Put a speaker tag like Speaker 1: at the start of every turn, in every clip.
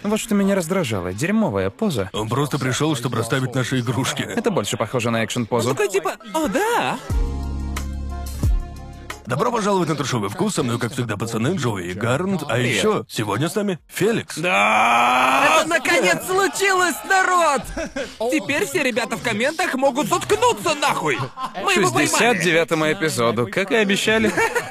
Speaker 1: Вот что меня раздражало. Дерьмовая поза.
Speaker 2: Он просто пришел, чтобы расставить наши игрушки.
Speaker 1: Это больше похоже на экшн-позу.
Speaker 3: Такой типа, о да!
Speaker 2: Добро пожаловать на трешовый вкус, со мной, как всегда, пацаны, Джоуи и Гарнт, а еще сегодня с нами Феликс.
Speaker 3: Это наконец случилось, народ! Теперь все ребята в комментах могут заткнуться нахуй! Мы его поймали!
Speaker 1: 69-му эпизоду, как и обещали.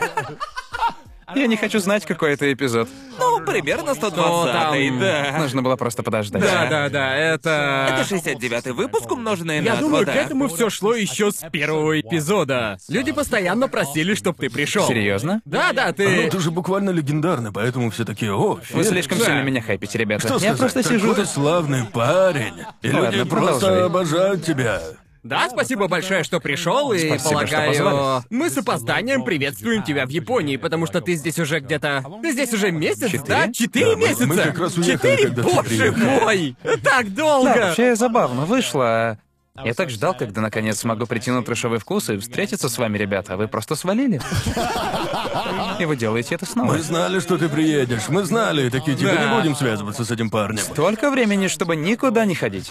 Speaker 1: Я не хочу знать, какой это эпизод.
Speaker 3: Ну, примерно 120-й, да.
Speaker 1: Нужно было просто подождать.
Speaker 4: Да, это...
Speaker 3: Это 69-й выпуск, умноженный на
Speaker 4: Я
Speaker 3: 2,
Speaker 4: думаю,
Speaker 3: да.
Speaker 4: к этому все шло еще с первого эпизода. Люди постоянно просили, чтобы ты пришел.
Speaker 1: Серьезно?
Speaker 4: Да,
Speaker 2: Ну,
Speaker 4: ты...
Speaker 2: ты же буквально легендарный, поэтому все такие, о,
Speaker 1: Вы
Speaker 2: Феликс.
Speaker 1: слишком
Speaker 4: Да.
Speaker 1: сильно меня хайпите, ребята.
Speaker 2: Что
Speaker 1: Я
Speaker 2: сказать?
Speaker 1: просто сижу
Speaker 2: Такой
Speaker 1: тут.
Speaker 2: славный парень. И
Speaker 1: Ладно,
Speaker 2: люди просто
Speaker 1: продолжай.
Speaker 2: обожают тебя.
Speaker 4: Да, спасибо большое, что пришел, и
Speaker 1: Спасибо, что
Speaker 4: полагаю,
Speaker 1: позвали.
Speaker 4: мы с опозданием приветствуем тебя в Японии, потому что ты здесь уже где-то... Ты здесь уже месяц, да? 4
Speaker 2: Да, мы
Speaker 4: месяца?
Speaker 2: как раз уехали,
Speaker 4: 4?
Speaker 2: когда ты
Speaker 4: Боже
Speaker 2: приехал.
Speaker 4: мой! Так
Speaker 1: Да,
Speaker 4: долго!
Speaker 1: вообще забавно вышло. Я так ждал, когда наконец смогу прийти на трешовый вкус и встретиться с вами, ребята. А вы просто свалили. И вы делаете это снова.
Speaker 2: Мы знали, что ты приедешь. Мы знали, такие типа
Speaker 4: Да.
Speaker 2: не будем связываться с этим парнем.
Speaker 1: Столько времени, чтобы никуда не ходить.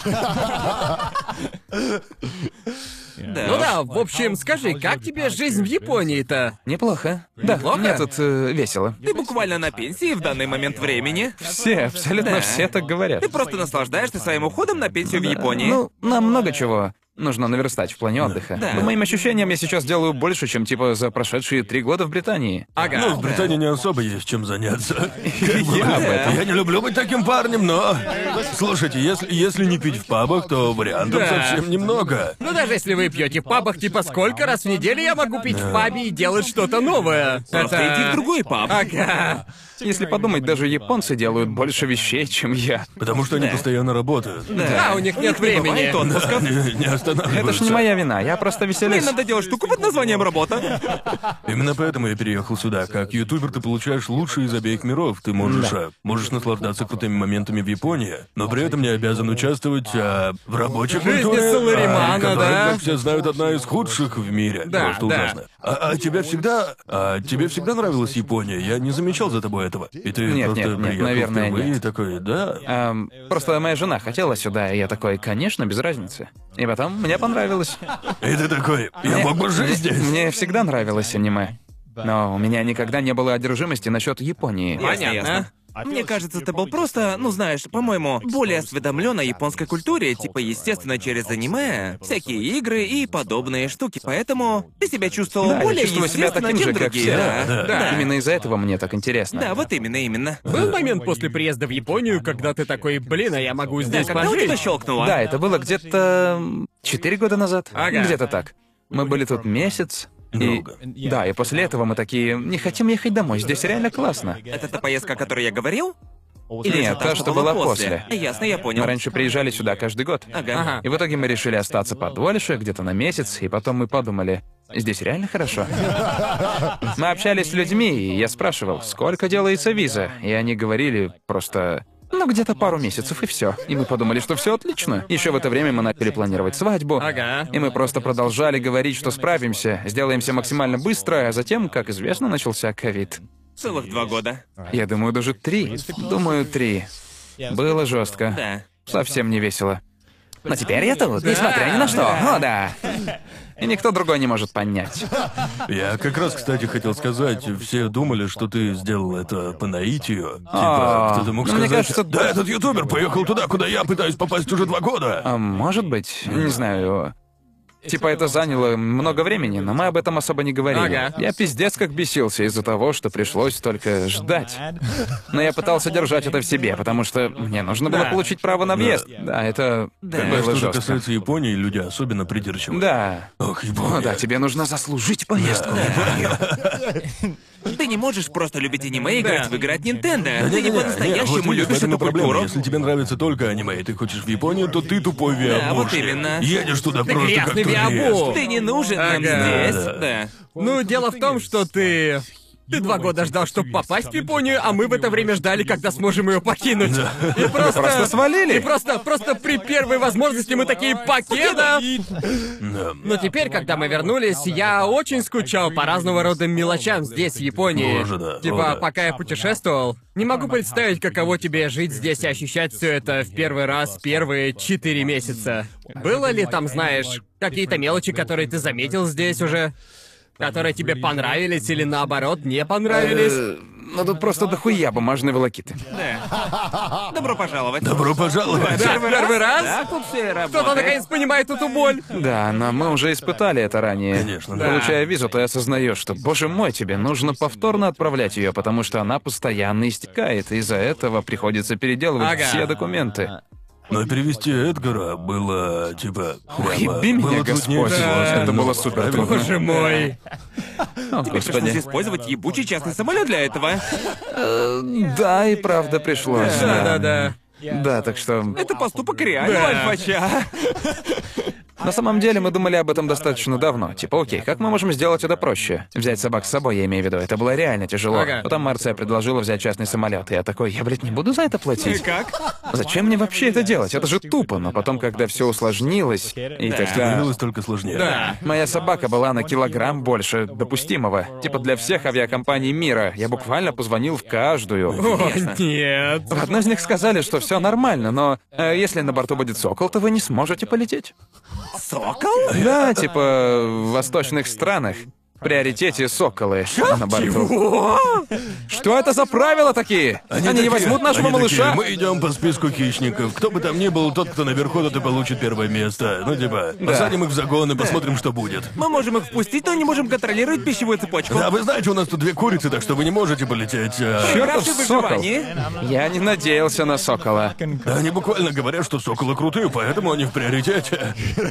Speaker 3: Да.
Speaker 4: Ну да, в общем, скажи, как тебе жизнь в Японии-то?
Speaker 1: Неплохо. Да,
Speaker 4: Неплохо?
Speaker 1: мне тут весело.
Speaker 3: Ты буквально на пенсии в данный момент времени.
Speaker 1: Все, абсолютно
Speaker 3: Да.
Speaker 1: все так говорят.
Speaker 3: Ты просто наслаждаешься своим уходом на пенсию в Японии.
Speaker 1: Ну, нам много чего нужно наверстать в плане отдыха.
Speaker 3: Да.
Speaker 1: По моим ощущениям, я сейчас делаю больше, чем типа за прошедшие 3 года в Британии.
Speaker 4: Ага.
Speaker 2: Ну, в Британии не особо есть чем заняться.
Speaker 1: Я об этом.
Speaker 2: Я не люблю быть таким парнем, но... Слушайте, если не пить в пабах, то вариантов
Speaker 4: Да.
Speaker 2: совсем немного.
Speaker 4: Ну даже если вы пьете в пабах, типа сколько раз в неделю я могу пить в пабе и делать что-то новое?
Speaker 3: Просто иди в другой паб.
Speaker 4: Ага.
Speaker 1: Если подумать, даже японцы делают больше вещей, чем я.
Speaker 2: Потому что они постоянно работают.
Speaker 4: Да, у них нет времени.
Speaker 3: Бывает отпусков.
Speaker 2: Не останавливаются.
Speaker 1: Это ж не моя вина, я просто
Speaker 3: Мне
Speaker 1: веселюсь.
Speaker 3: надо делать штуку под названием «Работа».
Speaker 2: Именно поэтому я переехал сюда. Как ютубер ты получаешь лучшее из обеих миров. Ты можешь наслаждаться крутыми моментами в Японии, но при этом не обязан участвовать в рабочей
Speaker 4: Жизни
Speaker 2: культуре,
Speaker 4: саларимана,
Speaker 2: которая,
Speaker 4: да?
Speaker 2: как все знают, одна из худших в мире.
Speaker 4: Да,
Speaker 2: Просто
Speaker 4: да.
Speaker 2: ужасно. Тебе всегда нравилась Япония? Я не замечал за тобой этого. И ты
Speaker 1: Нет,
Speaker 2: просто
Speaker 1: нет, нет,
Speaker 2: приехал
Speaker 1: наверное,
Speaker 2: впервые
Speaker 1: нет.
Speaker 2: и такой, да.
Speaker 1: Просто моя жена хотела сюда, и я такой, конечно, без разницы. И потом мне понравилось.
Speaker 2: И ты такой, я мог бы жить здесь.
Speaker 1: Мне всегда нравилось аниме. Но у меня никогда не было одержимости насчет Японии.
Speaker 4: Понятно.
Speaker 3: Мне кажется, ты был просто, ну знаешь, по-моему, более осведомлен о японской культуре, типа, естественно, через аниме, всякие игры и подобные штуки, поэтому ты себя чувствовал
Speaker 1: Да, я
Speaker 3: более
Speaker 1: чувствую себя
Speaker 3: естественно,
Speaker 1: таким
Speaker 3: чем
Speaker 1: же, как
Speaker 3: другие.
Speaker 1: все.
Speaker 3: Да.
Speaker 1: Именно из-за этого мне так интересно.
Speaker 3: Да, вот именно.
Speaker 4: Был момент после приезда в Японию, когда ты такой, блин, а я могу здесь
Speaker 3: Когда у тебя
Speaker 4: пожить.
Speaker 3: щелкнуло?
Speaker 1: Да, это было где-то 4 года назад.
Speaker 4: Ага.
Speaker 1: Где-то так. Мы были тут месяц.
Speaker 2: Долго.
Speaker 1: Да, и после этого мы такие, не хотим ехать домой, здесь реально классно.
Speaker 3: Это та поездка, о которой я говорил? Или
Speaker 1: Нет,
Speaker 3: это
Speaker 1: та,
Speaker 3: та,
Speaker 1: что была после.
Speaker 3: Ясно, я понял.
Speaker 1: Мы раньше приезжали сюда каждый год.
Speaker 3: Ага.
Speaker 1: И в итоге мы решили остаться подольше, где-то на месяц, и потом мы подумали, здесь реально хорошо. Мы общались с людьми, и я спрашивал, сколько делается виза, и они говорили просто... Ну, где-то пару месяцев, и все. И мы подумали, что все отлично. Еще в это время мы начали планировать свадьбу.
Speaker 4: Ага.
Speaker 1: И мы просто продолжали говорить, что справимся, сделаем все максимально быстро, а затем, как известно, начался ковид.
Speaker 3: Целых 2 года.
Speaker 1: Я думаю, даже 3. Думаю, 3. Было жестко.
Speaker 3: Да.
Speaker 1: Совсем не весело. Но теперь я тут, несмотря ни на что. О, да. И никто другой не может понять.
Speaker 2: Я как раз, кстати, хотел сказать, все думали, что ты сделал это по наитию.
Speaker 1: А,
Speaker 2: Типа, кто-то мог
Speaker 1: ну, мне
Speaker 2: сказать,
Speaker 1: кажется,
Speaker 2: да, этот ютубер поехал туда, куда я пытаюсь попасть уже 2 года.
Speaker 1: А может быть, не знаю. Типа это заняло много времени, но мы об этом особо не говорили.
Speaker 4: Ага.
Speaker 1: Я пиздец как бесился из-за того, что пришлось только ждать. Но я пытался держать это в себе, потому что мне нужно было
Speaker 4: Да.
Speaker 1: получить право на въезд. Да, это
Speaker 3: Да.
Speaker 2: А
Speaker 1: было
Speaker 2: что же
Speaker 1: жестко.
Speaker 2: касается Японии, люди особенно придирчивы.
Speaker 1: Да.
Speaker 2: Ох,
Speaker 1: Ну
Speaker 2: Япония.
Speaker 1: да, тебе нужно заслужить поездку.
Speaker 3: Ты не можешь просто любить аниме и играть в игры от Nintendo. Ты не
Speaker 2: вот
Speaker 3: по-настоящему
Speaker 2: видишь, в
Speaker 3: любишь
Speaker 2: этом и
Speaker 3: эту
Speaker 2: проблема.
Speaker 3: культуру.
Speaker 2: Если тебе нравится только аниме, и ты хочешь в Японию, то ты тупой
Speaker 3: Да,
Speaker 2: виабушник.
Speaker 3: вот именно.
Speaker 2: Едешь туда
Speaker 4: Ты
Speaker 2: просто как
Speaker 4: грязный
Speaker 2: турист.
Speaker 4: виабу.
Speaker 3: Ты не нужен нам
Speaker 4: Ага.
Speaker 3: здесь.
Speaker 2: Да.
Speaker 3: Да.
Speaker 4: Ну, дело в том, что ты... Ты 2 года ждал, чтобы попасть в Японию, а мы в это время ждали, когда сможем ее покинуть. И
Speaker 1: Просто свалили.
Speaker 4: И просто при первой возможности мы такие: покеда!
Speaker 2: Да.
Speaker 4: Но теперь, когда мы вернулись, я очень скучал по разного рода мелочам здесь, в Японии.
Speaker 2: Боже, да.
Speaker 4: Типа,
Speaker 2: О, да.
Speaker 4: пока я путешествовал, не могу представить, каково тебе жить здесь и ощущать все это в первый раз первые 4 месяца. Было ли там, знаешь, какие-то мелочи, которые ты заметил здесь уже? Которые тебе понравились или наоборот не понравились?
Speaker 1: Ну тут просто дохуя бумажной волокиты.
Speaker 3: Да. Добро пожаловать.
Speaker 2: Добро пожаловать.
Speaker 4: Да, первый раз?
Speaker 3: Да, тут все
Speaker 4: Кто-то
Speaker 3: работает.
Speaker 4: наконец понимает эту боль.
Speaker 1: Да, но мы уже испытали это ранее.
Speaker 2: Конечно, да.
Speaker 1: Получая визу, ты осознаешь, что, боже мой, тебе нужно повторно отправлять ее, потому что она постоянно истекает, и из-за этого приходится переделывать
Speaker 4: Ага.
Speaker 1: все документы.
Speaker 2: Но перевести Эдгара было, типа, прямо...
Speaker 1: Еби меня,
Speaker 2: было
Speaker 1: Господь.
Speaker 2: труднее всего
Speaker 1: Да, это
Speaker 2: остального,
Speaker 1: было супер
Speaker 2: правильно?
Speaker 1: трудно.
Speaker 4: Боже мой.
Speaker 1: О,
Speaker 3: Пришлось
Speaker 1: Господи.
Speaker 3: использовать ебучий частный самолет для этого.
Speaker 1: Да, и правда пришлось.
Speaker 4: Да-да-да.
Speaker 1: Да, так что...
Speaker 3: Это поступок реального
Speaker 4: Да.
Speaker 3: альфача.
Speaker 1: На самом деле мы думали об этом достаточно давно. Типа, окей, как мы можем сделать это проще? Взять собак с собой, я имею в виду. Это было реально тяжело.
Speaker 4: Ага.
Speaker 1: Потом Марция предложила взять частный самолет. И я такой, я, блядь, не буду за это
Speaker 3: И
Speaker 1: платить.
Speaker 3: как?
Speaker 1: Зачем мне вообще это делать? Это же тупо. Но потом, когда все усложнилось, и тогда...
Speaker 2: Становилось только сложнее.
Speaker 4: Да.
Speaker 1: Моя собака была на килограмм больше допустимого. Типа для всех авиакомпаний мира. Я буквально позвонил в каждую.
Speaker 4: О, нет.
Speaker 1: В одной из них сказали, что все нормально, но если на борту будет сокол, то вы не сможете полететь.
Speaker 3: Сокол?
Speaker 1: Да, типа в восточных странах в приоритете соколы на борту. Что это за правила такие? Они не
Speaker 2: такие-
Speaker 1: возьмут нашего
Speaker 2: они
Speaker 1: малыша?
Speaker 2: такие, мы идем по списку хищников. Кто бы там ни был, тот, кто наверху, тот и получит первое место. Ну, типа, посадим их в загон и посмотрим, что будет.
Speaker 3: Мы можем их впустить, но не можем контролировать пищевую цепочку.
Speaker 2: Да, вы знаете, у нас тут 2 курицы, так что вы не можете полететь.
Speaker 1: Чёртов
Speaker 3: Прекрасное
Speaker 1: сокол.
Speaker 3: выживание.
Speaker 1: Я не надеялся на сокола.
Speaker 2: Они буквально говорят, что соколы крутые, поэтому они в приоритете.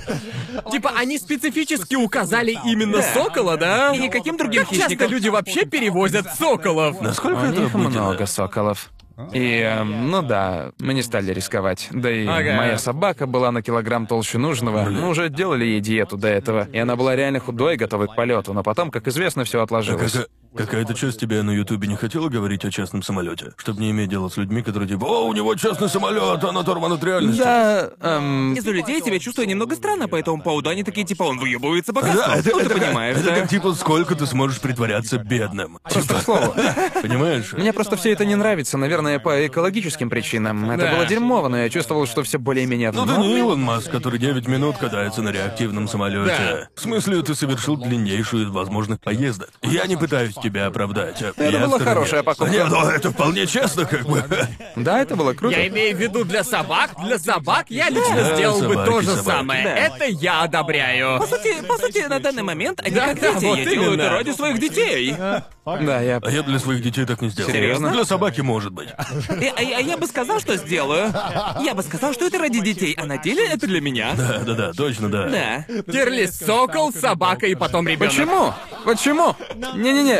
Speaker 4: Типа, они специфически указали именно сокола, да?
Speaker 3: И никаким другим
Speaker 4: Как часто
Speaker 3: хищником.
Speaker 4: люди вообще перевозят соколов?
Speaker 2: Насколько
Speaker 1: У
Speaker 2: это
Speaker 1: них
Speaker 2: обыденно?
Speaker 1: много соколов. И, ну да, мы не стали рисковать. Да и
Speaker 4: Ага.
Speaker 1: моя собака была на килограмм толще нужного. Мы уже делали ей диету до этого. И она была реально худой, готовой к полету. Но потом, как известно, все отложилось.
Speaker 2: Какая-то часть тебя на Ютубе не хотела говорить о частном самолете, чтобы не иметь дела с людьми, которые типа, о, у него частный самолет, он оторван от реальности.
Speaker 1: Да,
Speaker 3: Из-за людей себя чувствую немного странно по этому поводу. Они такие, типа, он выебывается по
Speaker 2: Да,
Speaker 3: косту.
Speaker 2: это,
Speaker 3: Ну, ты
Speaker 2: это,
Speaker 3: понимаешь,
Speaker 2: это
Speaker 3: да?
Speaker 2: как типа, сколько ты сможешь притворяться бедным.
Speaker 1: просто к слову.
Speaker 2: Понимаешь?
Speaker 1: Мне просто все это не нравится, наверное, по экологическим причинам. Это
Speaker 4: Да.
Speaker 1: было дерьмово, но я чувствовал, что все более-менее в
Speaker 2: Ну ты
Speaker 1: норме.
Speaker 2: не Илон Маск, который 9 минут катается на реактивном самолете.
Speaker 4: Да.
Speaker 2: В смысле, ты совершил длиннейшую из возможных поездок. Я не пытаюсь тебя оправдать.
Speaker 1: Это
Speaker 2: Я
Speaker 1: была
Speaker 2: в стороне.
Speaker 1: хорошая покупка.
Speaker 2: Нет, ну это вполне честно, как бы.
Speaker 1: Да, это было круто.
Speaker 4: Я имею в виду для собак. Для собак я лично сделал бы
Speaker 2: собаки,
Speaker 4: то же
Speaker 2: собаки.
Speaker 4: самое.
Speaker 3: Да.
Speaker 4: Это я одобряю.
Speaker 3: По сути, на данный момент они
Speaker 4: Да,
Speaker 3: как
Speaker 4: да,
Speaker 3: дети.
Speaker 4: вот
Speaker 3: Я делаю
Speaker 4: именно.
Speaker 3: это ради своих детей.
Speaker 1: Да, я...
Speaker 2: А я для своих детей так не сделал.
Speaker 1: Серьезно?
Speaker 2: Для собаки может быть.
Speaker 3: А я бы сказал, что сделаю. Я бы сказал, что это ради детей, а на деле это для меня.
Speaker 2: Да, точно, да.
Speaker 3: Да.
Speaker 4: Тирлист сокол, собака и потом ребенок.
Speaker 1: Почему? Почему? Не-не-не.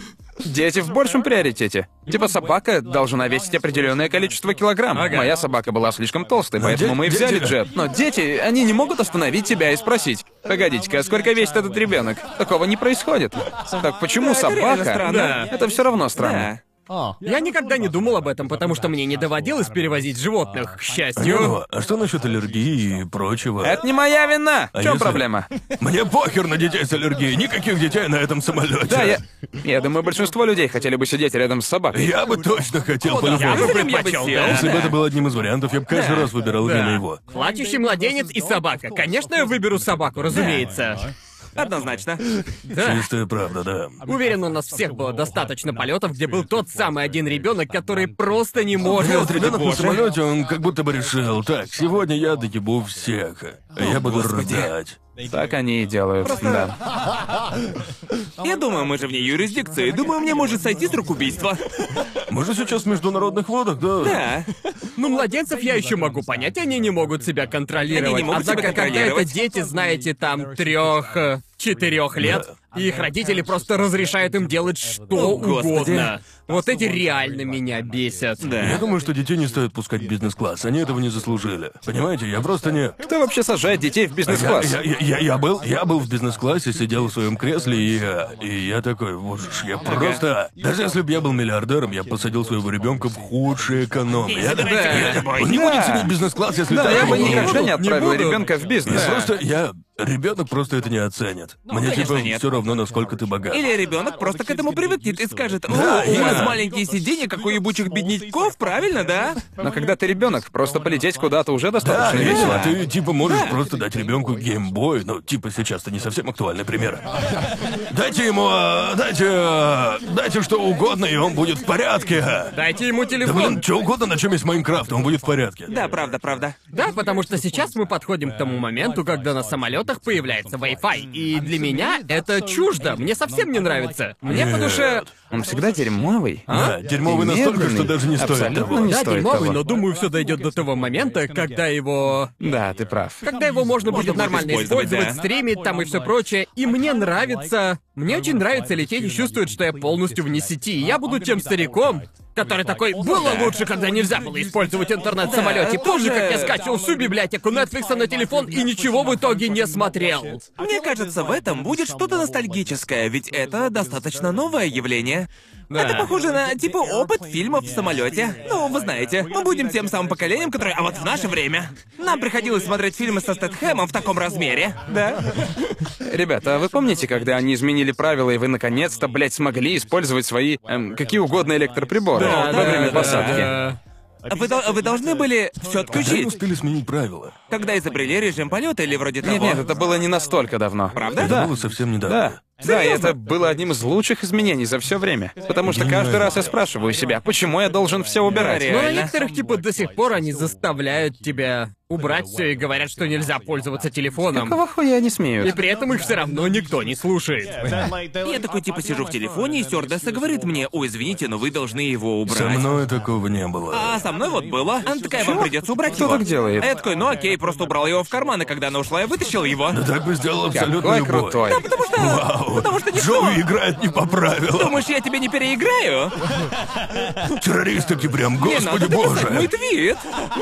Speaker 1: Дети в большем приоритете. Типа собака должна весить определенное количество килограмм.
Speaker 4: Ага.
Speaker 1: Моя собака была слишком толстой, поэтому мы и
Speaker 2: дети-
Speaker 1: взяли джет. Но дети, они не могут остановить тебя и спросить: погодите-ка, а сколько весит этот ребенок? Такого не происходит. Так почему
Speaker 3: это реально
Speaker 1: собака?
Speaker 3: странно.
Speaker 1: Да. Это все равно странно.
Speaker 3: Да.
Speaker 4: Я никогда не думал об этом, потому что мне не доводилось перевозить животных, к
Speaker 2: Не,
Speaker 4: счастью.
Speaker 2: ну, а что насчет аллергии и прочего?
Speaker 1: Это не моя вина. В чем
Speaker 2: если-
Speaker 1: проблема?
Speaker 2: Мне похер на детей с аллергией, никаких детей на этом самолете.
Speaker 1: Да, я думаю, большинство людей хотели бы сидеть рядом с собакой.
Speaker 2: Я бы точно хотел
Speaker 3: Я
Speaker 2: по-любому.
Speaker 3: бы
Speaker 4: предпочел,
Speaker 3: сел.
Speaker 4: да.
Speaker 2: Если бы это был одним из вариантов, я бы каждый
Speaker 3: Да.
Speaker 2: раз выбирал
Speaker 4: Да.
Speaker 2: именно его.
Speaker 4: Плачущий младенец и собака. Конечно, я выберу собаку, разумеется.
Speaker 3: Однозначно.
Speaker 4: Да.
Speaker 2: Чистая правда, да.
Speaker 4: Уверен, у нас всех было достаточно полетов, где был тот самый один ребенок, который просто не может.
Speaker 2: Нет, ребенок на
Speaker 3: боже.
Speaker 2: самолете, он как будто бы решил, так, сегодня я доебу всех. А я буду
Speaker 3: Господи.
Speaker 2: рыдать.
Speaker 1: Так они и делают, да.
Speaker 3: Я думаю, мы же вне юрисдикции. Думаю, мне может сойти с рук убийства.
Speaker 2: Мы же сейчас в международных водах, да?
Speaker 3: Да.
Speaker 4: Ну, младенцев я еще могу понять, они не могут себя контролировать.
Speaker 3: Они не могут
Speaker 4: Однако,
Speaker 3: себя
Speaker 4: когда это
Speaker 3: контролировать.
Speaker 4: дети, знаете, там 4 лет, и их родители просто разрешают им делать что
Speaker 3: О, Господи.
Speaker 4: угодно. Вот эти реально меня бесят.
Speaker 2: Я думаю, что детей не стоит пускать в бизнес-класс, они этого не заслужили. Понимаете, я просто не...
Speaker 1: Кто вообще сажает детей в бизнес-класс?
Speaker 2: Я был в бизнес-классе, сидел в своем кресле, и я такой, боже ж, я просто... Даже если бы я был миллиардером, я посадил своего ребенка в худший эконом. Я Он не будет сидеть в бизнес-класс, если
Speaker 1: Да,
Speaker 2: так
Speaker 1: я бы
Speaker 2: было.
Speaker 1: никогда не отправил
Speaker 4: буду.
Speaker 1: ребенка в бизнес.
Speaker 2: Ребенок просто это не оценит. Мне
Speaker 3: конечно,
Speaker 2: типа
Speaker 3: нет.
Speaker 2: все равно, насколько ты богат.
Speaker 3: Или ребенок просто к этому привыкнет и скажет: «О,
Speaker 2: Да,
Speaker 3: у вас
Speaker 2: именно.
Speaker 3: маленькие сиденья, как у ебучих бедняков, правильно, да?»
Speaker 1: Но когда ты ребенок, просто полететь куда-то уже достаточно
Speaker 2: Да,
Speaker 1: весело.
Speaker 2: ты типа можешь просто дать ребенку геймбой, ну типа сейчас это не совсем актуальный пример. Дайте ему, дайте что угодно, и он будет в порядке.
Speaker 4: Дайте ему
Speaker 2: Да
Speaker 4: телефон.
Speaker 2: блин, что угодно, на чем есть Майнкрафт, он будет в порядке.
Speaker 3: Да, правда.
Speaker 4: Да, потому что сейчас мы подходим к тому моменту, когда на самолетах появляется Wi-Fi. И для меня это чуждо. Мне совсем не нравится. Мне по душе...
Speaker 1: Он всегда дерьмовый.
Speaker 2: Да, дерьмовый настолько, что даже не стоит
Speaker 1: Абсолютно
Speaker 2: того.
Speaker 1: не
Speaker 4: Да,
Speaker 1: стоит
Speaker 4: дерьмовый,
Speaker 1: того.
Speaker 4: но думаю, все дойдет до того момента, когда его...
Speaker 1: Да, ты прав.
Speaker 4: Когда его можно будет
Speaker 3: будет
Speaker 4: нормально
Speaker 3: использовать,
Speaker 4: использовать,
Speaker 3: да.
Speaker 4: стримить там и все прочее. И мне нравится... Мне очень нравится лететь и чувствовать, что я полностью вне сети. И я буду тем стариком, который такой: было лучше, когда нельзя было использовать интернет в самолете. Помню, как я скачивал всю библиотеку Netflix на телефон и ничего в итоге не смотрел.
Speaker 3: Мне кажется, в этом будет что-то ностальгическое, ведь это достаточно новое явление.
Speaker 4: Да.
Speaker 3: Это похоже на, типа, опыт фильмов в самолете. Ну, вы знаете, мы будем тем самым поколением, которое... А вот в наше время нам приходилось смотреть фильмы со Стэтхэмом в таком размере. Да?
Speaker 1: Ребята, а вы помните, когда они изменили правила, и вы наконец-то, блядь, смогли использовать свои, какие угодно электроприборы во время посадки?
Speaker 3: Вы должны были все
Speaker 2: Когда
Speaker 3: отключить,
Speaker 2: успели сменить правила?
Speaker 3: когда изобрели режим полета или вроде того.
Speaker 1: Нет, это было не настолько давно.
Speaker 3: Правда?
Speaker 2: Это
Speaker 1: Да.
Speaker 2: было совсем недавно.
Speaker 1: Да. Да, и это было одним из лучших изменений за все время. Потому что каждый раз я спрашиваю себя, почему я должен все убирать?
Speaker 3: Да,
Speaker 4: Но на
Speaker 3: реально.
Speaker 4: некоторых, типа, до сих пор они заставляют тебя убрать все и говорят, что нельзя пользоваться телефоном.
Speaker 1: Какого хуя они
Speaker 4: И
Speaker 1: смеют?
Speaker 4: при этом их все равно никто не слушает.
Speaker 3: Я такой, типа, сижу в телефоне, и стюардесса говорит мне: «Ой, извините, но вы должны его убрать».
Speaker 2: Со мной такого не было.
Speaker 3: А со мной вот было. Она такая: «Вам придется убрать
Speaker 1: Кто
Speaker 3: его».
Speaker 1: так делает?
Speaker 3: А я такой: «Ну окей, просто убрал его в карман, и когда она ушла, я вытащил его».
Speaker 2: Да так бы сделал абсолютно
Speaker 1: Какой
Speaker 2: любой.
Speaker 1: крутой.
Speaker 3: Потому что никто...
Speaker 2: Джоуи играет не по правилам.
Speaker 3: Думаешь, я тебя не переиграю?
Speaker 2: Террористы прям,
Speaker 3: Не
Speaker 2: господи
Speaker 3: надо дописать мой
Speaker 2: боже.
Speaker 3: твит.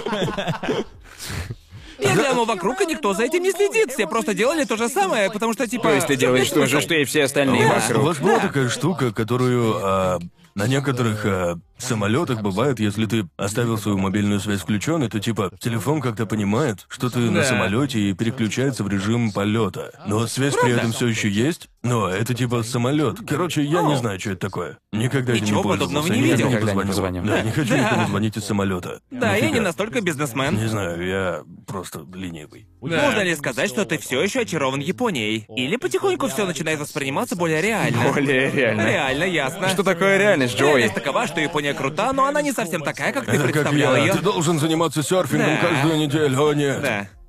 Speaker 3: Я гляну вокруг, и никто за этим не следит. Все просто делали то же самое, потому что, типа...
Speaker 1: То есть ты делаешь то же, что и все остальные
Speaker 2: У вас
Speaker 1: вокруг.
Speaker 2: была такая штука, которую на некоторых самолетах бывает, если ты оставил свою мобильную связь включенной, то типа телефон как-то понимает, что ты на
Speaker 4: Да.
Speaker 2: самолете и переключается в режим полета. Но связь при этом все еще есть. Но это типа самолет. Короче, я не знаю, что это такое. Никогда этим не
Speaker 3: Ничего
Speaker 2: пользовался.
Speaker 3: подобного не
Speaker 2: никогда
Speaker 3: видел.
Speaker 1: Никогда не
Speaker 2: позвоню.
Speaker 1: позвоню.
Speaker 2: Да, не хочу никому звонить из самолета.
Speaker 3: Да, я не
Speaker 2: Нафига?
Speaker 3: настолько бизнесмен.
Speaker 2: Не знаю, я просто ленивый.
Speaker 3: Можно ли сказать, что ты все еще очарован Японией? Или потихоньку все начинает восприниматься более реально?
Speaker 1: Более реально.
Speaker 3: Реально, ясно.
Speaker 1: Что такое реальность, Джоуи?
Speaker 3: Реальность такова, что Япония крута, но она не совсем такая, как ты
Speaker 2: Это как
Speaker 3: представлял
Speaker 2: я.
Speaker 3: ее.
Speaker 2: Ты должен заниматься серфингом
Speaker 3: Да.
Speaker 2: каждую неделю, о нет.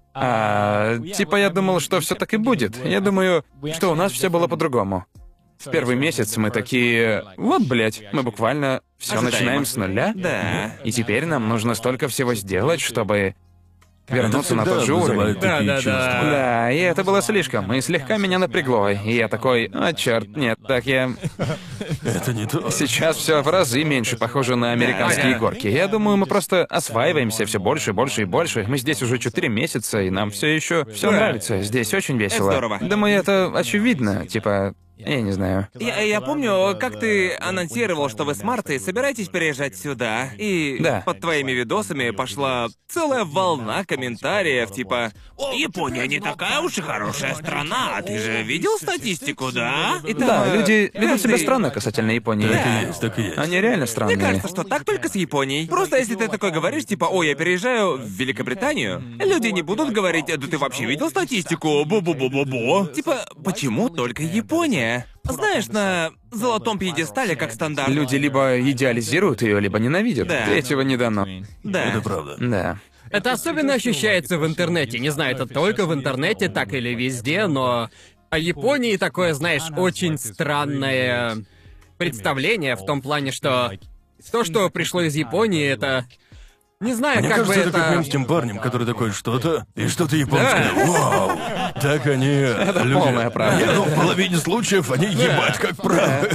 Speaker 3: Да.
Speaker 1: Типа я думал, что все так и будет. Я думаю, что у нас все было по-другому. В первый месяц мы такие: вот, блядь, мы буквально все
Speaker 3: Ожидаемо.
Speaker 1: начинаем с нуля.
Speaker 3: Да.
Speaker 1: И теперь нам нужно столько всего сделать, чтобы вернуться на
Speaker 2: всегда
Speaker 1: тот же уровень.
Speaker 2: вызывает такие
Speaker 4: Да-да-да.
Speaker 2: чувства.
Speaker 1: Да, и это было слишком, и слегка меня напрягло. И я такой: о, черт, нет, так я...
Speaker 2: Это не то.
Speaker 1: Сейчас все в разы меньше похоже на американские
Speaker 4: Ага.
Speaker 1: горки. Я думаю, мы просто осваиваемся все больше, больше и больше. Мы здесь уже 4 месяца, и нам все еще все
Speaker 3: Да.
Speaker 1: нравится. Здесь очень весело.
Speaker 3: здорово.
Speaker 1: Думаю, это очевидно. Типа, я не знаю.
Speaker 3: Я помню, как ты анонсировал, что вы с Мартой собираетесь переезжать сюда, и
Speaker 1: Да.
Speaker 3: под твоими видосами пошла целая волна комментариев, типа: «Япония не такая уж и хорошая страна, а ты же видел статистику, да?» И там,
Speaker 1: Да, люди ведут себя
Speaker 3: каждый-
Speaker 1: странно касательно Японии.
Speaker 2: Так и есть, так и есть.
Speaker 1: Они реально
Speaker 3: Мне
Speaker 1: странные.
Speaker 3: кажется, что так только с Японией. Просто если ты такой говоришь, типа: «О, я переезжаю в Великобританию», люди не будут говорить: «Да ты вообще видел статистику? Бу-бу-бу-бу-бу». Типа, почему только Япония? Знаешь, на золотом пьедестале как стандарт.
Speaker 1: Люди либо идеализируют ее, либо ненавидят.
Speaker 3: Да.
Speaker 1: Третьего не дано.
Speaker 3: Да.
Speaker 2: Это правда.
Speaker 1: Да.
Speaker 4: Это особенно ощущается в интернете. Не знаю, это только в интернете, так или везде, но о Японии такое, знаешь, очень странное представление в том плане, что то, что пришло из Японии, это Не знаю,
Speaker 2: Мне
Speaker 4: как
Speaker 2: кажется,
Speaker 4: бы
Speaker 2: это как мем с тем парнем, который такой что-то и что-то японское. Вау! Так они... Это люди...
Speaker 1: полная правда.
Speaker 2: Не, ну, в половине случаев они ебать как правы.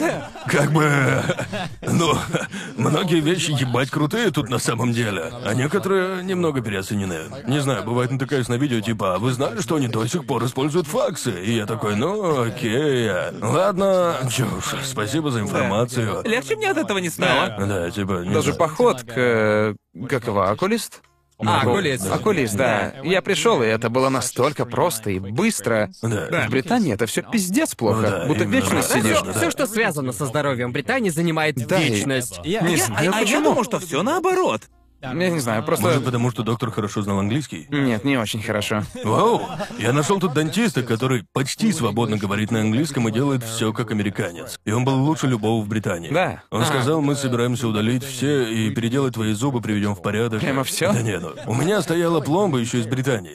Speaker 2: Как бы... Ну, многие вещи ебать крутые тут на самом деле, а некоторые немного переоценены. Не знаю, бывает натыкаюсь на видео типа, а вы знали, что они до сих пор используют факсы? И я такой, ну окей. Ладно, чушь, спасибо за информацию.
Speaker 3: Легче мне от этого не стало.
Speaker 2: Да, типа... не
Speaker 1: Даже
Speaker 2: знаю.
Speaker 1: поход к... Как его, окулист?
Speaker 4: окулист.
Speaker 1: Окулист, да. Я пришел, и это было настолько просто и быстро.
Speaker 2: Да.
Speaker 1: В Британии это все пиздец плохо.
Speaker 2: Ну да,
Speaker 1: Будто
Speaker 2: именно.
Speaker 1: вечность
Speaker 2: Да,
Speaker 1: сидишь.
Speaker 2: да.
Speaker 4: Все, что связано со здоровьем Британии, занимает
Speaker 1: Да, и-
Speaker 4: вечность.
Speaker 1: Не знаю,
Speaker 3: А я
Speaker 1: почему.
Speaker 3: думал, что все наоборот.
Speaker 1: Я не знаю,
Speaker 2: Может,
Speaker 1: просто...
Speaker 2: потому что доктор хорошо знал английский?
Speaker 1: Нет, не очень хорошо.
Speaker 2: Вау! Я нашел тут дантиста, который почти свободно говорит на английском и делает все как американец. И он был лучше любого в Британии.
Speaker 1: Да.
Speaker 2: Он сказал, мы собираемся удалить все и переделать твои зубы, приведем в порядок.
Speaker 1: Прямо всё?
Speaker 2: Да не, ну. У меня стояла пломба еще из Британии.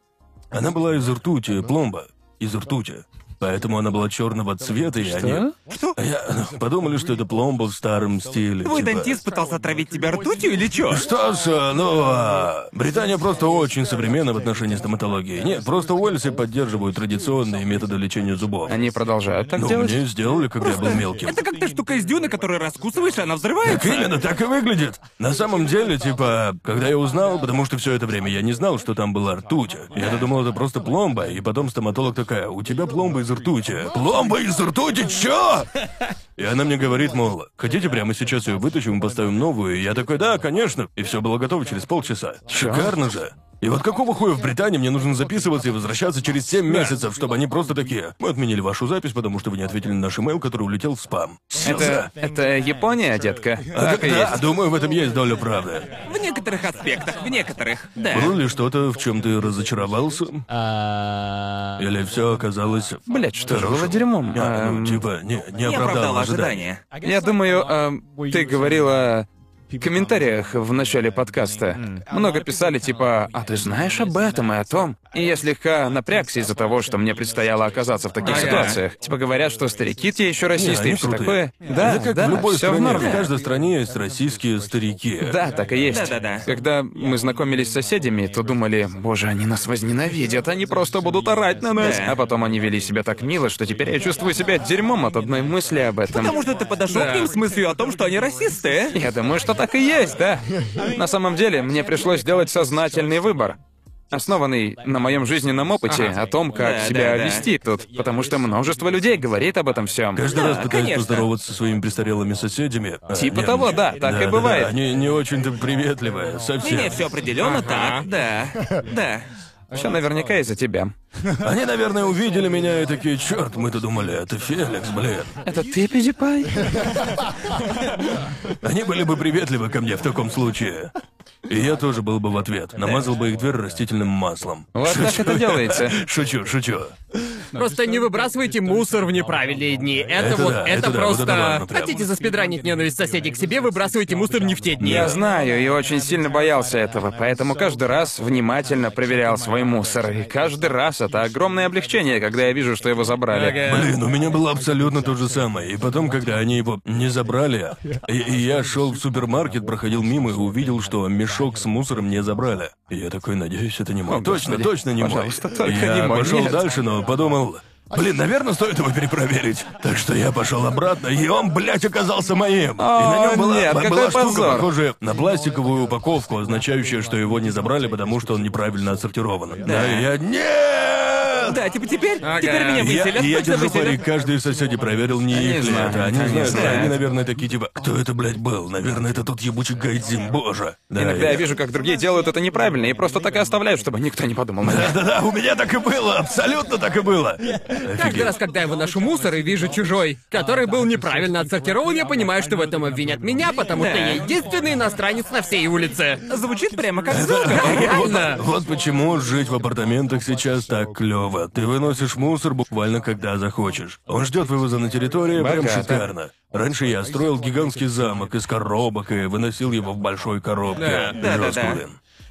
Speaker 2: Она была из ртути, пломба. Из ртути. Поэтому она была черного цвета, и они...
Speaker 3: Что?
Speaker 2: Подумали, что это пломба в старом стиле.
Speaker 3: Твой
Speaker 2: типа.
Speaker 3: дантист пытался отравить тебя ртутью или чё?
Speaker 2: Что ж, Британия просто очень современна в отношении стоматологии. Нет, просто Уэльсы поддерживают традиционные методы лечения зубов.
Speaker 1: Они продолжают так
Speaker 2: Ну,
Speaker 1: делать?
Speaker 2: мне сделали, когда я был мелким.
Speaker 3: Это как та штука из дюны, которую раскусываешь, и она взрывается.
Speaker 2: Так именно, так и выглядит. На самом деле, типа, когда я узнал, потому что все это время я не знал, что там была ртуть. Я-то думал, это просто пломба, и потом стоматолог такая, у тебя пломба из ртути. Пломба из ртути, чё? И она мне говорит, мол, хотите прямо сейчас ее вытащим и поставим новую? И я такой, да, конечно. И все было готово через полчаса. Шикарно же. И вот какого хуя в Британии мне нужно записываться и возвращаться через 7 месяцев, чтобы они просто такие, мы отменили вашу запись, потому что вы не ответили на наш имейл, который улетел в спам.
Speaker 1: Это Япония, детка? Так и
Speaker 2: Да,
Speaker 1: есть.
Speaker 2: думаю, в этом есть доля правды.
Speaker 3: В некоторых аспектах, в некоторых. Да.
Speaker 2: Было ли что-то, в чем ты разочаровался? Или все оказалось...
Speaker 1: Блять, что же
Speaker 2: хорошо?
Speaker 1: было дерьмом?
Speaker 2: Ну, типа, не
Speaker 3: Не
Speaker 2: оправдало
Speaker 3: оправдало
Speaker 2: ожидания.
Speaker 3: ожидания.
Speaker 1: Я думаю, ты говорила в комментариях в начале подкаста. Много писали типа, а ты знаешь об этом и о том? И я слегка напрягся из-за того, что мне предстояло оказаться в таких
Speaker 3: Ага.
Speaker 1: ситуациях. Типа говорят, что старики те еще расисты
Speaker 2: они
Speaker 1: и все
Speaker 2: крутые.
Speaker 1: такое. Да,
Speaker 2: Это как
Speaker 1: да,
Speaker 2: в любой
Speaker 1: все в
Speaker 2: стране. В
Speaker 1: норме.
Speaker 2: каждой стране есть российские старики.
Speaker 1: Да, так и есть.
Speaker 3: Да-да-да.
Speaker 1: Когда мы знакомились с соседями, то думали, боже, они нас возненавидят, они просто будут орать на нас.
Speaker 3: Да.
Speaker 1: А потом они вели себя так мило, что теперь я чувствую себя дерьмом от одной мысли об этом.
Speaker 3: Потому что ты подошел к ним с мыслью о том, что они расисты.
Speaker 1: Я думаю, что так и есть, да. На самом деле, мне пришлось сделать сознательный выбор, основанный на моем жизненном опыте о том, как
Speaker 3: Да,
Speaker 1: себя
Speaker 3: да, да.
Speaker 1: вести тут, потому что множество людей говорит об этом всем.
Speaker 2: Каждый раз пытаюсь
Speaker 3: конечно.
Speaker 2: поздороваться со своими престарелыми соседями.
Speaker 1: Типа того, да, так и бывает.
Speaker 2: Да, они не очень-то приветливые, совсем.
Speaker 3: Не, все определенно так. Да. Да.
Speaker 1: Все наверняка из-за тебя.
Speaker 2: Они, наверное, увидели меня и такие, черт, мы-то думали, это Феликс, блин.
Speaker 1: Это ты, Пизипай?
Speaker 2: Они были бы приветливы ко мне в таком случае. И я тоже был бы в ответ. Намазал бы их дверь растительным маслом.
Speaker 1: Вот так это делается.
Speaker 2: Шучу, шучу.
Speaker 4: Просто не выбрасывайте мусор в неправильные дни. Это
Speaker 2: Это
Speaker 4: вот,
Speaker 2: да,
Speaker 4: это
Speaker 2: это да,
Speaker 4: просто...
Speaker 2: вот это важно прям.
Speaker 4: Хотите заспидранить ненависть соседей к себе, выбрасывайте мусор не в те дни.
Speaker 1: Я знаю и очень сильно боялся этого, поэтому каждый раз внимательно проверял свой мусор. И каждый раз это огромное облегчение, когда я вижу, что его забрали.
Speaker 4: Ага.
Speaker 2: Блин, у меня было абсолютно то же самое. И потом, когда они его не забрали, и я шел в супермаркет, проходил мимо и увидел, что мешок с мусором не забрали. И я такой, надеюсь, это не мой.
Speaker 1: О,
Speaker 2: Точно,
Speaker 1: Господи.
Speaker 2: точно не мой.
Speaker 1: Пожалуйста, только
Speaker 2: я
Speaker 1: не мой,
Speaker 2: пошел
Speaker 1: нет.
Speaker 2: дальше, но подумал, блин, наверное, стоит его перепроверить. Так что я пошел обратно, и он, блядь, оказался моим. И на нем была,
Speaker 1: нет,
Speaker 2: была
Speaker 1: какой
Speaker 2: штука,
Speaker 1: позор.
Speaker 2: похожая на пластиковую упаковку, означающая, что его не забрали, потому что он неправильно отсортирован. Да, и я нет!
Speaker 3: Да, типа теперь
Speaker 4: Ага.
Speaker 3: меня
Speaker 2: Я,
Speaker 3: выселят,
Speaker 2: я
Speaker 3: точно
Speaker 2: держу пари,
Speaker 3: выселят.
Speaker 2: каждый из соседей проверил, не
Speaker 1: Они
Speaker 2: их ли
Speaker 1: знают,
Speaker 2: это. Они
Speaker 1: они
Speaker 2: знают,
Speaker 1: знают.
Speaker 2: они, наверное, такие типа, кто это, блядь, был? Наверное, это тот ебучий Гайдзин, боже. Да,
Speaker 1: Иногда я вижу, как другие делают это неправильно, и просто так и оставляю, чтобы никто не подумал на меня.
Speaker 2: Да-да-да, у меня так и было, абсолютно так и было.
Speaker 4: Каждый
Speaker 2: Офигеть.
Speaker 4: раз, когда я выношу мусор и вижу чужой, который был неправильно отсортирован, я понимаю, что в этом обвинят меня, потому что я единственный иностранец на всей улице.
Speaker 3: Звучит прямо как заговор.
Speaker 4: Реально.
Speaker 2: Вот почему жить в апартаментах сейчас так клево. Ты выносишь мусор буквально когда захочешь. Он ждет вывоза на территории, прям
Speaker 1: Богато.
Speaker 2: шикарно. Раньше я строил гигантский замок из коробок и выносил его в большой коробке.
Speaker 3: Да, да,
Speaker 2: Жёстко,
Speaker 3: да.
Speaker 2: блин.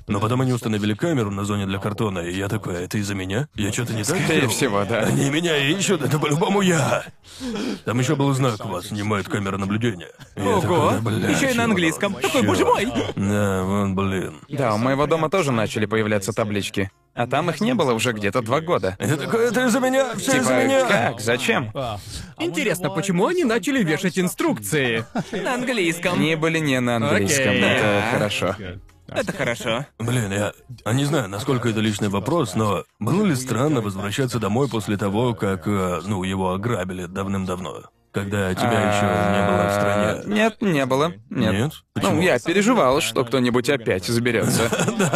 Speaker 2: Но потом они установили камеру на зоне для картона, и я такой, это из-за меня? Я что-то не так
Speaker 1: Скорее
Speaker 2: сделал?
Speaker 1: всего, да.
Speaker 2: Они меня ищут, это по-любому я. Там еще был знак, вас снимает камера наблюдения. И я
Speaker 3: Ого,
Speaker 2: такой, да, бля,
Speaker 3: еще и на
Speaker 2: чё,
Speaker 3: английском. Такой,
Speaker 2: чё?
Speaker 3: боже мой!
Speaker 2: Да, вон, блин.
Speaker 1: Да, у моего дома тоже начали появляться таблички. А там их не было уже где-то 2 года.
Speaker 2: Это такое, это из-за меня, все
Speaker 1: Типа,
Speaker 2: из-за меня.
Speaker 1: как? Зачем?
Speaker 4: Интересно, почему они начали вешать инструкции?
Speaker 3: На английском.
Speaker 1: Они были не на английском,
Speaker 4: Окей.
Speaker 1: это
Speaker 3: Да.
Speaker 1: хорошо.
Speaker 3: Это хорошо.
Speaker 2: Блин, я не знаю, насколько это личный вопрос, но было ли странно возвращаться домой после того, как, его ограбили давным-давно? Когда тебя еще не было в стране?
Speaker 1: Нет, не было. Нет.
Speaker 2: Нет?
Speaker 1: Ну,
Speaker 2: Почему?
Speaker 1: я переживал, что кто-нибудь опять заберется.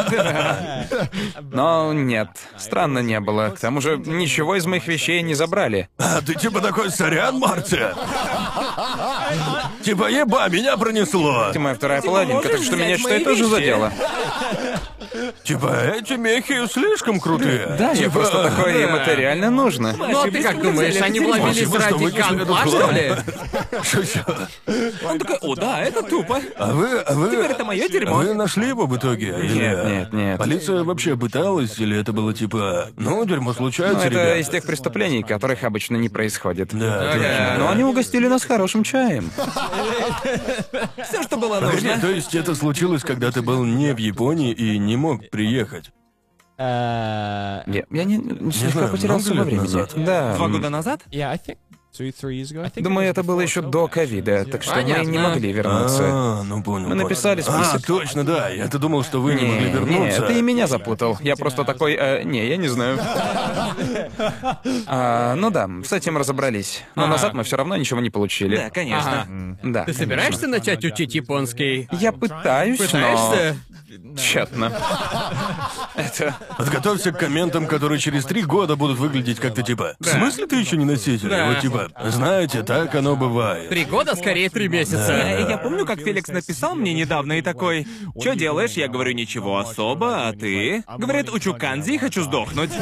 Speaker 1: Но нет, странно не было. К тому же ничего из моих вещей не забрали.
Speaker 2: А ты типа такой, сорян, Марти? Типа, еба, меня пронесло.
Speaker 1: Это моя вторая половинка, так
Speaker 3: можешь
Speaker 1: что
Speaker 3: взять
Speaker 1: меня что
Speaker 3: мои
Speaker 1: это же
Speaker 3: вещи?
Speaker 1: задело?
Speaker 2: Типа, эти мехи слишком крутые.
Speaker 1: Да, я
Speaker 2: Типа,
Speaker 1: просто такой, им это реально нужно.
Speaker 4: Ну а ты как
Speaker 3: ошиблись,
Speaker 4: думаешь,
Speaker 3: взяли
Speaker 4: они
Speaker 3: это дерьмо.
Speaker 4: вломились
Speaker 2: Спасибо, что
Speaker 4: ради
Speaker 2: выкинули
Speaker 4: канва,
Speaker 2: этот
Speaker 4: что
Speaker 2: хлам.
Speaker 4: ли?
Speaker 2: Шучу.
Speaker 3: Он такой, о да, это тупо.
Speaker 2: А вы...
Speaker 3: Теперь это моё дерьмо.
Speaker 2: Вы нашли его в итоге? Или...
Speaker 1: Нет.
Speaker 2: Полиция вообще пыталась, или это было типа... Ну, дерьмо
Speaker 1: Ну,
Speaker 2: случается,
Speaker 1: это
Speaker 2: ребята.
Speaker 1: из тех преступлений, которых обычно не происходит.
Speaker 2: Да, точно.
Speaker 1: Но они угостили нас хорошим чаем.
Speaker 3: Все, что было
Speaker 2: Подожди,
Speaker 3: нужно.
Speaker 2: то есть это случилось, когда ты был не в Японии и не мог приехать?
Speaker 1: Я не слегка
Speaker 2: знаю,
Speaker 1: потерялся
Speaker 2: много
Speaker 1: во
Speaker 2: лет
Speaker 1: времени.
Speaker 2: назад?
Speaker 1: Да.
Speaker 3: 2 года назад?
Speaker 5: Yeah, I think 2-3 years ago. I think
Speaker 1: Думаю, это было еще до ковида, так что мы не
Speaker 4: Понятно.
Speaker 1: могли вернуться.
Speaker 2: Ну понял.
Speaker 1: Мы написали список.
Speaker 2: точно, да. Я-то думал, что вы не могли
Speaker 1: Не,
Speaker 2: вернуться.
Speaker 1: ты и меня запутал. Я просто такой, не, я не знаю. Ну да, с этим разобрались. Но назад мы все равно ничего не получили.
Speaker 3: Да, конечно.
Speaker 1: Да.
Speaker 4: Ты собираешься начать учить японский?
Speaker 1: Я пытаюсь,
Speaker 4: Пытаешься?
Speaker 1: но тщетно. Это...
Speaker 2: Подготовься к комментам, которые через 3 года будут выглядеть как-то типа. В смысле ты еще не носитель?
Speaker 4: Да.
Speaker 2: Вот типа, знаете, так оно бывает.
Speaker 4: 3 года, скорее 3 месяца.
Speaker 3: Я помню, как Феликс написал мне недавно и такой, «Чё делаешь?» Я говорю, «Ничего особо, а ты?» Говорит, «Учу канзи и хочу сдохнуть».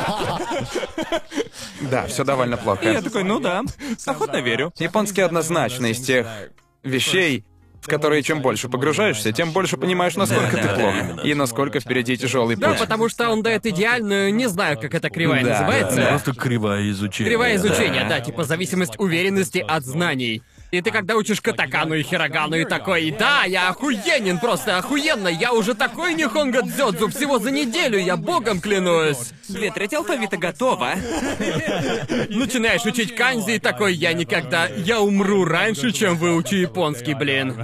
Speaker 1: Да, все довольно
Speaker 3: И я
Speaker 1: плохо.
Speaker 3: такой, ну да, охотно верю.
Speaker 1: Японский однозначно из тех вещей, в которые чем больше погружаешься, тем больше понимаешь, насколько ты плох. И насколько впереди тяжелый
Speaker 4: Да,
Speaker 1: путь.
Speaker 4: потому что он дает идеальную, не знаю, как эта кривая
Speaker 1: Да,
Speaker 4: называется.
Speaker 2: Просто кривая изучения.
Speaker 4: Кривая изучения, да, типа зависимость уверенности от знаний. И ты когда учишь катакану и хирогану и такой, да, я охуенен, просто охуенно, я уже такой нихонго дзёдзу всего за неделю, я богом клянусь.
Speaker 3: 2/3 алфавита готово.
Speaker 4: Начинаешь учить канзи и такой, я умру раньше, чем выучу японский, блин.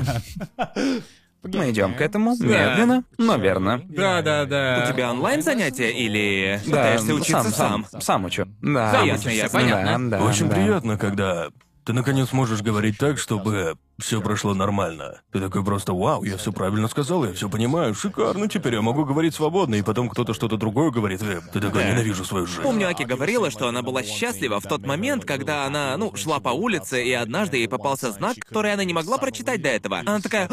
Speaker 1: Мы идем к этому медленно, но верно.
Speaker 4: Да.
Speaker 3: У тебя онлайн занятия или
Speaker 1: Да,
Speaker 3: пытаешься учиться сам?
Speaker 1: Сам учу. Да,
Speaker 4: Сам
Speaker 3: Ясно,
Speaker 4: учишься,
Speaker 3: ясно.
Speaker 4: понятно.
Speaker 1: Да,
Speaker 2: Очень
Speaker 1: да.
Speaker 2: приятно, когда ты наконец можешь говорить так, чтобы все прошло нормально. Ты такой просто, вау, я все правильно сказал, я все понимаю, шикарно, теперь я могу говорить свободно, и потом кто-то что-то другое говорит, ты такой, ненавижу свою жизнь.
Speaker 3: Помню, Аки говорила, что она была счастлива в тот момент, когда она, шла по улице, и однажды ей попался знак, который она не могла прочитать до этого. Она такая,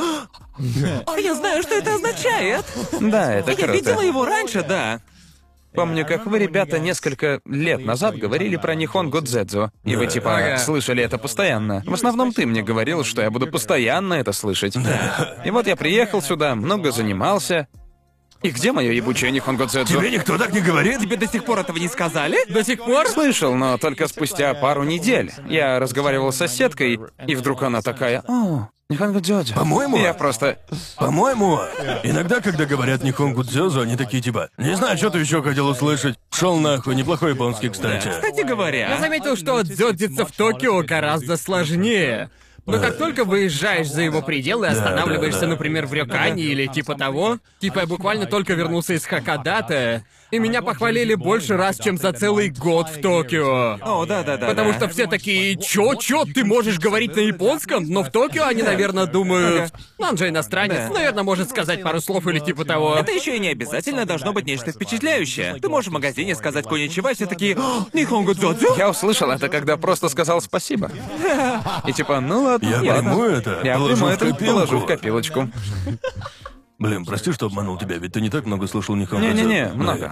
Speaker 3: я знаю, что это означает.
Speaker 1: Да, это
Speaker 3: Я видела
Speaker 1: круто.
Speaker 3: его раньше, да.
Speaker 1: Помню, как вы, ребята, несколько лет назад говорили про Нихонго Дзэдзо. И вы, типа,
Speaker 4: Ага.
Speaker 1: слышали это постоянно. В основном ты мне говорил, что я буду постоянно это слышать. И вот я приехал сюда, много занимался. И где мое ебучее Нихонго Дзэдзо?
Speaker 2: Тебе никто так не говорит?
Speaker 3: Тебе до сих пор этого не сказали?
Speaker 4: До сих пор?
Speaker 1: Слышал, но только спустя пару недель. Я разговаривал с соседкой, и вдруг она такая, «О, Нихонго Дзэдзо».
Speaker 2: По-моему-
Speaker 1: И я просто...
Speaker 2: По-моему, иногда, когда говорят Нихонго Дзёзу, они такие типа, не знаю, что ты еще хотел услышать. Шел нахуй, неплохой японский, кстати.
Speaker 3: Кстати
Speaker 4: Я
Speaker 3: говоря,
Speaker 4: заметил, что дзёдзиться в Токио гораздо сложнее. Но как только выезжаешь за его пределы и останавливаешься, например, в Рёкане или типа того, типа я буквально только вернулся из Хакодате, и меня похвалили больше раз, чем за целый год в Токио.
Speaker 3: о, да.
Speaker 4: Потому что все такие, чё, ты можешь говорить на японском? Но в Токио они, наверное, думают, ну, он же иностранец,
Speaker 3: Да.
Speaker 4: наверное, может сказать пару слов или типа того.
Speaker 3: Это еще и не обязательно должно быть нечто впечатляющее. Ты можешь в магазине сказать коничева, и все такие, Нихонго Дзёдзю?
Speaker 1: Я услышал это, когда просто сказал спасибо. И типа, ну ладно,
Speaker 2: Я
Speaker 1: ладно.
Speaker 2: приму это,
Speaker 1: Я
Speaker 2: положу
Speaker 1: приму
Speaker 2: в
Speaker 1: это,
Speaker 2: копилку.
Speaker 1: положу в копилочку.
Speaker 2: Блин, прости, что обманул тебя, ведь ты не так много слышал Нихонго Дзёзу.
Speaker 1: Не-не-не, много.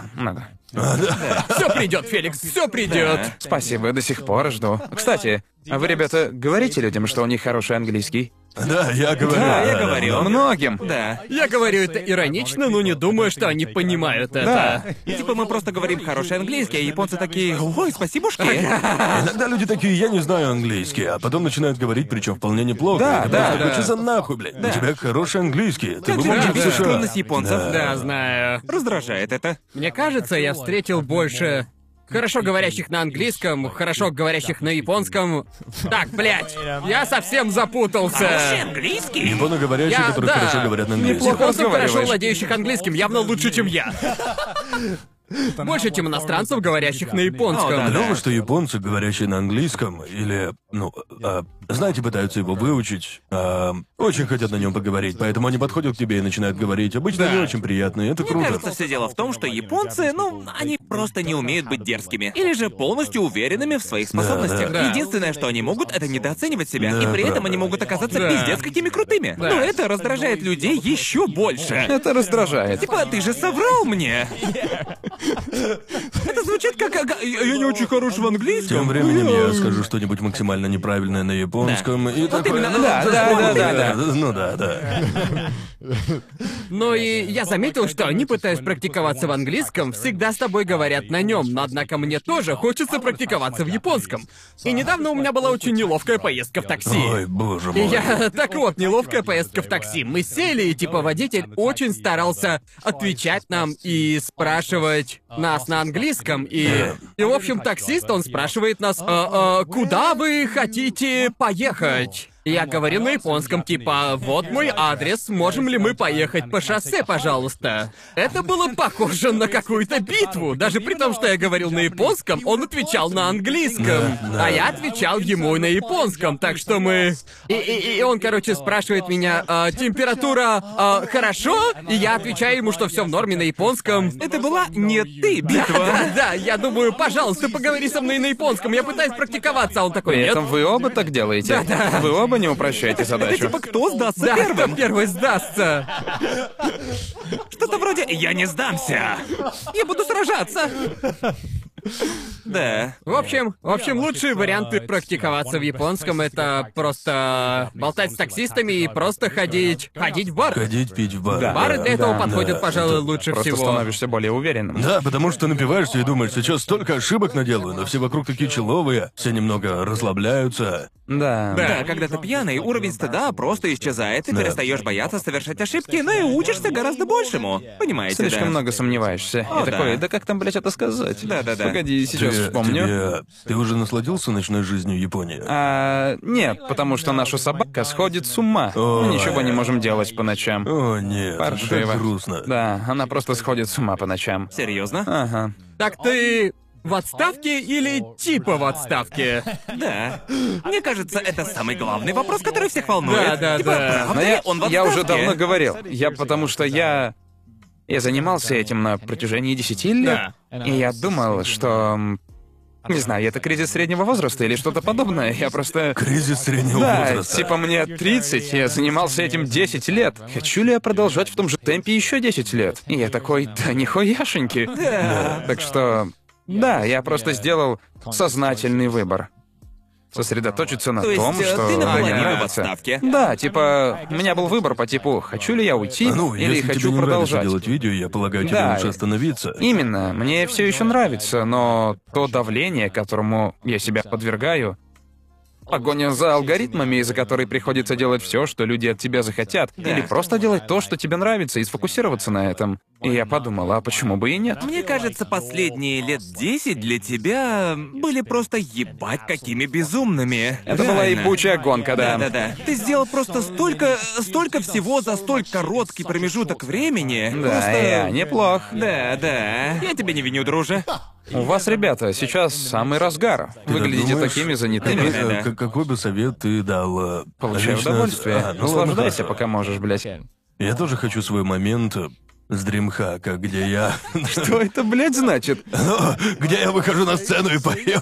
Speaker 4: Все придет, Феликс, все придет.
Speaker 1: Спасибо, до сих пор жду. Кстати, а вы, ребята, говорите людям, что у них хороший английский?
Speaker 2: Да, я говорю.
Speaker 3: Да, я говорю.
Speaker 1: Многим.
Speaker 3: Да.
Speaker 4: Я говорю это иронично, но не думаю, что они понимают это.
Speaker 3: Типа мы просто говорим хороший английский, а японцы такие, ой, спасибошки.
Speaker 2: Иногда люди такие, я не знаю английский, а потом начинают говорить, причем вполне неплохо.
Speaker 1: Да,
Speaker 2: Это
Speaker 1: да,
Speaker 2: просто
Speaker 1: да.
Speaker 2: «Что за нахуй, блядь? У тебя хороший английский. Ты
Speaker 3: Как
Speaker 2: бы
Speaker 3: же
Speaker 2: мог жить в
Speaker 3: видишь
Speaker 2: США».
Speaker 3: склонность японцев?
Speaker 4: Да, знаю.
Speaker 3: Раздражает это.
Speaker 4: Мне кажется, я встретил больше хорошо говорящих на английском, хорошо говорящих на японском. Так, блядь, я совсем запутался.
Speaker 3: Английский?
Speaker 2: Японоговорящие,
Speaker 4: Я-
Speaker 2: которые
Speaker 4: да.
Speaker 2: хорошо говорят на английском.
Speaker 1: Неплохо.
Speaker 4: Японцев, хорошо
Speaker 1: разговариваешь.
Speaker 4: владеющих английским, явно лучше, чем я. Больше, чем иностранцев, говорящих на японском.
Speaker 3: О, да,
Speaker 2: Клево, что японцы, говорящие на английском, или, знаете, пытаются его выучить, очень хотят на нем поговорить, поэтому они подходят к тебе и начинают говорить. Обычно не очень приятно, и это
Speaker 3: Мне
Speaker 2: круто.
Speaker 3: кажется, все дело в том, что японцы, они просто не умеют быть дерзкими. Или же полностью уверенными в своих способностях.
Speaker 4: да.
Speaker 3: Единственное, что они могут, это недооценивать себя.
Speaker 2: Да,
Speaker 3: и при этом
Speaker 2: правда.
Speaker 3: они могут оказаться
Speaker 4: Да.
Speaker 3: пиздец какими крутыми.
Speaker 4: Да.
Speaker 3: Но это раздражает людей еще больше.
Speaker 1: Это раздражает.
Speaker 3: Типа, ты же соврал мне. Это звучит как... Я не очень хорош в английском.
Speaker 2: Тем временем я скажу что-нибудь максимально неправильное на японском, и такое...
Speaker 3: именно,
Speaker 2: ну,
Speaker 1: да.
Speaker 2: Ну да.
Speaker 4: Ну и я заметил, что они, пытаясь практиковаться в английском, всегда с тобой говорят на нем, но однако мне тоже хочется практиковаться в японском. И недавно у меня была очень неловкая поездка в такси.
Speaker 2: Ой, боже
Speaker 4: И
Speaker 2: мой.
Speaker 4: так вот, неловкая поездка в такси. Мы сели, и типа водитель очень старался отвечать нам и спрашивать нас на английском. И в общем, таксист, он спрашивает нас, куда вы хотите поехать? Я говорю на японском, типа, вот мой адрес, можем ли мы поехать по шоссе, пожалуйста? Это было похоже на какую-то битву. Даже при том, что я говорил на японском, он отвечал на английском. А я отвечал ему на японском, так что мы... И он, короче, спрашивает меня, температура хорошо? И я отвечаю ему, что все в норме на японском.
Speaker 3: Это была не ты битва.
Speaker 4: Да, я думаю, пожалуйста, поговори со мной на японском. Я пытаюсь практиковаться, а он такой,
Speaker 1: При
Speaker 4: нет.
Speaker 1: этом вы оба так делаете.
Speaker 4: Да-да.
Speaker 1: Вы оба не упрощаете
Speaker 3: Это
Speaker 1: задачу.
Speaker 3: типа кто сдастся
Speaker 4: Да,
Speaker 3: первым?
Speaker 4: кто первый сдастся?
Speaker 3: Что-то вроде «я не сдамся». Я буду сражаться. Да.
Speaker 4: В общем, лучшие варианты практиковаться в японском — это просто болтать с таксистами и просто ходить в бар.
Speaker 2: Ходить пить в бар.
Speaker 1: Да.
Speaker 4: Бары для этого
Speaker 1: Да,
Speaker 4: подходят,
Speaker 2: да,
Speaker 4: пожалуй,
Speaker 2: это
Speaker 4: лучше
Speaker 1: Просто
Speaker 4: всего.
Speaker 1: становишься более уверенным.
Speaker 2: Да, потому что напиваешься и думаешь, сейчас столько ошибок наделаю, но все вокруг такие человые, все немного расслабляются.
Speaker 1: Да.
Speaker 3: Да, когда ты пьяный, уровень стыда просто исчезает, ты
Speaker 2: Да.
Speaker 3: перестаешь бояться совершать ошибки, но и учишься гораздо большему. Понимаете,
Speaker 1: Слишком
Speaker 3: да?
Speaker 1: много сомневаешься.
Speaker 3: О,
Speaker 1: И такой,
Speaker 3: да.
Speaker 1: да как там, блядь, это сказать?
Speaker 3: Да-да-да.
Speaker 1: Погоди, сейчас вспомню.
Speaker 2: Ты уже насладился ночной жизнью Японии?
Speaker 1: Нет, потому что наша собака сходит с ума. Мы ничего не можем делать по ночам.
Speaker 2: О, нет, это
Speaker 1: Паршиво.
Speaker 2: так грустно.
Speaker 1: Да, она просто сходит с ума по ночам.
Speaker 3: Серьезно?
Speaker 1: Ага.
Speaker 4: Так ты в отставке или типа в отставке?
Speaker 3: Да. Мне кажется, это самый главный вопрос, который всех волнует.
Speaker 4: Да.
Speaker 3: Типа, правда
Speaker 1: Но
Speaker 3: ли он в
Speaker 1: я уже
Speaker 3: отставке?
Speaker 1: давно говорил. Потому что я занимался этим на протяжении 10 лет. И я думал, что... Не знаю, это кризис среднего возраста или что-то подобное. Я просто...
Speaker 2: Кризис среднего
Speaker 1: Да,
Speaker 2: возраста.
Speaker 1: типа мне 30, я занимался этим 10 лет. Хочу ли я продолжать в том же темпе еще 10 лет? И я такой, да нихуяшеньки. Да. Так что... Да, я просто сделал сознательный выбор. Сосредоточиться на
Speaker 3: То есть,
Speaker 1: том, что
Speaker 3: ты
Speaker 1: мне
Speaker 3: наполовину в
Speaker 1: нравится.
Speaker 3: отставке?
Speaker 1: Да, типа, у меня был выбор по типу, хочу ли я уйти
Speaker 2: Ну,
Speaker 1: или
Speaker 2: если
Speaker 1: хочу
Speaker 2: тебе не нравится
Speaker 1: продолжать.
Speaker 2: делать видео, я полагаю, тебе
Speaker 1: Да.
Speaker 2: лучше остановиться.
Speaker 1: Именно, мне все еще нравится, но то давление, которому я себя подвергаю, погоня за алгоритмами, из-за которой приходится делать все, что люди от тебя захотят, или просто делать то, что тебе нравится, и сфокусироваться на этом. И я подумал, а почему бы и нет?
Speaker 3: Мне кажется, последние лет 10 для тебя были просто ебать какими безумными.
Speaker 1: Это была
Speaker 3: Реально.
Speaker 1: ебучая гонка, да.
Speaker 3: Да. Ты сделал просто столько всего за столь короткий промежуток времени.
Speaker 1: Да,
Speaker 3: Просто...
Speaker 1: я неплох.
Speaker 3: Да. Я тебя не виню, друже.
Speaker 1: У вас, ребята, сейчас самый разгар.
Speaker 2: Ты
Speaker 1: Выглядите
Speaker 2: думаешь,
Speaker 1: такими занятыми.
Speaker 3: Да.
Speaker 2: Какой бы совет ты дал?
Speaker 1: Получай
Speaker 2: лично-
Speaker 1: удовольствие.
Speaker 2: ну ладно,
Speaker 1: Наслаждайся,
Speaker 2: хорошо.
Speaker 1: пока можешь, блядь.
Speaker 2: Я тоже хочу свой момент с Дримхака, где я...
Speaker 1: Что это, блядь, значит?
Speaker 2: Где я выхожу на сцену и пою.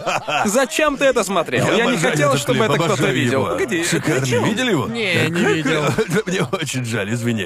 Speaker 1: Зачем ты это смотрел? Я не
Speaker 2: обожаю
Speaker 1: хотел,
Speaker 2: этот
Speaker 1: чтобы
Speaker 2: клип,
Speaker 1: это кто-то
Speaker 2: обожаю
Speaker 1: видел.
Speaker 2: его.
Speaker 3: Погоди,
Speaker 2: Шикарно.
Speaker 3: ты о чём?
Speaker 2: Видели его?
Speaker 4: Не видел.
Speaker 2: Мне очень жаль, извини.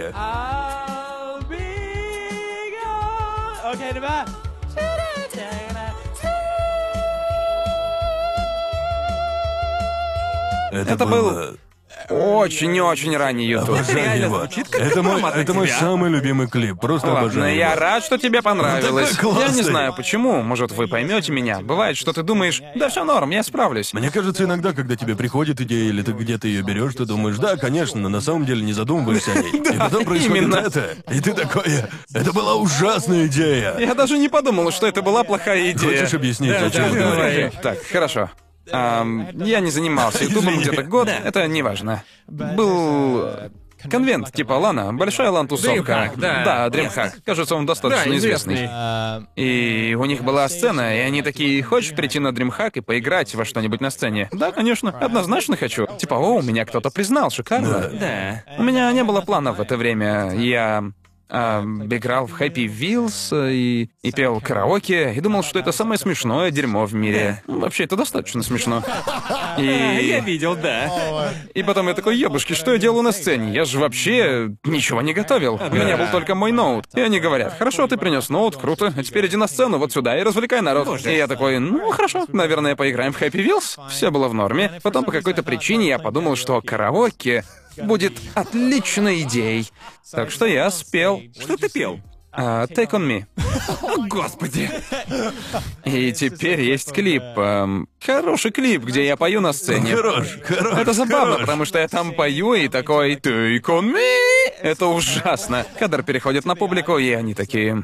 Speaker 1: Это был- очень ранний YouTube.
Speaker 2: Обожаю
Speaker 3: реально
Speaker 2: его.
Speaker 3: звучит как
Speaker 2: Это мой,
Speaker 3: компромат на
Speaker 2: это мой
Speaker 3: тебя.
Speaker 2: самый любимый клип. Просто
Speaker 1: Ладно,
Speaker 2: обожаю
Speaker 1: я
Speaker 2: его.
Speaker 1: рад, что тебе понравилось.
Speaker 2: такой классный.
Speaker 1: Я не знаю почему, может, вы поймете меня. Бывает, что ты думаешь, да все норм, я справлюсь.
Speaker 2: Мне кажется, иногда, когда тебе приходит идея, или ты где-то ее берешь, ты думаешь, да, конечно, но на самом деле не задумываешься о ней. И потом происходит
Speaker 1: именно.
Speaker 2: это. И ты такой, это была ужасная идея.
Speaker 1: Я даже не подумал, что это была плохая идея.
Speaker 2: Хочешь объяснить,
Speaker 4: Да,
Speaker 2: о чем
Speaker 4: да,
Speaker 2: ты
Speaker 4: давай.
Speaker 2: говоришь?
Speaker 1: Так, хорошо. Я не занимался ютубом
Speaker 2: Извини.
Speaker 1: где-то год, это не важно. Был конвент типа Лана, большая лан-тусовка.
Speaker 4: Dreamhack, да.
Speaker 1: Да, Dreamhack. Кажется, он достаточно
Speaker 4: Да,
Speaker 1: известный.
Speaker 4: известный.
Speaker 1: И у них была сцена, и они такие, хочешь прийти на Dreamhack и поиграть во что-нибудь на сцене? Да, конечно, однозначно хочу. Типа, о, меня кто-то признал, шикарно.
Speaker 3: Да.
Speaker 1: У меня не было планов в это время. Я играл в Happy Wheels и пел караоке, и думал, что это самое смешное дерьмо в мире. Вообще, это достаточно смешно.
Speaker 3: Я
Speaker 1: И...
Speaker 3: видел, да.
Speaker 1: И потом я такой, ёбушки, что я делаю на сцене? Я же вообще ничего не готовил. У меня был только мой ноут. И они говорят, хорошо, ты принес ноут, круто, а теперь иди на сцену вот сюда и развлекай народ.
Speaker 3: Боже.
Speaker 1: И я такой, ну хорошо, наверное, поиграем в Happy Wheels. Все было в норме. Потом по какой-то причине я подумал, что караоке будет отличной идеей. Так что я спел
Speaker 3: Что ты пел?
Speaker 1: Take on Me.
Speaker 3: О, господи.
Speaker 1: И теперь есть клип. Хороший клип, где я пою на сцене.
Speaker 2: Хорош.
Speaker 1: Это забавно,
Speaker 2: хорош.
Speaker 1: потому что я там пою и такой Take on me. Это ужасно. Кадр переходит на публику, и они такие.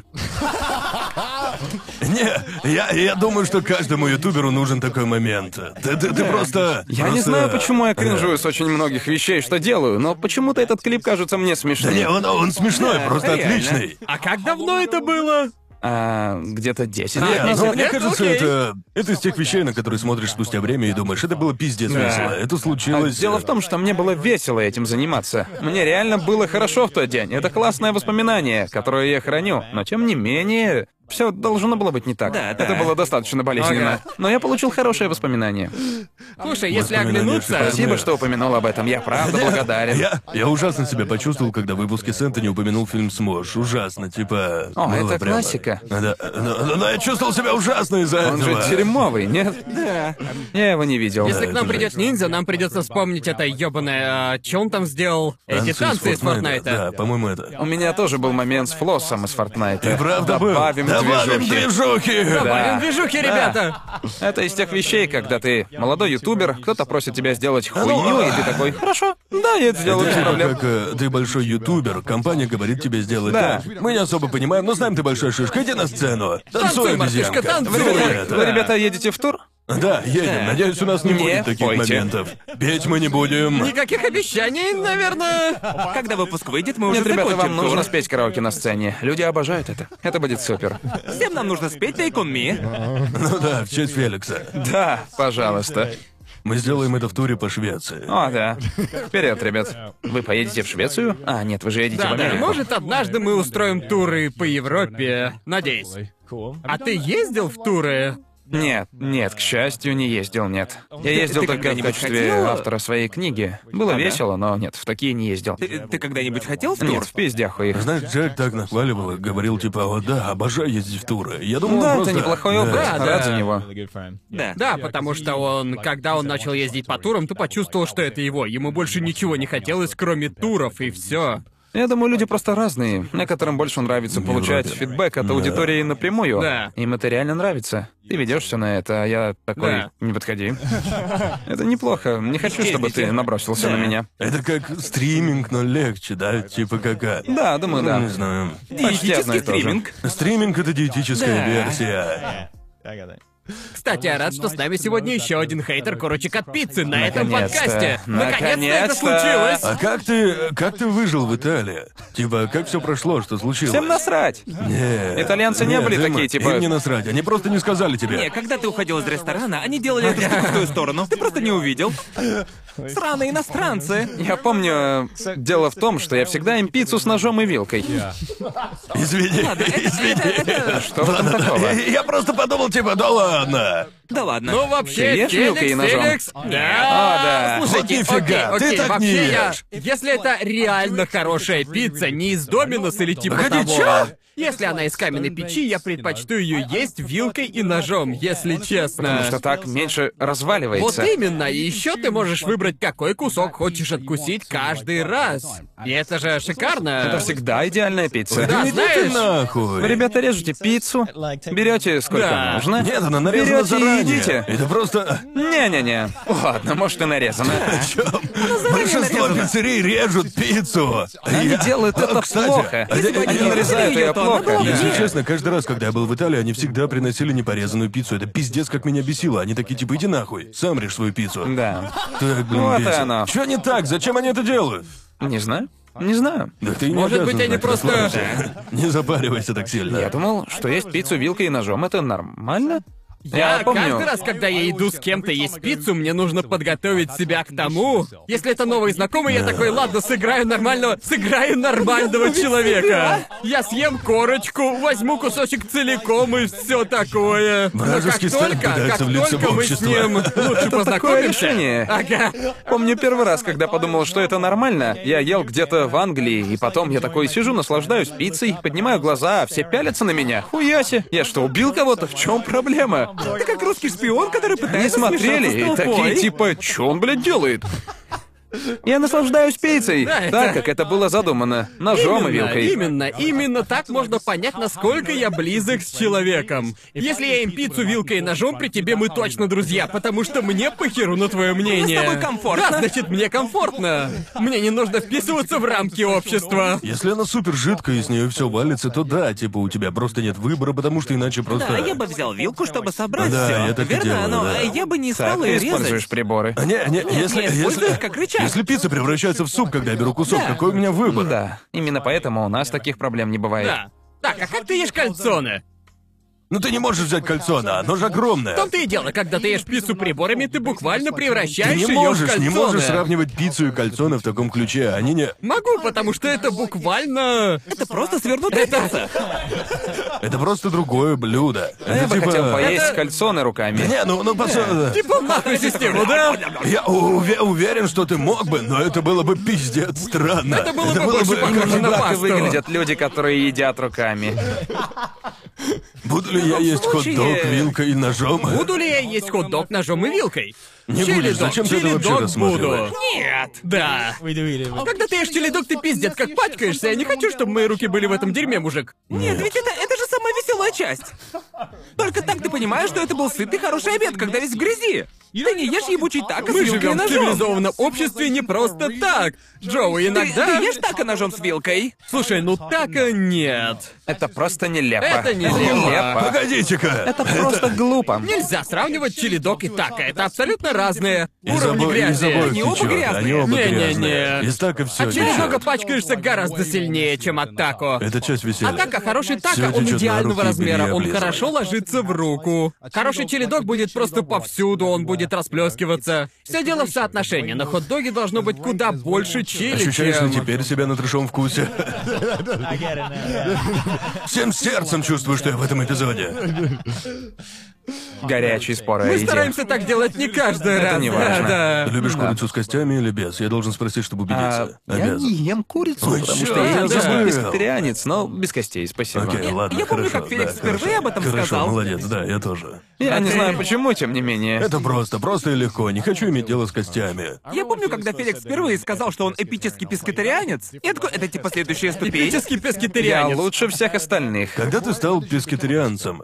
Speaker 2: Не, я думаю, что каждому ютуберу нужен такой момент. Ты просто...
Speaker 1: Я не знаю, почему я кринжую с очень многих вещей, что делаю, но почему-то этот клип кажется мне
Speaker 2: Да
Speaker 1: смешным.
Speaker 2: не, он смешной, просто
Speaker 3: реально.
Speaker 2: отличный.
Speaker 4: А как давно это было?
Speaker 1: Где-то 10
Speaker 2: Нет,
Speaker 1: лет
Speaker 2: ну,
Speaker 1: назад.
Speaker 2: мне
Speaker 4: Нет,
Speaker 2: кажется,
Speaker 4: окей.
Speaker 2: это из тех вещей, на которые смотришь спустя время и думаешь, это было пиздец весело. Это случилось...
Speaker 1: Дело в том, что мне было весело этим заниматься. Мне реально было хорошо в тот день. Это классное воспоминание, которое я храню. Но тем не менее, все должно было быть не так.
Speaker 3: Да, да.
Speaker 1: Это было достаточно болезненно.
Speaker 4: Ага.
Speaker 1: Но я получил хорошее воспоминание.
Speaker 4: Слушай, если
Speaker 2: Воспоминания
Speaker 4: оглянуться...
Speaker 2: шикарные.
Speaker 1: Спасибо, что упомянул об этом. Я правда благодарен.
Speaker 2: Я ужасно себя почувствовал, когда в выпуске с Энтони упомянул фильм «Смош». Ужасно, типа...
Speaker 1: О,
Speaker 2: было
Speaker 1: это
Speaker 2: прямо-
Speaker 1: классика.
Speaker 2: Да, но я чувствовал себя ужасно из-за
Speaker 1: Он же
Speaker 2: этого.
Speaker 1: дерьмовый, нет?
Speaker 3: Да.
Speaker 1: Я его не видел.
Speaker 4: Если к нам
Speaker 2: это
Speaker 4: придет
Speaker 2: ужасно.
Speaker 4: ниндзя, нам придется вспомнить это ёбаное... Что он там сделал? Эти танцы из Фортнайта.
Speaker 2: Да, по-моему, это.
Speaker 1: У меня тоже был момент с флоссом из Фортнайта.
Speaker 2: Ты правда был?
Speaker 1: Добавим
Speaker 2: Добавим
Speaker 1: движухи.
Speaker 2: движухи!
Speaker 4: Добавим движухи, ребята!
Speaker 1: Это из тех вещей, когда ты молодой ютубер, кто-то просит тебя сделать хуйню, и ты такой, хорошо, да, я это сделаю без
Speaker 2: Типа
Speaker 1: проблем.
Speaker 2: как ты большой ютубер, компания говорит тебе сделать
Speaker 1: Да.
Speaker 2: так. Мы не особо понимаем, но знаем, ты большая шишка, иди на сцену.
Speaker 4: Танцуй,
Speaker 2: Танцуй,
Speaker 4: мартышка,
Speaker 2: обезьянка.
Speaker 4: танцуй.
Speaker 1: Вы, ребята, едете в тур?
Speaker 2: Да, едем. Надеюсь, у нас не
Speaker 1: Не
Speaker 2: будет таких
Speaker 1: пойте.
Speaker 2: моментов. Петь мы не будем.
Speaker 4: Никаких обещаний, наверное.
Speaker 3: Когда выпуск выйдет, мы уже
Speaker 1: Нет, ребята,
Speaker 3: закончим
Speaker 1: вам нужно
Speaker 3: тур.
Speaker 1: спеть караоке на сцене. Люди обожают это. Это будет супер.
Speaker 3: Всем нам нужно спеть Take on Me.
Speaker 2: Ну да, в честь Феликса.
Speaker 1: Да, пожалуйста.
Speaker 2: Мы сделаем это в туре по Швеции.
Speaker 1: О, да. Вперед, ребят. Вы поедете в Швецию? А, нет, вы же едете в
Speaker 4: Да, да.
Speaker 1: Америку.
Speaker 4: Может, однажды мы устроим туры по Европе. Надеюсь. А ты ездил в туры?
Speaker 1: Нет, к счастью, не ездил, нет. Я ездил
Speaker 3: ты
Speaker 1: только в
Speaker 3: когда-нибудь
Speaker 1: качестве
Speaker 3: хотел?
Speaker 1: автора своей книги. Было
Speaker 3: Ага.
Speaker 1: весело, но нет, в такие не ездил.
Speaker 3: Ты когда-нибудь хотел в тур?
Speaker 1: Нет, в пиздяху их.
Speaker 2: Знаешь, Джек так нахваливал и говорил, типа, о да, обожаю ездить в туры. Я думал,
Speaker 1: Да,
Speaker 2: он
Speaker 1: это
Speaker 2: просто...
Speaker 1: неплохой опыт.
Speaker 4: Да,
Speaker 1: Рад
Speaker 4: да.
Speaker 1: за него.
Speaker 3: Да.
Speaker 4: Да, потому что он, когда он начал ездить по турам, то почувствовал, что это его. Ему больше ничего не хотелось, кроме туров, и все.
Speaker 1: Я думаю, люди просто разные. Некоторым больше нравится получать
Speaker 2: вроде.
Speaker 1: фидбэк от аудитории напрямую.
Speaker 4: Да.
Speaker 1: Им это реально нравится. Ты ведешься на это, а я такой,
Speaker 4: Да.
Speaker 1: не подходи. Это неплохо. Не хочу, чтобы ты набросился на меня.
Speaker 2: Это как стриминг, но легче, да? Типа как...
Speaker 1: Да, думаю,
Speaker 2: Не
Speaker 1: да.
Speaker 2: знаю.
Speaker 1: Почти одно
Speaker 3: Диетический
Speaker 1: и то же.
Speaker 3: стриминг.
Speaker 2: Стриминг — это диетическая
Speaker 3: Да.
Speaker 2: версия.
Speaker 4: Кстати, я рад, что с нами сегодня еще один хейтер курочек от пиццы на этом
Speaker 1: Наконец-то.
Speaker 4: подкасте. Наконец-то это
Speaker 1: Наконец-то.
Speaker 4: случилось.
Speaker 2: А как ты выжил в Италии? Типа, как все прошло, что случилось?
Speaker 1: Всем насрать.
Speaker 2: Не.
Speaker 1: Итальянцы не были
Speaker 2: Дима,
Speaker 1: такие, типа-
Speaker 2: Им не насрать, они просто не сказали тебе.
Speaker 3: Не, когда ты уходил из ресторана, они делали эту штуку в твою сторону. Ты просто не увидел. Сраные иностранцы.
Speaker 1: Я помню, дело в том, что я всегда им пиццу с ножом и вилкой.
Speaker 2: Извини,
Speaker 1: Что в этом такого?
Speaker 2: Я просто подумал, типа, да ладно.
Speaker 3: Да ладно.
Speaker 4: Ну вообще,
Speaker 1: Ты ешь вилкой и ножом?
Speaker 4: Феликс?
Speaker 1: А, да.
Speaker 4: Слушайте,
Speaker 2: Вот нифига,
Speaker 4: окей,
Speaker 2: ты так
Speaker 4: вообще
Speaker 2: не
Speaker 4: я...
Speaker 2: ешь.
Speaker 4: Если это реально хорошая пицца, не из Доминос или типа
Speaker 2: Погоди,
Speaker 4: того...
Speaker 2: чё?
Speaker 4: Если она из каменной печи, я предпочту ее есть вилкой и ножом, если честно.
Speaker 1: Потому что так меньше разваливается.
Speaker 4: Вот именно, и еще ты можешь выбрать, какой кусок хочешь откусить каждый раз. И это же шикарно.
Speaker 1: Это всегда идеальная пицца.
Speaker 4: Да,
Speaker 2: Иди ты
Speaker 4: знаешь,
Speaker 2: нахуй.
Speaker 1: Вы, ребята, режете пиццу, берете сколько
Speaker 4: Да.
Speaker 1: нужно.
Speaker 2: Нет, она нарезана
Speaker 1: берете
Speaker 2: заранее.
Speaker 1: и едите.
Speaker 2: Это просто...
Speaker 1: Не-не-не. Ладно, может и нарезано.
Speaker 2: Большинство пиццерий режут пиццу.
Speaker 1: Они делают это
Speaker 2: Кстати,
Speaker 1: плохо. Они нарезают ее плохо.
Speaker 2: Если честно, каждый раз, когда я был в Италии, они всегда приносили непорезанную пиццу. Это пиздец, как меня бесило. Они такие, типа, иди нахуй, сам режь свою пиццу.
Speaker 1: Да.
Speaker 2: Так, блин,
Speaker 1: Вот и
Speaker 2: бесит.
Speaker 1: оно.
Speaker 2: Чё не так? Зачем они это делают?
Speaker 1: Не знаю. Не знаю.
Speaker 2: Да ты не
Speaker 4: Может
Speaker 2: обязан
Speaker 4: быть, они
Speaker 2: знать,
Speaker 4: просто-
Speaker 2: расслабься. Не запаривайся так сильно.
Speaker 1: Я думал, что есть пиццу вилкой и ножом это нормально.
Speaker 4: Я
Speaker 1: помню.
Speaker 4: каждый раз, когда я иду с кем-то есть пиццу, мне нужно подготовить себя к тому. Если это новый знакомый, я такой, ладно, сыграю нормального человека. Я съем корочку, возьму кусочек целиком и все такое. Но как
Speaker 2: Вражеский сталь
Speaker 4: только
Speaker 2: пытается влиться в
Speaker 4: мы с
Speaker 2: общество.
Speaker 4: ним лучше
Speaker 1: Такое
Speaker 4: познакомимся.
Speaker 1: решение.
Speaker 4: Ага.
Speaker 1: Помню первый раз, когда подумал, что это нормально. Я ел где-то в Англии, и потом я такой сижу, наслаждаюсь пиццей, поднимаю глаза, а все пялятся на меня. Хуяси. Я что, убил кого-то? В чем проблема?
Speaker 3: Ты как русский шпион, который
Speaker 1: Они
Speaker 3: пытается
Speaker 1: смотрели и
Speaker 3: смешаться с толпой.
Speaker 1: такие типа, что он, блядь, делает? Я наслаждаюсь пиццей,
Speaker 4: Да,
Speaker 1: так,
Speaker 4: это-
Speaker 1: как это было задумано, ножом и вилкой.
Speaker 4: Именно так можно понять, насколько я близок с человеком. Если я им пиццу вилкой и ножом, при тебе мы точно друзья, потому что мне похеру на твое мнение.
Speaker 3: тобой комфортно.
Speaker 4: Да, значит, мне комфортно. Мне не нужно вписываться в рамки общества.
Speaker 2: Если она супер жидкая и с нее все валится, то да, типа у тебя просто нет выбора, потому что иначе просто...
Speaker 3: Да, я бы взял вилку, чтобы собрать
Speaker 2: Да,
Speaker 3: все.
Speaker 2: я так и
Speaker 3: Верно?
Speaker 2: делаю,
Speaker 3: Но
Speaker 2: да.
Speaker 3: я бы не
Speaker 1: Так,
Speaker 3: стал
Speaker 1: ты
Speaker 3: ее
Speaker 1: используешь
Speaker 3: резать.
Speaker 1: приборы.
Speaker 2: Если,
Speaker 3: не используешь как рычаг.
Speaker 2: если пицца превращается в суп, когда я беру кусок,
Speaker 3: Да.
Speaker 2: какой у меня выбор?
Speaker 1: Да, именно поэтому у нас таких проблем не бывает.
Speaker 4: Да. Так, а как ты ешь кальцоне?
Speaker 2: Ну ты не можешь взять кольцо, оно же огромное.
Speaker 4: В том-то и дело, когда ты ешь пиццу приборами, ты буквально
Speaker 2: Ты
Speaker 4: превращаешь
Speaker 2: не
Speaker 4: её в
Speaker 2: можешь,
Speaker 4: кальцоне.
Speaker 2: не можешь сравнивать пиццу и кальцоне в таком ключе. Они не...
Speaker 4: Могу, потому что это буквально...
Speaker 3: Это просто свернутая пицца.
Speaker 2: Это просто другое блюдо.
Speaker 1: Я
Speaker 2: Это
Speaker 1: бы
Speaker 2: типа...
Speaker 1: хотел поесть кальцоны руками.
Speaker 2: Не, ну по сути...
Speaker 4: Типа маховую систему, да?
Speaker 2: Я уверен, что ты мог бы, но это было бы пиздец странно.
Speaker 4: Это было бы больше похоже
Speaker 1: Именно
Speaker 4: на
Speaker 1: так и
Speaker 4: пасту.
Speaker 1: выглядят люди, которые едят руками.
Speaker 2: Буду ли я есть
Speaker 3: случае-
Speaker 2: хот-дог вилкой и ножом?
Speaker 4: Буду ли я есть хот-дог ножом и вилкой?
Speaker 2: Не будешь, зачем ты это вообще
Speaker 4: чили-дог
Speaker 2: рассматриваешь?
Speaker 4: буду. Нет. Да. Когда ты ешь чили-дог, ты пиздец как пачкаешься. Я не хочу, чтобы мои руки были в этом дерьме, мужик.
Speaker 3: Нет, ведь это же самая веселая часть. Только так ты понимаешь, что это был сытый хороший обед, когда весь в грязи. Ты не ешь ебучий тако с
Speaker 4: Мы
Speaker 3: вилкой и
Speaker 4: живем в
Speaker 3: ножом.
Speaker 4: цивилизованном обществе не просто так. Джоуи,
Speaker 3: Ты
Speaker 4: иногда...
Speaker 3: ешь тако ножом с вилкой?
Speaker 4: Слушай, ну тако нет.
Speaker 1: Это просто нелепо.
Speaker 4: Это нелепо.
Speaker 2: Погодите-ка!
Speaker 1: Это просто глупо.
Speaker 4: Нельзя сравнивать чили-дог и тако. Это абсолютно разные
Speaker 2: Из
Speaker 4: уровни
Speaker 2: обоих
Speaker 4: грязи.
Speaker 3: Они оба
Speaker 2: течёт,
Speaker 3: грязные.
Speaker 2: Они оба
Speaker 4: Не-не-не.
Speaker 2: грязные. Из тако все
Speaker 4: От чили-дога пачкаешься гораздо сильнее, чем от тако.
Speaker 2: Это часть веселья.
Speaker 4: А тако, хороший тако,
Speaker 2: Всё
Speaker 4: он
Speaker 2: течёт на
Speaker 4: идеального
Speaker 2: руки,
Speaker 4: размера,
Speaker 2: бери,
Speaker 4: он
Speaker 2: облизывай.
Speaker 4: хорошо ложится в руку. Хороший чили-дог будет просто повсюду, он будет расплескиваться. Все дело в соотношении. На хот-доге должно быть куда больше чили,
Speaker 2: Ощущаешь
Speaker 4: чем...
Speaker 2: ли теперь себя на трешовом вкусе? Всем сердцем чувствую, что я в этом эпизоде.
Speaker 1: Горячие споры о
Speaker 4: Мы
Speaker 1: еде.
Speaker 4: стараемся так делать не каждый раз.
Speaker 1: не важно.
Speaker 4: Да, да.
Speaker 2: Любишь курицу с костями или без? Я должен спросить, чтобы убедиться.
Speaker 1: Я
Speaker 2: Обязан.
Speaker 1: не ем курицу,
Speaker 2: Ой,
Speaker 1: потому
Speaker 2: чёрт,
Speaker 1: что я
Speaker 2: я
Speaker 1: типа
Speaker 2: забыл.
Speaker 1: вегетарианец, но без костей, спасибо.
Speaker 2: Окей, ладно,
Speaker 3: я помню,
Speaker 2: хорошо,
Speaker 3: как Феликс
Speaker 2: да,
Speaker 3: впервые
Speaker 2: хорошо.
Speaker 3: об этом
Speaker 2: Хорошо,
Speaker 3: сказал.
Speaker 2: молодец, да, я тоже.
Speaker 1: Я не знаю почему, тем не менее.
Speaker 2: Это просто и легко. Не хочу иметь дело с костями.
Speaker 3: Я помню, когда Феликс впервые сказал, что он эпический пескетарианец. Я такой, это типа следующая ступень.
Speaker 4: Эпический
Speaker 1: Я
Speaker 4: пескетарианец.
Speaker 1: лучше всех остальных.
Speaker 2: Когда ты стал пескетарианцем?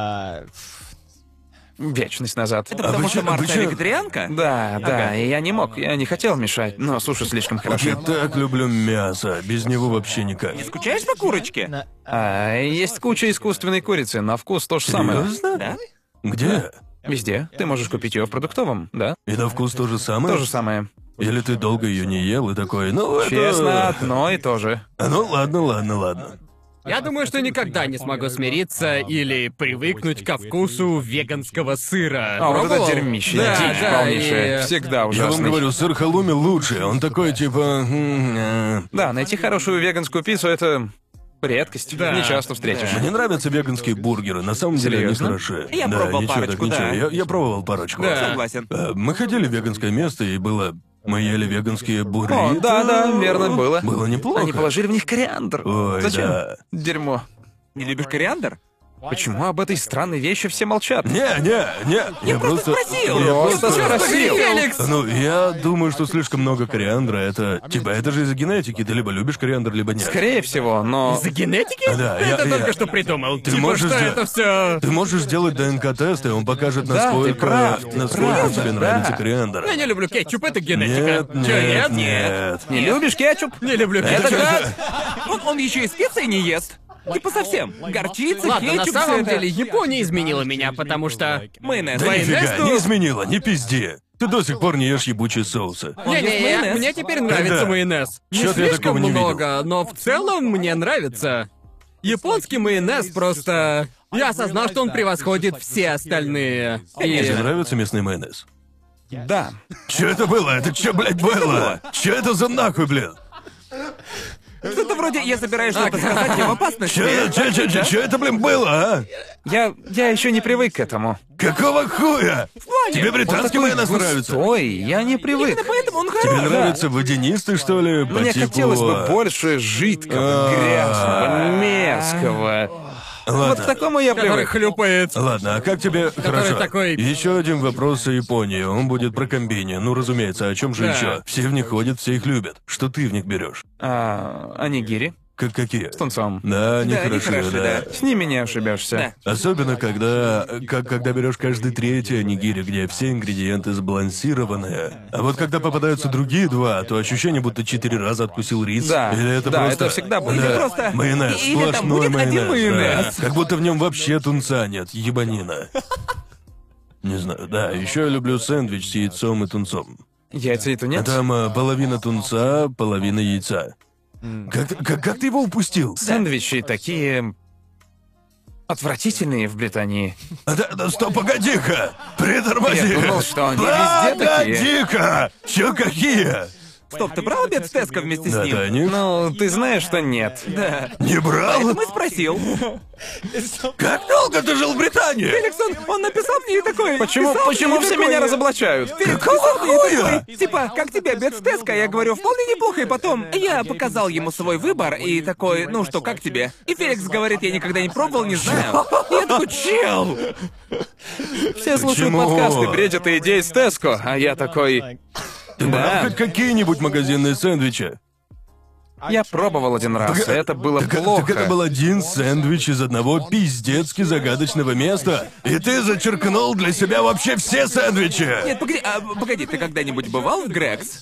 Speaker 1: Вечность назад.
Speaker 3: Это потому что
Speaker 2: почему-
Speaker 3: Марта
Speaker 2: почему-
Speaker 3: вегетарианка?
Speaker 1: Да, и я не мог, я не хотел мешать, но суши слишком
Speaker 2: Я
Speaker 1: хороши.
Speaker 2: так люблю мясо. Без него вообще никак.
Speaker 3: Скучаешь по курочке?
Speaker 1: А, есть куча искусственной курицы, на вкус то же самое.
Speaker 2: Серьезно?
Speaker 3: Да?
Speaker 2: Где?
Speaker 1: Везде. Ты можешь купить ее в продуктовом, да?
Speaker 2: И на вкус то же самое?
Speaker 1: То же самое.
Speaker 2: Или ты долго ее не ел и такой, ну это...
Speaker 1: Честно, одно и то же.
Speaker 2: Ну ладно.
Speaker 4: Я думаю, что никогда не смогу смириться или привыкнуть ко вкусу веганского сыра.
Speaker 1: А вот это
Speaker 4: Пробовал?
Speaker 1: дерьмище,
Speaker 4: Да,
Speaker 1: дичь
Speaker 4: да,
Speaker 1: полнейшая.
Speaker 4: и-
Speaker 1: Всегда
Speaker 2: Я вам
Speaker 1: ужасный.
Speaker 2: говорю, сыр халуми лучше. Он такой, типа...
Speaker 1: Да, найти хорошую веганскую пиццу — это редкость.
Speaker 4: Да.
Speaker 1: Не часто встретишь.
Speaker 2: Мне нравятся веганские бургеры, на самом деле они
Speaker 1: Серьезно?
Speaker 2: хороши.
Speaker 3: Я
Speaker 2: да,
Speaker 3: пробовал
Speaker 2: ничего,
Speaker 3: парочку,
Speaker 2: так,
Speaker 3: да.
Speaker 2: ничего. Я пробовал парочку.
Speaker 4: Да.
Speaker 3: Согласен.
Speaker 2: Мы ходили в веганское место, и было... Мы ели веганские буррито.
Speaker 1: О, да, верно, было.
Speaker 2: Было неплохо.
Speaker 1: Они положили в них кориандр.
Speaker 2: Ой,
Speaker 1: Зачем?
Speaker 2: да.
Speaker 1: Дерьмо.
Speaker 3: Не любишь кориандр?
Speaker 1: Почему об этой странной вещи все молчат?
Speaker 2: Не, я просто
Speaker 3: спросил.
Speaker 2: Я
Speaker 1: Просто спросил.
Speaker 4: Феликс!
Speaker 2: Ну, я думаю, что слишком много кориандра, это... Типа, это же из-за генетики, ты либо любишь кориандр, либо нет.
Speaker 1: Скорее всего, но...
Speaker 4: Из-за генетики?
Speaker 2: Да,
Speaker 4: Ты
Speaker 2: я-
Speaker 4: это
Speaker 2: я-
Speaker 4: только что придумал.
Speaker 2: Ты
Speaker 4: Типа,
Speaker 2: можешь
Speaker 4: что
Speaker 2: сделать-
Speaker 4: это все.
Speaker 2: Ты можешь сделать ДНК-тест, и он покажет,
Speaker 1: Да,
Speaker 2: насколько,
Speaker 1: ты прав,
Speaker 2: насколько тебе
Speaker 1: да.
Speaker 2: нравится кориандр.
Speaker 4: Я не люблю кетчуп, это генетика.
Speaker 2: Нет,
Speaker 4: Чё,
Speaker 2: нет,
Speaker 4: нет?
Speaker 2: нет.
Speaker 1: Не любишь кетчуп?
Speaker 4: Не люблю
Speaker 1: Это
Speaker 4: кетчуп.
Speaker 1: гад!
Speaker 3: Он еще и специи не ест. Типа совсем. Горчица,
Speaker 4: Ладно, на
Speaker 3: кетчуп,
Speaker 4: самом
Speaker 3: всё это.
Speaker 4: деле Япония изменила меня, потому что...
Speaker 3: Майонез.
Speaker 2: Да нифига,
Speaker 4: Майонез,
Speaker 2: не изменила, не пизди. Ты до сих пор не ешь ебучие соусы.
Speaker 4: Не-не,
Speaker 3: майонез.
Speaker 4: мне теперь нравится
Speaker 2: Да.
Speaker 4: майонез. Не
Speaker 2: Чё-то я
Speaker 4: слишком
Speaker 2: такого не видел.
Speaker 4: много, но в целом мне нравится. Японский майонез просто... Я осознал, что он превосходит все остальные. И...
Speaker 2: Тебе нравится местный майонез?
Speaker 1: Да.
Speaker 2: Чё это было? Это чё, блядь, было? Чё это за нахуй, блин?
Speaker 3: Что-то вроде «я собираюсь что-то сказать, я в опасности».
Speaker 2: Чё это, блин, было, а?
Speaker 1: Я еще не привык к этому.
Speaker 2: Какого хуя? Тебе британский
Speaker 1: Он такой
Speaker 2: майонез нравится?
Speaker 1: густой, я не привык.
Speaker 3: Поэтому он
Speaker 2: Тебе
Speaker 3: хорош.
Speaker 2: нравится водянистый, что ли? По
Speaker 1: Мне
Speaker 2: типу-
Speaker 1: хотелось бы больше жидкого, грязного, мерзкого. Вот
Speaker 2: Ладно.
Speaker 1: к такому я
Speaker 4: Который
Speaker 1: привык.
Speaker 4: хлюпает.
Speaker 2: Ладно, а как тебе... Хорошо.
Speaker 4: такой-
Speaker 2: Еще один вопрос о Японии. Он будет про комбини. Ну, разумеется, о чем же
Speaker 4: Да.
Speaker 2: еще? Все в них ходят, все их любят. Что ты в них берешь?
Speaker 1: Анигири
Speaker 2: Как какие?
Speaker 1: с тунцом.
Speaker 2: Да, они
Speaker 3: Да, они
Speaker 2: хороши,
Speaker 3: хороши,
Speaker 2: да.
Speaker 3: да.
Speaker 1: С ними не ошибешься.
Speaker 2: Особенно когда берешь каждый третий онигири, где все ингредиенты сбалансированные. А вот когда попадаются другие два, то ощущение, будто 4 раза откусил рис.
Speaker 1: Да,
Speaker 2: Или это
Speaker 1: да,
Speaker 2: просто...
Speaker 1: это всегда будет.
Speaker 2: Да,
Speaker 3: Или просто-
Speaker 2: майонез,
Speaker 3: или там
Speaker 2: сплошной
Speaker 3: будет один майонез.
Speaker 2: да. Как будто в нем вообще тунца нет, ебанина. Не знаю, да, еще я люблю сэндвич с яйцом и тунцом.
Speaker 1: Яйца и тунец?
Speaker 2: Там половина тунца, половина яйца. Как ты его упустил?
Speaker 1: Сэндвичи такие... отвратительные в Британии.
Speaker 2: Да, стоп, погоди-ка! Притормози!
Speaker 1: Я думал, что они везде такие.
Speaker 2: Погоди-ка! Чё, какие?
Speaker 3: Стоп, ты брал обед с Теско вместе с
Speaker 2: Да,
Speaker 3: ним?
Speaker 2: Таня?
Speaker 1: Ну, ты знаешь, что нет.
Speaker 3: Да.
Speaker 2: Не брал?
Speaker 3: Поэтому и спросил.
Speaker 2: Как долго ты жил в Британии?
Speaker 3: Феликс, он написал мне и такой...
Speaker 1: Почему
Speaker 3: писал мне
Speaker 1: все
Speaker 3: такой,
Speaker 1: меня разоблачают?
Speaker 2: Какого хуя?
Speaker 3: Типа, как тебе обед в Теско? Я говорю, вполне неплохо, и потом я показал ему свой выбор, и такой, ну что, как тебе? И Феликс говорит, я никогда не пробовал, не знаю. И я такой, чел!
Speaker 1: Все слушают
Speaker 2: Почему?
Speaker 1: подкасты, бредят и идеи с Теско, а я такой...
Speaker 2: Ты брал
Speaker 1: Да.
Speaker 2: хоть какие-нибудь магазинные сэндвичи?
Speaker 1: Я пробовал один раз, и это было плохо.
Speaker 2: Так это был один сэндвич из одного пиздецки загадочного места, и ты зачеркнул для себя вообще все сэндвичи!
Speaker 3: Нет, погоди, ты когда-нибудь бывал в Грегс?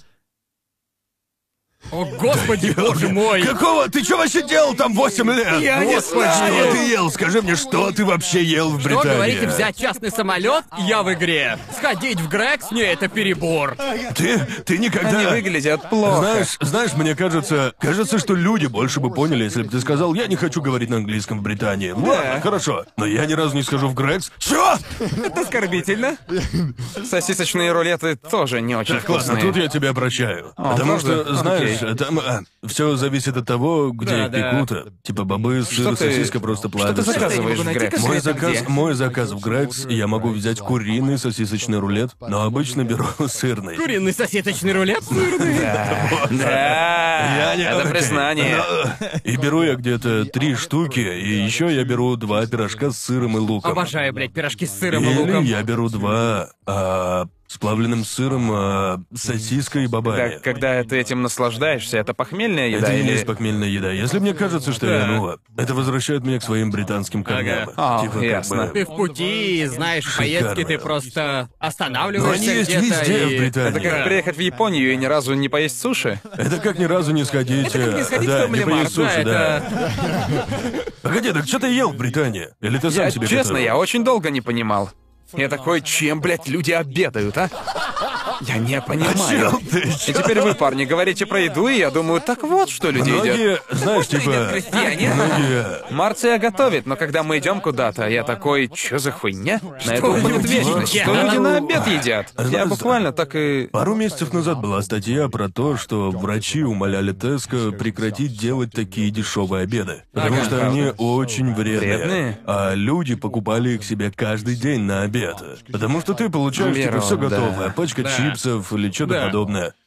Speaker 4: О, господи, боже мой!
Speaker 2: Какого? Ты что вообще делал там 8 лет?
Speaker 3: Я не
Speaker 2: Что
Speaker 3: знаю.
Speaker 2: ты ел? Скажи мне, что ты вообще ел в
Speaker 4: Что
Speaker 2: Британии?
Speaker 4: говорите, взять частный самолет? Я в игре. Сходить в Грекс? Не, это перебор.
Speaker 2: Ты никогда...
Speaker 1: Они выглядят плохо.
Speaker 2: Знаешь, мне кажется, что люди больше бы поняли, если бы ты сказал, я не хочу говорить на английском в Британии. Ладно, хорошо, но я ни разу не схожу в Грекс. Чё?
Speaker 3: Это оскорбительно.
Speaker 1: Сосисочные рулеты тоже не очень
Speaker 2: Так, ладно,
Speaker 1: вкусные.
Speaker 2: тут я тебя прощаю. Потому
Speaker 1: правда?
Speaker 2: что, знаешь,
Speaker 1: Окей.
Speaker 2: там все зависит от того, где
Speaker 4: Да,
Speaker 2: их
Speaker 4: да.
Speaker 2: пекут. Типа бобы, сыр,
Speaker 1: ты-
Speaker 2: сосиска просто
Speaker 1: Что ты
Speaker 2: плавятся.
Speaker 1: заказываешь в
Speaker 3: найти
Speaker 1: Грекс?
Speaker 3: конкретно.
Speaker 2: Мой
Speaker 3: Это
Speaker 2: заказ,
Speaker 3: где?
Speaker 2: мой заказ в Грекс, я могу взять куриный сосисочный рулет, но обычно беру сырный.
Speaker 4: Куриный сосисочный рулет сырный.
Speaker 1: Да, это
Speaker 2: окей.
Speaker 1: признание.
Speaker 2: И беру я где-то 3 штуки, и еще я беру 2 пирожка с сыром и луком.
Speaker 4: Обожаю, блядь, пирожки с сыром и
Speaker 2: Или
Speaker 4: луком.
Speaker 2: я беру 2 с плавленным сыром, сосиской и бобами.
Speaker 1: Так, когда ты этим наслаждаешься, это похмельная еда
Speaker 2: Это не
Speaker 1: или...
Speaker 2: есть похмельная еда. Если мне кажется, что я это возвращает меня к своим британским корням.
Speaker 1: Ага.
Speaker 2: Типа,
Speaker 1: О, ясно.
Speaker 4: Ты в пути, знаешь, в поездке ты просто
Speaker 2: Но
Speaker 4: останавливаешься
Speaker 2: они есть
Speaker 4: где-то
Speaker 2: везде в
Speaker 4: и...
Speaker 2: Британии.
Speaker 1: Это как приехать в Японию и ни разу не поесть суши?
Speaker 2: Это как ни разу не сходить...
Speaker 3: Это как не сходить
Speaker 2: да,
Speaker 3: в
Speaker 2: не
Speaker 3: Family Mart,
Speaker 2: поесть суши, да.
Speaker 4: это...
Speaker 2: Погоди, так что ты ел в Британии? Или ты сам
Speaker 1: Я,
Speaker 2: себе
Speaker 1: честно,
Speaker 2: готовил?
Speaker 1: я очень долго не понимал. Я такой, чем, блядь, люди обедают, а? Я не понимаю.
Speaker 2: Чел, ты
Speaker 1: И
Speaker 2: чё?
Speaker 1: теперь вы, парни, говорите про еду, и я думаю, так вот, что люди едят.
Speaker 2: Многие, знаешь,
Speaker 3: Что едят
Speaker 2: типа...
Speaker 3: крестьяне?
Speaker 2: Многие...
Speaker 1: Марция готовит, но когда мы идем куда-то, я такой, что за хуйня? На это уходит
Speaker 4: люди
Speaker 1: вечность.
Speaker 4: едят?
Speaker 1: Что люди на обед едят? Я
Speaker 2: Знаешь,
Speaker 1: буквально так и...
Speaker 2: Пару месяцев назад была статья про то, что врачи умоляли Теско прекратить делать такие дешевые обеды. Потому что они очень вредные.
Speaker 1: Вредные?
Speaker 2: А люди покупали их себе каждый день на обед. Потому что ты получаешь
Speaker 1: Верно,
Speaker 2: типа все
Speaker 1: да.
Speaker 2: готовое, пачка чипсов или что-то
Speaker 4: Да.
Speaker 2: подобное.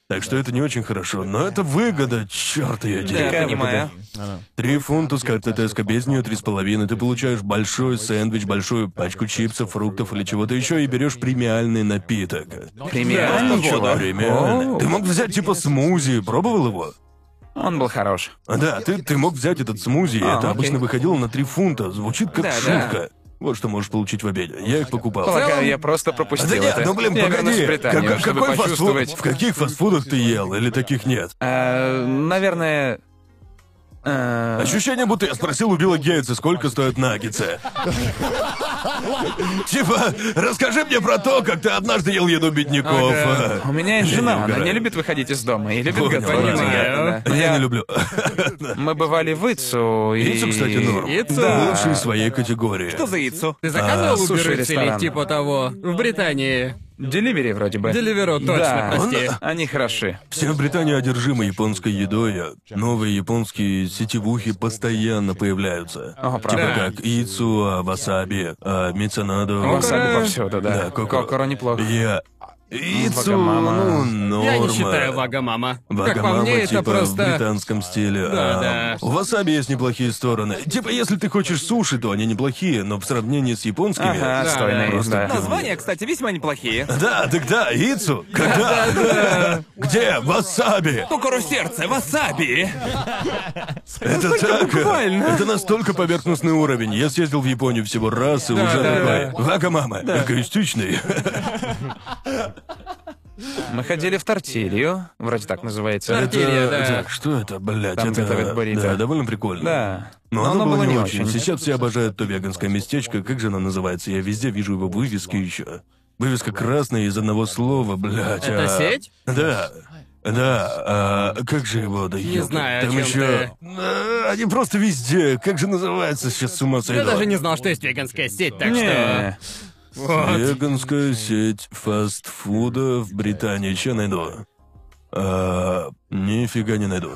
Speaker 2: Так что это не очень хорошо, но это выгода, черт ее
Speaker 3: Да,
Speaker 2: дери.
Speaker 3: понимаю.
Speaker 2: 3 фунта с карты Теска, без нее 3,5. Ты получаешь большой сэндвич, большую пачку чипсов, фруктов или чего-то еще и берешь премиальный напиток.
Speaker 1: Премиальный чувак?
Speaker 2: Премиальный.
Speaker 1: О,
Speaker 2: Ты мог взять типа смузи, пробовал его?
Speaker 1: Он был хорош.
Speaker 2: Да, ты мог взять этот смузи, и это
Speaker 1: окей.
Speaker 2: обычно выходило на 3 фунта. Звучит как
Speaker 3: Да,
Speaker 2: шутка. Вот что можешь получить в обеде. Я их покупал.
Speaker 1: Полагаю, я просто
Speaker 2: Да
Speaker 1: пропустил
Speaker 2: нет,
Speaker 1: это.
Speaker 2: ну блин,
Speaker 1: Я вернусь
Speaker 2: погоди.
Speaker 1: в Британию, чтобы
Speaker 2: Какой
Speaker 1: почувствовать.
Speaker 2: фастфуд? В каких фастфудах ты ел? Или таких нет?
Speaker 1: Наверное...
Speaker 2: Ощущение, будто я спросил у Билла Гейтса, сколько стоят наггетсы. Типа, расскажи мне про то, как ты однажды ел еду бедняков.
Speaker 4: Ага.
Speaker 1: У меня есть жена, она
Speaker 2: угораю.
Speaker 1: не любит выходить из дома и любит
Speaker 2: Понял,
Speaker 1: готовить.
Speaker 4: понимаю.
Speaker 1: Да.
Speaker 2: Я не люблю.
Speaker 1: Мы бывали в Ицу и...
Speaker 2: Ицу, кстати, норм.
Speaker 4: Ицу?
Speaker 1: Да.
Speaker 2: Лучший в своей категории.
Speaker 3: Что за яйцо?
Speaker 4: Ты заказывал Uber Eats или
Speaker 1: суши-ресторан.
Speaker 4: типа того? В Британии.
Speaker 1: Деливери вроде бы.
Speaker 4: Деливеро, точно,
Speaker 1: Да.
Speaker 4: прости.
Speaker 1: Они хороши.
Speaker 2: Все в Британии одержимы японской едой. Новые японские сетевухи постоянно появляются.
Speaker 1: О, правда.
Speaker 2: Типа как Ицу, васаби, мицанадо.
Speaker 1: Васаби повсюду, да.
Speaker 2: Да,
Speaker 1: Кокоро неплохо.
Speaker 2: Ицу,
Speaker 1: Вагамама.
Speaker 2: ну, норма.
Speaker 4: Я не считаю Вагамама. Как по
Speaker 2: Вагамама,
Speaker 4: мне, это
Speaker 2: типа, в
Speaker 4: просто...
Speaker 2: британском стиле.
Speaker 4: Да.
Speaker 2: У васаби есть неплохие стороны. Типа, если ты хочешь суши, то они неплохие, но в сравнении с японскими...
Speaker 1: Ага, отстойные,
Speaker 2: Просто
Speaker 1: да.
Speaker 3: Названия, кстати, весьма неплохие.
Speaker 2: Да, так да, Ицу. Когда? Где? Васаби.
Speaker 3: Кокоро сердце, васаби!
Speaker 2: Это так.
Speaker 3: буквально.
Speaker 2: Это настолько поверхностный уровень. Я съездил в Японию всего раз и уже такой. Вагамама. Эгоистичный.
Speaker 1: Мы ходили в тортилью, вроде так называется.
Speaker 4: Тортилья, да.
Speaker 2: Так, что это, блядь?
Speaker 1: Там
Speaker 2: это...
Speaker 1: готовят буррито.
Speaker 2: Да, довольно прикольно.
Speaker 1: Да.
Speaker 2: Но
Speaker 1: Но
Speaker 2: оно
Speaker 1: оно
Speaker 2: было не
Speaker 1: очень.
Speaker 2: очень. Сейчас все обожают то веганское местечко. Как же оно называется? Я везде вижу его вывески еще. Вывеска красная из одного слова, блядь.
Speaker 4: Это сеть?
Speaker 2: Да. Да, как же его, да
Speaker 4: Не знаю, о
Speaker 2: там
Speaker 4: чем
Speaker 2: еще. Они просто везде. Как же называется? Сейчас с ума сойду.
Speaker 4: Я даже не знал, что есть веганская сеть, так что...
Speaker 1: Не.
Speaker 4: Вот.
Speaker 2: Веганская сеть фастфуда в Британии. Че найду? Нифига не найду.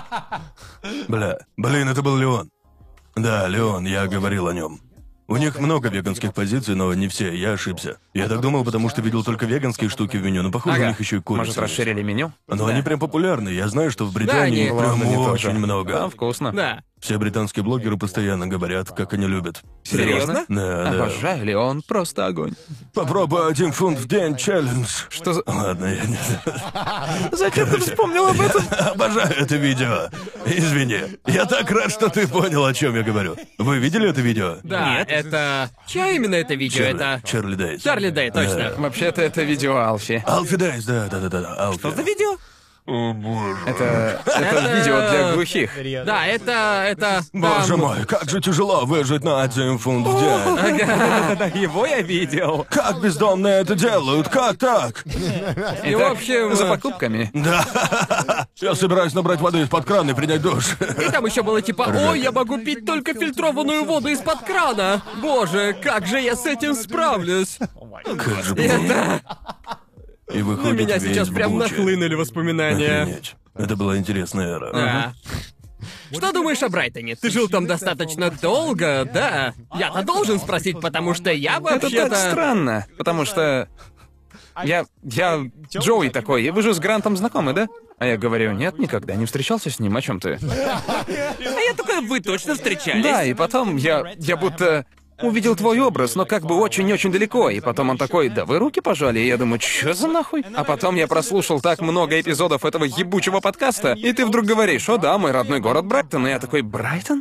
Speaker 2: Блин, это был Леон. Да, Леон, я говорил о нем. У них много веганских позиций, но не все, я ошибся. Я так думал, потому что видел только веганские штуки в меню, но похоже, у
Speaker 1: Ага.
Speaker 2: них еще и курица.
Speaker 1: Может, расширили меню?
Speaker 2: Но они прям популярны. Я знаю, что в Британии
Speaker 4: они-
Speaker 2: их прям
Speaker 1: В Лондоне
Speaker 2: очень
Speaker 1: тоже.
Speaker 2: много.
Speaker 1: Да, вкусно.
Speaker 4: Да.
Speaker 2: Все британские блогеры постоянно говорят, как они любят.
Speaker 1: Серьезно?
Speaker 2: Да, да.
Speaker 1: Обожаю ли он просто огонь.
Speaker 2: Попробуй 1 фунт в день челлендж.
Speaker 1: Что за...
Speaker 2: Ладно, я не...
Speaker 1: Зачем ты вспомнил об этом?
Speaker 2: Обожаю это видео. Извини. Я так рад, что ты понял, о чем я говорю. Вы видели это видео?
Speaker 4: Да, это... Чье именно это видео? Это...
Speaker 2: Чарли Дейс.
Speaker 4: Чарли Дэй, точно.
Speaker 1: Вообще-то это видео Алфи.
Speaker 2: Алфи Дейс, да. Алфи.
Speaker 3: Что за видео?
Speaker 1: Это видео для глухих.
Speaker 4: Да, это...
Speaker 2: Боже
Speaker 4: там-
Speaker 2: мой, как же тяжело выжить на 1 фунт в день.
Speaker 3: Да, его я видел.
Speaker 2: Как бездомные это делают? Как так?
Speaker 4: И в общем...
Speaker 1: За покупками.
Speaker 2: Да. Я собираюсь набрать воды из-под крана и принять душ.
Speaker 4: И там еще было типа, ой, я могу пить только фильтрованную воду из-под крана. Боже, как же я с этим справлюсь?
Speaker 2: Как же
Speaker 4: Это...
Speaker 2: И
Speaker 4: На
Speaker 2: выходит
Speaker 4: меня
Speaker 2: весь
Speaker 4: сейчас
Speaker 2: в
Speaker 4: прям
Speaker 2: Буче.
Speaker 4: нахлынули воспоминания.
Speaker 2: Охренеть. Это была интересная эра.
Speaker 4: Да. Что думаешь о Брайтоне? Ты жил там достаточно долго, да? Я-то должен спросить, потому что я
Speaker 1: Это
Speaker 4: вообще-то...
Speaker 1: так странно, потому что... Я Джоуи такой, вы же с Грантом знакомы, да? А я говорю, нет, никогда не встречался с ним, о чем ты?
Speaker 3: А я такой, вы точно встречались?
Speaker 1: Да, и потом я будто увидел твой образ, но как бы очень-очень далеко. И потом он такой, да вы руки пожали. И я думаю, чё за нахуй? А потом я прослушал так много эпизодов этого ебучего подкаста, и ты вдруг говоришь, о да, мой родной город Брайтон. И я такой, Брайтон?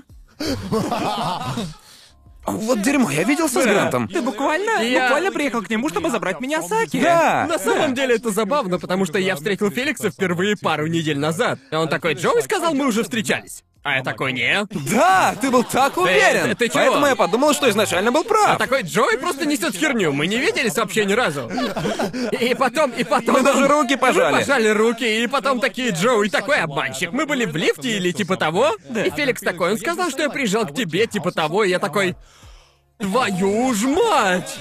Speaker 1: Вот дерьмо, я виделся с Грантом.
Speaker 3: Ты буквально приехал к нему, чтобы забрать меня Саки.
Speaker 1: Да!
Speaker 4: На самом деле это забавно, потому что я встретил Феликса впервые пару недель назад. И он такой, Джоуи сказал, мы уже встречались. А я такой, нет.
Speaker 1: Да, ты был так уверен.
Speaker 4: ты чего?
Speaker 1: Поэтому я подумал, что изначально был
Speaker 4: А
Speaker 1: прав.
Speaker 4: такой, Джоуи просто несет херню, мы не виделись вообще ни разу. И потом...
Speaker 1: Мы даже руки
Speaker 4: Мы
Speaker 1: пожали.
Speaker 4: пожали руки, и потом такие, Джоуи такой обманщик. Мы были в лифте или типа того. И Феликс такой, он сказал, что я приезжал к тебе, типа того, и я такой... Твою ж мать!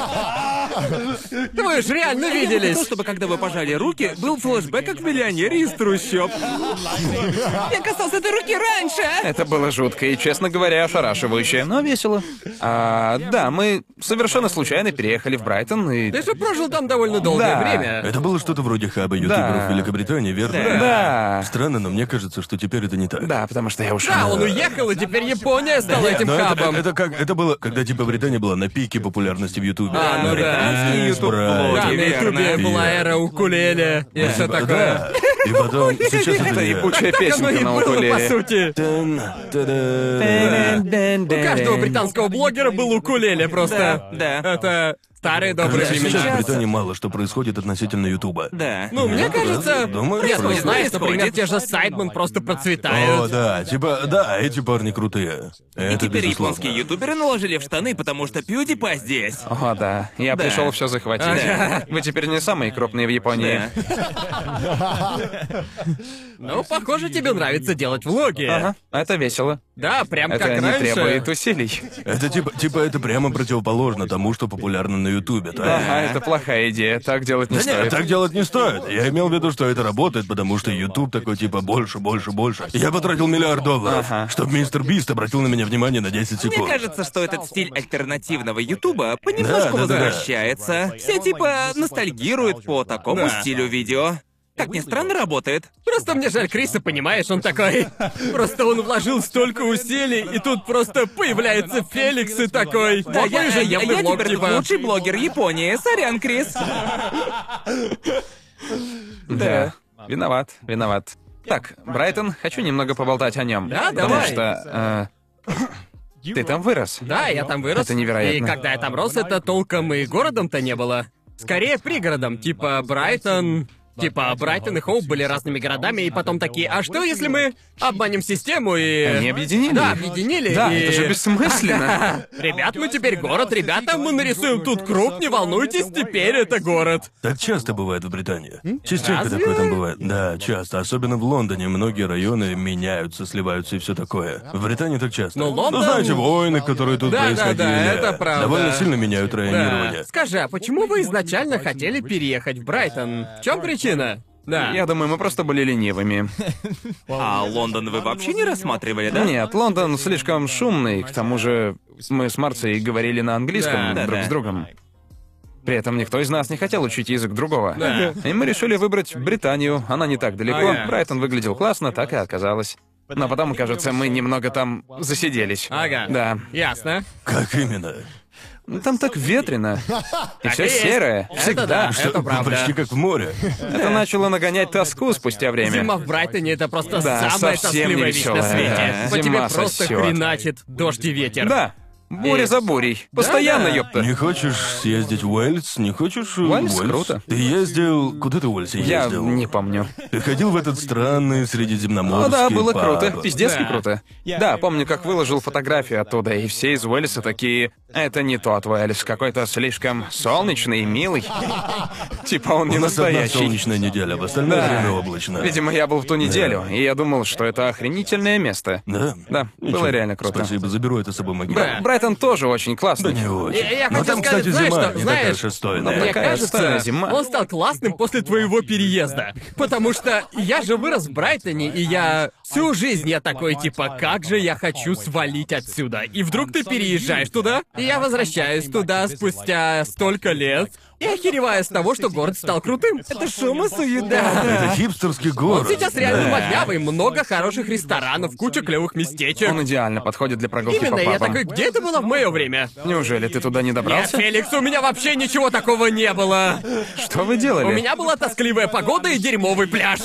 Speaker 4: Вы ж реально виделись!
Speaker 3: Чтобы когда вы пожали руки, был флешбэк как в «Миллионере из трущоб». Я касался этой руки раньше!
Speaker 1: Это было жутко и, честно говоря, ошарашивающе, но весело. Да, мы совершенно случайно переехали в Брайтон и...
Speaker 4: Ты же прожил там довольно долгое
Speaker 1: Да.
Speaker 4: время.
Speaker 2: Это было что-то вроде хаба ютуберов в Великобритании, верно?
Speaker 1: Да.
Speaker 2: Странно, но мне кажется, что теперь это не так.
Speaker 1: Да, потому что я ушел.
Speaker 4: Да, он уехал, и теперь Япония стала этим
Speaker 2: Но
Speaker 4: хабом.
Speaker 2: это было, когда типа Британия была на пике популярности в Ютубе.
Speaker 4: Ну да.
Speaker 3: Британский
Speaker 2: Yes,
Speaker 3: YouTube
Speaker 2: right.
Speaker 4: Да, на
Speaker 3: верно.
Speaker 4: Ютубе была
Speaker 2: Yeah.
Speaker 4: эра укулеле и все такое.
Speaker 2: Да. И потом сейчас это
Speaker 1: Это
Speaker 2: не-
Speaker 1: ебучая
Speaker 4: Так оно
Speaker 1: песенка
Speaker 4: и
Speaker 1: на
Speaker 4: было, по
Speaker 1: укулеле.
Speaker 4: сути.
Speaker 2: Тан, та-да.
Speaker 4: У каждого британского блогера был укулеле просто.
Speaker 3: Да.
Speaker 4: Это старые добрые
Speaker 2: Кажется,
Speaker 4: времена.
Speaker 2: сейчас в Британии мало что происходит относительно Ютуба.
Speaker 3: Да.
Speaker 4: Ну, мне кажется,
Speaker 2: Думаю,
Speaker 4: нет, ну,
Speaker 2: происходит.
Speaker 4: знаешь, например, те же Сайдман просто
Speaker 2: О,
Speaker 4: процветают.
Speaker 2: да, типа, да, эти парни крутые.
Speaker 3: И
Speaker 2: Это
Speaker 3: теперь
Speaker 2: безусловно.
Speaker 3: японские ютуберы наложили в штаны, потому что PewDiePie здесь.
Speaker 1: О, да. Я
Speaker 3: Да.
Speaker 1: пришел все захватить.
Speaker 3: Ага.
Speaker 1: Вы теперь не самые крупные в Японии.
Speaker 4: Ну, похоже, тебе нравится делать влоги.
Speaker 1: Ага, это весело.
Speaker 4: Да, прям
Speaker 1: Это
Speaker 4: как
Speaker 1: не
Speaker 4: раньше.
Speaker 1: требует усилий.
Speaker 2: Это типа это прямо противоположно тому, что популярно на Ютубе, так?
Speaker 1: Ага, это плохая идея. Так делать не
Speaker 2: Да нет,
Speaker 1: стоит.
Speaker 2: так делать не стоит. Я имел в виду, что это работает, потому что YouTube такой типа больше, больше, больше. Я потратил $1 миллиард, чтобы мистер Бист обратил на меня внимание на 10
Speaker 3: Мне
Speaker 2: секунд.
Speaker 3: кажется, что этот стиль альтернативного ютуба понемножку
Speaker 2: Да, да, да.
Speaker 3: возвращается. Все типа ностальгируют по такому
Speaker 4: Да.
Speaker 3: стилю видео. Как ни странно, работает.
Speaker 4: Просто мне жаль Криса, понимаешь, он такой... Просто он вложил столько усилий, и тут просто появляется Феликс и такой...
Speaker 3: Да,
Speaker 4: «Вот мой ежедневный влог,
Speaker 3: теперь
Speaker 4: типа».
Speaker 3: лучший блогер Японии. Сорян, Крис.
Speaker 1: Да. Виноват. Так, Брайтон, хочу немного поболтать о нем.
Speaker 4: Да,
Speaker 1: Потому
Speaker 4: давай.
Speaker 1: что... ты там вырос.
Speaker 4: Да, я там вырос.
Speaker 1: Это невероятно.
Speaker 4: И когда я там рос, это толком и городом-то не было. Скорее пригородом, типа Брайтон... Типа, Брайтон и Хоуп были разными городами, и потом такие, а что если мы обманем систему и...
Speaker 1: Они объединили?
Speaker 4: Да, объединили.
Speaker 1: Да,
Speaker 4: и...
Speaker 1: это же бессмысленно.
Speaker 4: Ребят, мы теперь город, ребята, мы нарисуем тут круг, не волнуйтесь, теперь это город.
Speaker 2: Так часто бывает в Британии. Частенько
Speaker 4: Разве?
Speaker 2: такое там бывает. Да, часто. Особенно в Лондоне многие районы меняются, сливаются и все такое. В Британии так часто.
Speaker 4: Но Лондон-
Speaker 2: Ну, знаете, войны, которые тут
Speaker 4: Да,
Speaker 2: происходили.
Speaker 4: да, это правда.
Speaker 2: Довольно сильно меняют
Speaker 4: Да.
Speaker 2: районирование.
Speaker 4: Скажи, а почему вы изначально хотели переехать в Брайтон? В чем причина? Да.
Speaker 1: Я думаю, мы просто были ленивыми.
Speaker 3: А Лондон вы вообще не рассматривали, да?
Speaker 1: Нет, Лондон слишком шумный, к тому же мы с Марцией говорили на английском
Speaker 4: Да,
Speaker 1: друг
Speaker 3: да.
Speaker 1: с другом. При этом никто из нас не хотел учить язык другого.
Speaker 4: Да.
Speaker 1: И мы решили выбрать Британию, она не так далеко.
Speaker 4: Ага.
Speaker 1: Брайтон выглядел классно, так и оказалось. Но потом, кажется, мы немного там засиделись.
Speaker 4: Ага.
Speaker 1: Да.
Speaker 4: Ясно.
Speaker 2: Как именно?
Speaker 1: Там так ветрено. И все
Speaker 4: и есть.
Speaker 1: серое.
Speaker 4: Это
Speaker 1: Всегда.
Speaker 4: да.
Speaker 2: Что,
Speaker 4: Это правда.
Speaker 2: почти как в море.
Speaker 1: Это начало нагонять тоску спустя время.
Speaker 4: Зима в Брайтоне — это просто
Speaker 1: Да,
Speaker 4: самая
Speaker 1: совсем
Speaker 4: тоскливая вещь на
Speaker 1: невесёлая.
Speaker 4: свете.
Speaker 1: Да.
Speaker 4: По тебе
Speaker 1: Зима
Speaker 4: просто
Speaker 1: сосёт.
Speaker 4: хреначит дождь и ветер.
Speaker 1: Да. Буря
Speaker 4: И-
Speaker 1: за бурей. Постоянно,
Speaker 4: Да-да.
Speaker 1: ёпта.
Speaker 2: Не хочешь съездить в Уэльс? Не хочешь
Speaker 1: Уэльс круто.
Speaker 2: Ты ездил... Куда ты в Уэльсе
Speaker 1: Я
Speaker 2: ездил?
Speaker 1: не помню.
Speaker 2: Ты ходил в этот странный средиземноморский
Speaker 1: О, да, было
Speaker 2: паб.
Speaker 1: круто. Пиздецки
Speaker 4: Да.
Speaker 1: круто. Да, помню, как выложил фотографию оттуда, и все из Уэльса такие... Это не тот Уэльс, какой-то слишком солнечный и милый. Типа он не
Speaker 2: У нас одна
Speaker 1: настоящий.
Speaker 2: солнечная неделя, в остальное
Speaker 1: Да.
Speaker 2: время облачно.
Speaker 1: Видимо, я был в ту неделю, и я думал, что это охренительное место.
Speaker 2: Да?
Speaker 1: Да, было
Speaker 2: Ничего.
Speaker 1: реально круто.
Speaker 2: Спасибо, заберу это с собой могилу.
Speaker 4: Да.
Speaker 1: Брайтон тоже очень классный.
Speaker 2: Не очень.
Speaker 4: Я
Speaker 2: Но
Speaker 4: хочу
Speaker 2: там,
Speaker 4: сказать,
Speaker 2: кстати,
Speaker 4: знаешь,
Speaker 2: зима
Speaker 4: что-
Speaker 2: не
Speaker 4: знаешь,
Speaker 2: такая шестойная.
Speaker 4: Мне
Speaker 1: Такая
Speaker 4: кажется,
Speaker 1: стальная зима.
Speaker 4: он стал классным после твоего переезда. Потому что я же вырос в Брайтоне, и я всю жизнь я такой, типа, как же я хочу свалить отсюда. И вдруг ты переезжаешь туда, и я возвращаюсь туда спустя столько лет, и охереваю с того, что город стал крутым. Это шум и суета.
Speaker 2: Это хипстерский город.
Speaker 4: Он сейчас реально
Speaker 2: Да.
Speaker 4: моднявый, много хороших ресторанов, куча клевых местечек.
Speaker 1: Он идеально подходит для прогулки
Speaker 4: Именно,
Speaker 1: по
Speaker 4: я
Speaker 1: пабам.
Speaker 4: такой, где это было в мое время?
Speaker 1: Неужели ты туда не
Speaker 4: Нет,
Speaker 1: добрался?
Speaker 4: Феликс, у меня вообще ничего такого не было.
Speaker 1: Что вы делали?
Speaker 4: У меня была тоскливая погода и дерьмовый пляж.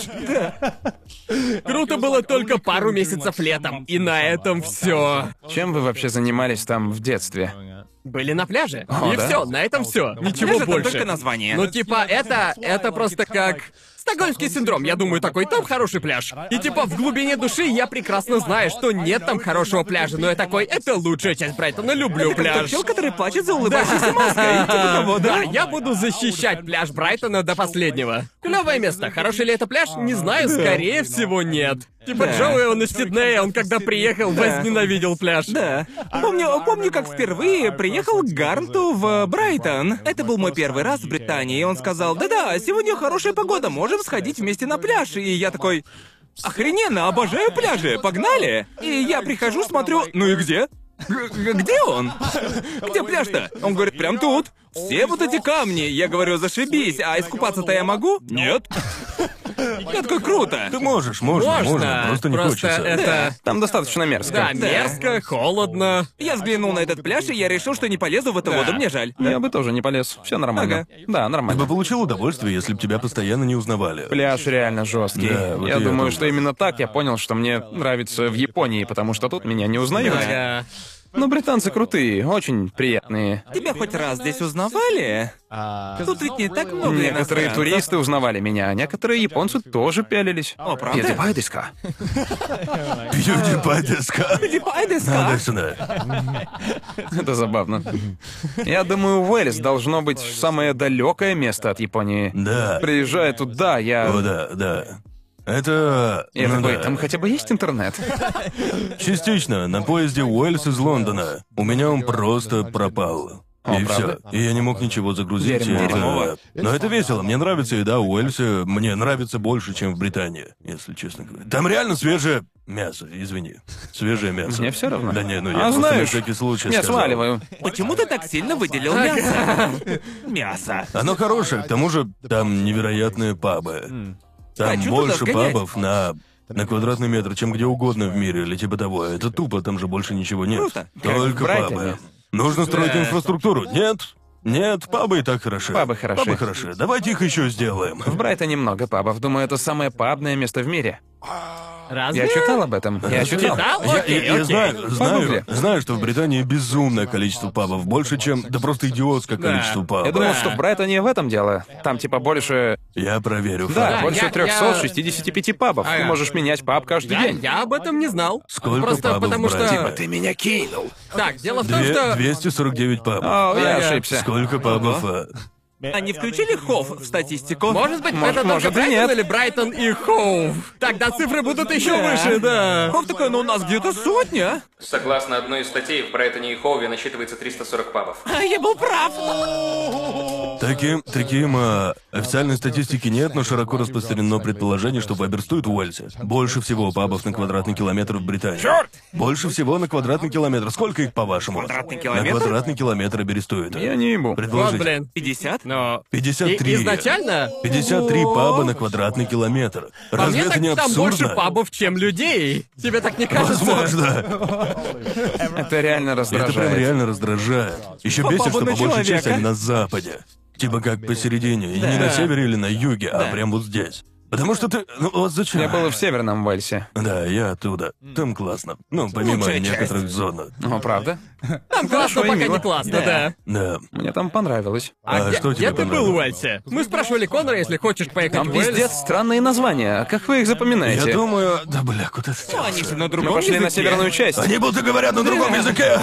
Speaker 4: Круто было только пару месяцев летом, и на этом все.
Speaker 1: Чем вы вообще занимались там в детстве?
Speaker 4: Были на пляже.
Speaker 1: О,
Speaker 4: И
Speaker 1: да?
Speaker 4: все, на этом все. Ничего
Speaker 3: Пляж — это
Speaker 4: больше.
Speaker 3: только название.
Speaker 4: Ну, типа, это просто как Стокгольмский синдром, я думаю, такой, там хороший пляж. И типа в глубине души я прекрасно знаю, что нет там хорошего пляжа, но я такой, это лучшая часть Брайтона, люблю пляж.
Speaker 3: Чел, который плачет за улыбающейся маской. Типа того,
Speaker 4: Да, я буду защищать пляж Брайтона до последнего. Клевое место. Хороший ли это пляж? Не знаю, скорее всего, нет. Типа Джоуи, он из Сиднея, он когда приехал, возненавидел пляж.
Speaker 3: Да. Помню, как впервые приехал к Гарнту в Брайтон. Это был мой первый раз в Британии, и он сказал, да-да, сегодня хорошая погода, можем сходить вместе на пляж. И я такой, охрененно, обожаю пляжи, погнали. И я прихожу, смотрю, ну и где? Где он? Где пляж-то? Он говорит, прям тут. Все вот эти камни. Я говорю, зашибись, а искупаться-то я могу? Нет. Я такой, круто.
Speaker 2: Ты можешь, просто не хочется.
Speaker 4: Это...
Speaker 1: Там достаточно мерзко.
Speaker 4: Да, мерзко, холодно.
Speaker 3: Я взглянул на этот пляж, и я решил, что не полезу в эту воду, мне жаль.
Speaker 1: Я бы тоже не полез. Все нормально.
Speaker 3: Ага.
Speaker 1: Да,
Speaker 2: Ты
Speaker 1: нормально.
Speaker 2: бы получил удовольствие, если бы тебя постоянно не узнавали.
Speaker 1: Пляж реально жесткий.
Speaker 2: Да, вот
Speaker 1: я
Speaker 2: и я
Speaker 1: думаю,
Speaker 2: тоже.
Speaker 1: что именно так я понял, что мне нравится в Японии, потому что тут меня не узнают.
Speaker 4: Ага.
Speaker 1: Но британцы крутые, очень приятные.
Speaker 3: Тебя хоть раз здесь узнавали? Тут ведь не так много
Speaker 1: Некоторые
Speaker 3: иностранцев.
Speaker 1: туристы узнавали меня, а некоторые японцы тоже пялились.
Speaker 3: О, правда?
Speaker 1: Ядебай деска.
Speaker 2: PewDiePie деска.
Speaker 3: PewDiePie деска?
Speaker 2: Надо сюда.
Speaker 1: Это забавно. Я думаю, Уэльс должно быть самое далекое место от Японии.
Speaker 2: Да.
Speaker 1: Приезжая туда,
Speaker 2: О,
Speaker 1: я...
Speaker 2: да. Это...
Speaker 1: Я
Speaker 2: ну
Speaker 1: такой,
Speaker 2: да.
Speaker 1: там хотя бы есть интернет?
Speaker 2: Частично. На поезде Уэльс из Лондона. У меня он просто пропал.
Speaker 1: О,
Speaker 2: И
Speaker 1: правда?
Speaker 2: все. И я не мог ничего загрузить.
Speaker 1: Дерьмо.
Speaker 2: и это-
Speaker 3: Дерьмово.
Speaker 2: Но это весело. Мне нравится еда в Уэльсе. Мне нравится больше, чем в Британии, если честно говоря. Там реально свежее мясо, извини. Свежее мясо.
Speaker 1: Мне все равно.
Speaker 2: Да не, ну я
Speaker 1: А
Speaker 2: просто на
Speaker 1: знаешь,
Speaker 2: всякий случай
Speaker 1: я
Speaker 2: сказал.
Speaker 1: сваливаю.
Speaker 3: Почему ты так сильно выделил мясо? Мясо.
Speaker 2: Оно хорошее, к тому же там невероятные пабы. Там
Speaker 3: Хочу туда
Speaker 2: больше
Speaker 3: сгонять.
Speaker 2: пабов на квадратный метр, чем где угодно в мире, или типа того. Это тупо, там же больше ничего нет.
Speaker 3: Круто.
Speaker 2: Только
Speaker 1: в Брайтоне.
Speaker 2: пабы. Нужно строить инфраструктуру. Нет, пабы и так хороши.
Speaker 1: Пабы хороши.
Speaker 2: Пабы хороши. Давайте их еще сделаем.
Speaker 1: В Брайтоне много пабов. Думаю, это самое пабное место в мире.
Speaker 4: Разве?
Speaker 1: Я читал об этом. Я читал.
Speaker 4: Читал?
Speaker 2: Я,
Speaker 4: Окей,
Speaker 2: я
Speaker 4: окей.
Speaker 1: Погугли.
Speaker 2: знаю, что в Британии безумное количество пабов. Больше, чем... Да просто идиотское количество пабов.
Speaker 1: Я думал,
Speaker 4: Да.
Speaker 1: что в Брайтоне в этом дело. Там типа больше...
Speaker 2: Я проверю.
Speaker 1: Да,
Speaker 2: факт.
Speaker 1: больше
Speaker 4: я-
Speaker 1: 365 пабов. Ты
Speaker 4: Ага.
Speaker 1: можешь менять паб каждый день.
Speaker 4: Я об этом не знал.
Speaker 2: Сколько
Speaker 4: Просто
Speaker 2: пабов
Speaker 4: потому
Speaker 2: в Брайтоне?
Speaker 4: что...
Speaker 2: Ты
Speaker 1: меня кинул.
Speaker 4: Так, дело в том,
Speaker 2: Две-
Speaker 4: что...
Speaker 2: 249 пабов.
Speaker 1: О, я
Speaker 4: Ага.
Speaker 1: ошибся.
Speaker 2: Сколько пабов?
Speaker 3: Они включили Хофф в статистику?
Speaker 4: Может быть,
Speaker 1: Может,
Speaker 4: это только
Speaker 1: может и
Speaker 4: Брайтон
Speaker 1: нет.
Speaker 4: или Брайтон и Хоув? Тогда цифры будут еще выше, да.
Speaker 3: Хофф такой, ну у нас где-то сотня.
Speaker 1: Согласно одной из статей, в Брайтоне и Хоуве насчитывается 340 пабов.
Speaker 3: А я был прав.
Speaker 2: Таким официальной статистики нет, но широко распространено предположение, что паб стоит в Уэльсе. Больше всего пабов на квадратный километр в Британии.
Speaker 3: Чёрт!
Speaker 2: Больше всего на квадратный километр. Сколько их, по-вашему?
Speaker 3: Квадратный
Speaker 2: На
Speaker 3: километр?
Speaker 2: квадратный километр берестует.
Speaker 1: Я не ебу.
Speaker 4: Вот,
Speaker 2: Предложите.
Speaker 4: блин.
Speaker 3: 50?
Speaker 4: Но...
Speaker 2: 53.
Speaker 4: Изначально...
Speaker 2: 53 паба на квадратный километр.
Speaker 4: По
Speaker 2: Разве
Speaker 4: мне
Speaker 2: это
Speaker 4: так
Speaker 2: не
Speaker 4: там
Speaker 2: абсурдно?
Speaker 4: больше пабов, чем людей. Тебе так не кажется?
Speaker 2: Возможно.
Speaker 1: Это реально
Speaker 2: Это прям
Speaker 1: раздражает.
Speaker 2: реально раздражает. Еще
Speaker 3: По
Speaker 2: бесит,
Speaker 3: пабу
Speaker 2: что
Speaker 3: на
Speaker 2: по большей части
Speaker 3: человека.
Speaker 2: они на западе. Типа как посередине. И не на севере или на юге, а прям вот здесь. Потому что ты... Ну вот зачем?
Speaker 1: Я был в Северном Уэльсе.
Speaker 2: Да, я оттуда. Там классно. Ну, помимо
Speaker 3: Лучшая
Speaker 2: некоторых зон.
Speaker 1: О, правда?
Speaker 4: Там классно,
Speaker 1: и
Speaker 4: пока
Speaker 1: мило.
Speaker 4: не классно, да.
Speaker 2: Да.
Speaker 1: Мне там понравилось.
Speaker 2: А
Speaker 4: где,
Speaker 2: что тебе
Speaker 4: где ты был в
Speaker 2: понравилось?
Speaker 4: Уэльсе? Мы спрашивали Конора, если хочешь поехать
Speaker 1: Там
Speaker 4: в Уэльс.
Speaker 1: пиздец странные названия. Как вы их запоминаете?
Speaker 2: Я думаю... Да бля, куда ты
Speaker 3: Ну, они же на
Speaker 1: Мы
Speaker 3: другом
Speaker 1: пошли на
Speaker 3: языке.
Speaker 1: северную часть.
Speaker 2: Они будто говорят на другом языке.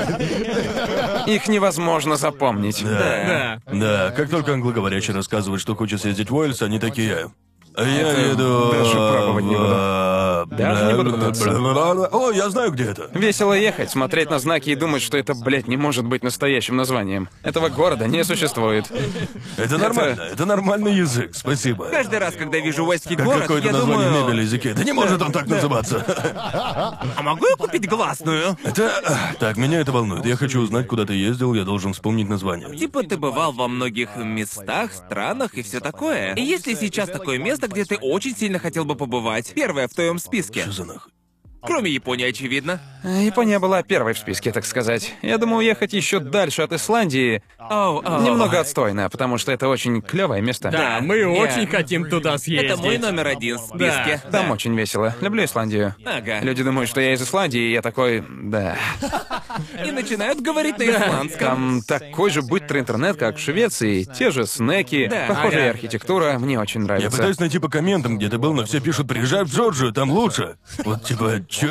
Speaker 1: Их невозможно запомнить.
Speaker 4: Да.
Speaker 2: Да, как только англоговорящий рассказывает, что хочет съездить в Уэльс, они такие... «А я еду...
Speaker 1: даже пробовать не буду. Даже не буду пытаться.
Speaker 2: О, я знаю, где это.
Speaker 1: Весело ехать, смотреть на знаки и думать, что это, блядь, не может быть настоящим названием. Этого города не существует.
Speaker 2: Это нормально, это нормальный язык, спасибо.
Speaker 3: Каждый раз, когда вижу уэльский
Speaker 2: Как
Speaker 3: город,
Speaker 2: какое-то
Speaker 3: я
Speaker 2: название
Speaker 3: думаю...
Speaker 2: мебели языке. Да не может он так называться.
Speaker 3: А могу я купить гласную?
Speaker 2: Это... Так, меня это волнует. Я хочу узнать, куда ты ездил, я должен вспомнить название.
Speaker 3: Типа ты бывал во многих местах, странах и все такое. И есть ли сейчас такое место, где ты очень сильно хотел бы побывать? Первое в твоем списке.
Speaker 2: Что за нахуй?
Speaker 3: Кроме Японии, очевидно.
Speaker 1: Япония была первой в списке, так сказать. Я думаю, уехать еще дальше от Исландии немного отстойно, потому что это очень клевое место.
Speaker 4: Да, мы очень хотим туда съездить.
Speaker 3: Это мой номер один в списке.
Speaker 1: Там очень весело. Люблю Исландию.
Speaker 3: Ага.
Speaker 1: Люди думают, что я из Исландии, и я такой, да.
Speaker 3: И начинают говорить на исландском.
Speaker 1: Там такой же быстрый интернет, как в Швеции, те же снеки,
Speaker 3: Да,
Speaker 1: похожая
Speaker 3: ага.
Speaker 1: архитектура, мне очень
Speaker 2: Я
Speaker 1: нравится.
Speaker 2: пытаюсь найти по комментам, где ты был, но все пишут, приезжай в Джорджию, там лучше. Вот типа, чё?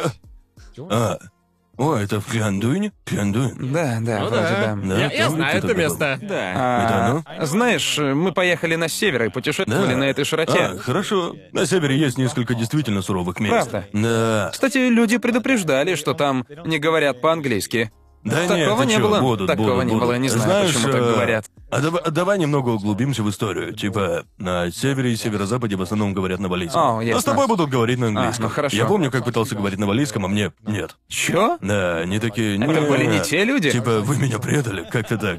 Speaker 2: О, это в Кляндуине? Кляндуин.
Speaker 1: Да,
Speaker 4: Ну
Speaker 1: вроде
Speaker 4: да.
Speaker 1: да.
Speaker 4: Я
Speaker 2: там
Speaker 4: знаю
Speaker 2: где-то
Speaker 4: это
Speaker 2: был.
Speaker 4: место.
Speaker 3: Да.
Speaker 2: Это
Speaker 1: Знаешь, мы поехали на север и путешествовали на этой широте.
Speaker 2: Хорошо. На севере есть несколько действительно суровых мест.
Speaker 1: Правда?
Speaker 2: Да.
Speaker 1: Кстати, люди предупреждали, что там не говорят по-английски.
Speaker 2: Да
Speaker 1: Такого
Speaker 2: нет, ты
Speaker 1: не
Speaker 2: чё,
Speaker 1: было.
Speaker 2: будут,
Speaker 1: Такого
Speaker 2: будут,
Speaker 1: не
Speaker 2: будут.
Speaker 1: было, не знаю,
Speaker 2: Знаешь,
Speaker 1: почему так говорят.
Speaker 2: давай немного углубимся в историю. Типа, на севере и северо-западе в основном говорят на валийском.
Speaker 1: О,
Speaker 2: А
Speaker 1: ясно.
Speaker 2: с тобой будут говорить на английском.
Speaker 1: ну хорошо.
Speaker 2: Я помню, как пытался говорить на валийском, а мне нет.
Speaker 1: Чё?
Speaker 2: Да, они такие...
Speaker 1: Это были не те люди?
Speaker 2: Типа, вы меня предали, как-то так.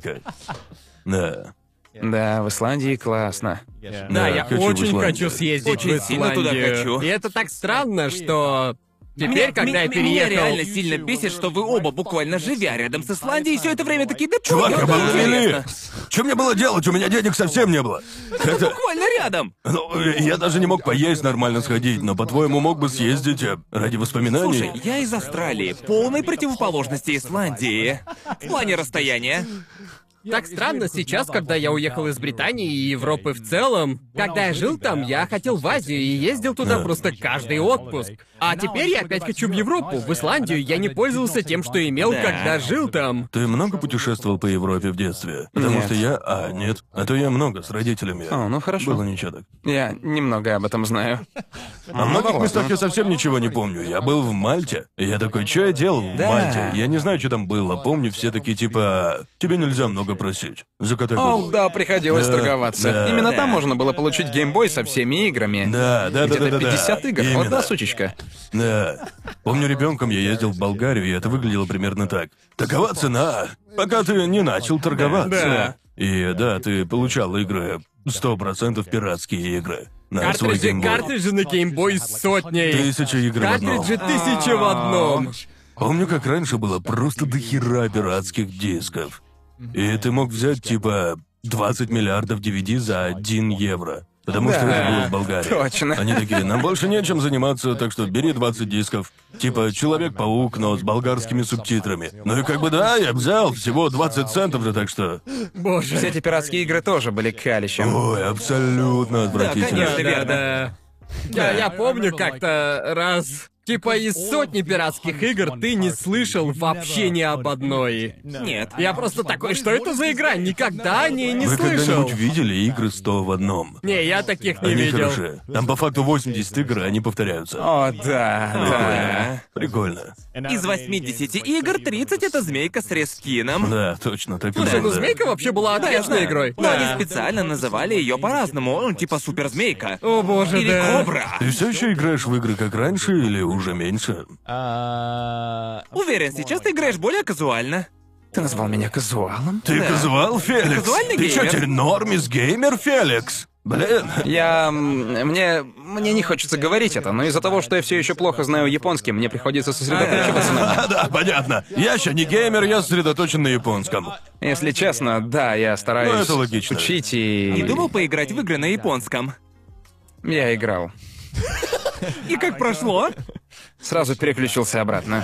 Speaker 2: Да.
Speaker 1: Да, в Исландии классно.
Speaker 4: Да, я
Speaker 2: хочу в
Speaker 4: очень
Speaker 2: Исландию.
Speaker 4: хочу съездить
Speaker 3: Очень
Speaker 4: в
Speaker 3: сильно туда
Speaker 4: Исландию.
Speaker 3: хочу.
Speaker 4: И это так странно, что теперь, когда я
Speaker 3: Меня
Speaker 4: переехал...
Speaker 3: реально сильно бесит, что вы оба, буквально живя рядом с Исландией, все это время такие, да
Speaker 2: Чувак, я был на
Speaker 3: интересно.
Speaker 2: мели. Что мне было делать? У меня денег совсем не было. Это...
Speaker 3: Буквально рядом.
Speaker 2: Ну, я даже не мог поесть нормально сходить, но, по-твоему, мог бы съездить ради воспоминаний?
Speaker 3: Слушай, я из Австралии, полной противоположности Исландии. В плане расстояния.
Speaker 4: Так странно сейчас, когда я уехал из Британии и Европы в целом. Когда я жил там, я хотел в Азию и ездил туда просто каждый отпуск. А теперь я опять хочу в Европу, в Исландию. Я не пользовался тем, что имел,
Speaker 3: Да.
Speaker 4: когда жил там.
Speaker 2: Ты много путешествовал по Европе в детстве? Потому
Speaker 1: Нет.
Speaker 2: что я... нет. А то я много с родителями.
Speaker 1: О, ну хорошо.
Speaker 2: Было ничего так.
Speaker 1: Я немного об этом знаю.
Speaker 2: О многих
Speaker 1: ладно.
Speaker 2: местах я совсем ничего не помню. Я был в Мальте. И я такой, что я делал в
Speaker 1: Да.
Speaker 2: Мальте? Я не знаю, что там было. Помню, все такие типа... Тебе нельзя много просить. Закатай
Speaker 1: О,
Speaker 2: голову.
Speaker 1: да, приходилось
Speaker 2: Да,
Speaker 1: торговаться.
Speaker 2: да.
Speaker 1: Именно
Speaker 3: Да.
Speaker 1: там можно было получить геймбой со всеми играми.
Speaker 2: Да.
Speaker 1: Где-то 50 игр. Вот
Speaker 2: Именно.
Speaker 1: да, сучечка.
Speaker 2: Да. Помню, ребенком я ездил в Болгарию, и это выглядело примерно так. Такова цена, пока ты не начал торговаться.
Speaker 4: Да.
Speaker 2: И да, ты получал игры, 100% пиратские игры. На свой
Speaker 4: Картриджи,
Speaker 2: геймбой.
Speaker 4: картриджи на геймбой с сотней.
Speaker 2: 1000 игр в одном.
Speaker 4: Картриджи 1000 в одном.
Speaker 2: Помню, как раньше было просто дохера пиратских дисков. И ты мог взять, типа, 20 миллиардов DVD за 1 евро. Потому что это было в Болгарии.
Speaker 1: точно.
Speaker 2: Они такие, нам больше нечем заниматься, так что бери 20 дисков. Типа Человек-паук, но с болгарскими субтитрами. Ну и как бы да, я взял, всего 20 центов же, так что...
Speaker 1: Все
Speaker 4: Боже.
Speaker 1: эти пиратские игры тоже были калищем.
Speaker 2: Ой, абсолютно отвратительно.
Speaker 3: конечно.
Speaker 4: Да,
Speaker 3: верно.
Speaker 4: да. Я помню как-то раз... Типа из сотни пиратских игр ты не слышал вообще ни об одной.
Speaker 3: Нет.
Speaker 4: Я просто такой, что это за игра? Никогда о ней не
Speaker 2: Вы
Speaker 4: слышал.
Speaker 2: когда-нибудь видели игры 100 в одном?
Speaker 4: Не, я таких не
Speaker 2: Они
Speaker 4: видел.
Speaker 2: хороши. Там по факту 80 игр, и они повторяются.
Speaker 1: О, да, да.
Speaker 2: Прикольно.
Speaker 3: Из 80 игр 30 это змейка с рескином.
Speaker 2: Да, точно, так и
Speaker 4: Слушай, ну
Speaker 2: было.
Speaker 4: Змейка вообще была отличной игрой.
Speaker 3: Но они специально называли ее по-разному. Типа суперзмейка.
Speaker 4: О боже,
Speaker 3: Или
Speaker 4: да.
Speaker 3: кобра.
Speaker 2: Ты все еще играешь в игры как раньше или уже меньше?
Speaker 3: Уверен, сейчас ты играешь более казуально.
Speaker 1: Ты назвал меня казуалом?
Speaker 2: Ты казуал, Феликс?
Speaker 3: Казуальный
Speaker 2: Ты что,
Speaker 3: геймер.
Speaker 2: теперь нормис геймер, Феликс? Блин.
Speaker 1: Мне не хочется говорить это, но из-за того, что я все еще плохо знаю японский, мне приходится сосредотачиваться на...
Speaker 2: Да, понятно. Я еще не геймер, я сосредоточен на японском.
Speaker 1: Если честно, да, я стараюсь
Speaker 2: Ну, это логично.
Speaker 1: учить
Speaker 3: Не
Speaker 1: и...
Speaker 3: думал поиграть в игры на японском?
Speaker 1: Я играл.
Speaker 3: И как прошло?
Speaker 1: Сразу переключился обратно.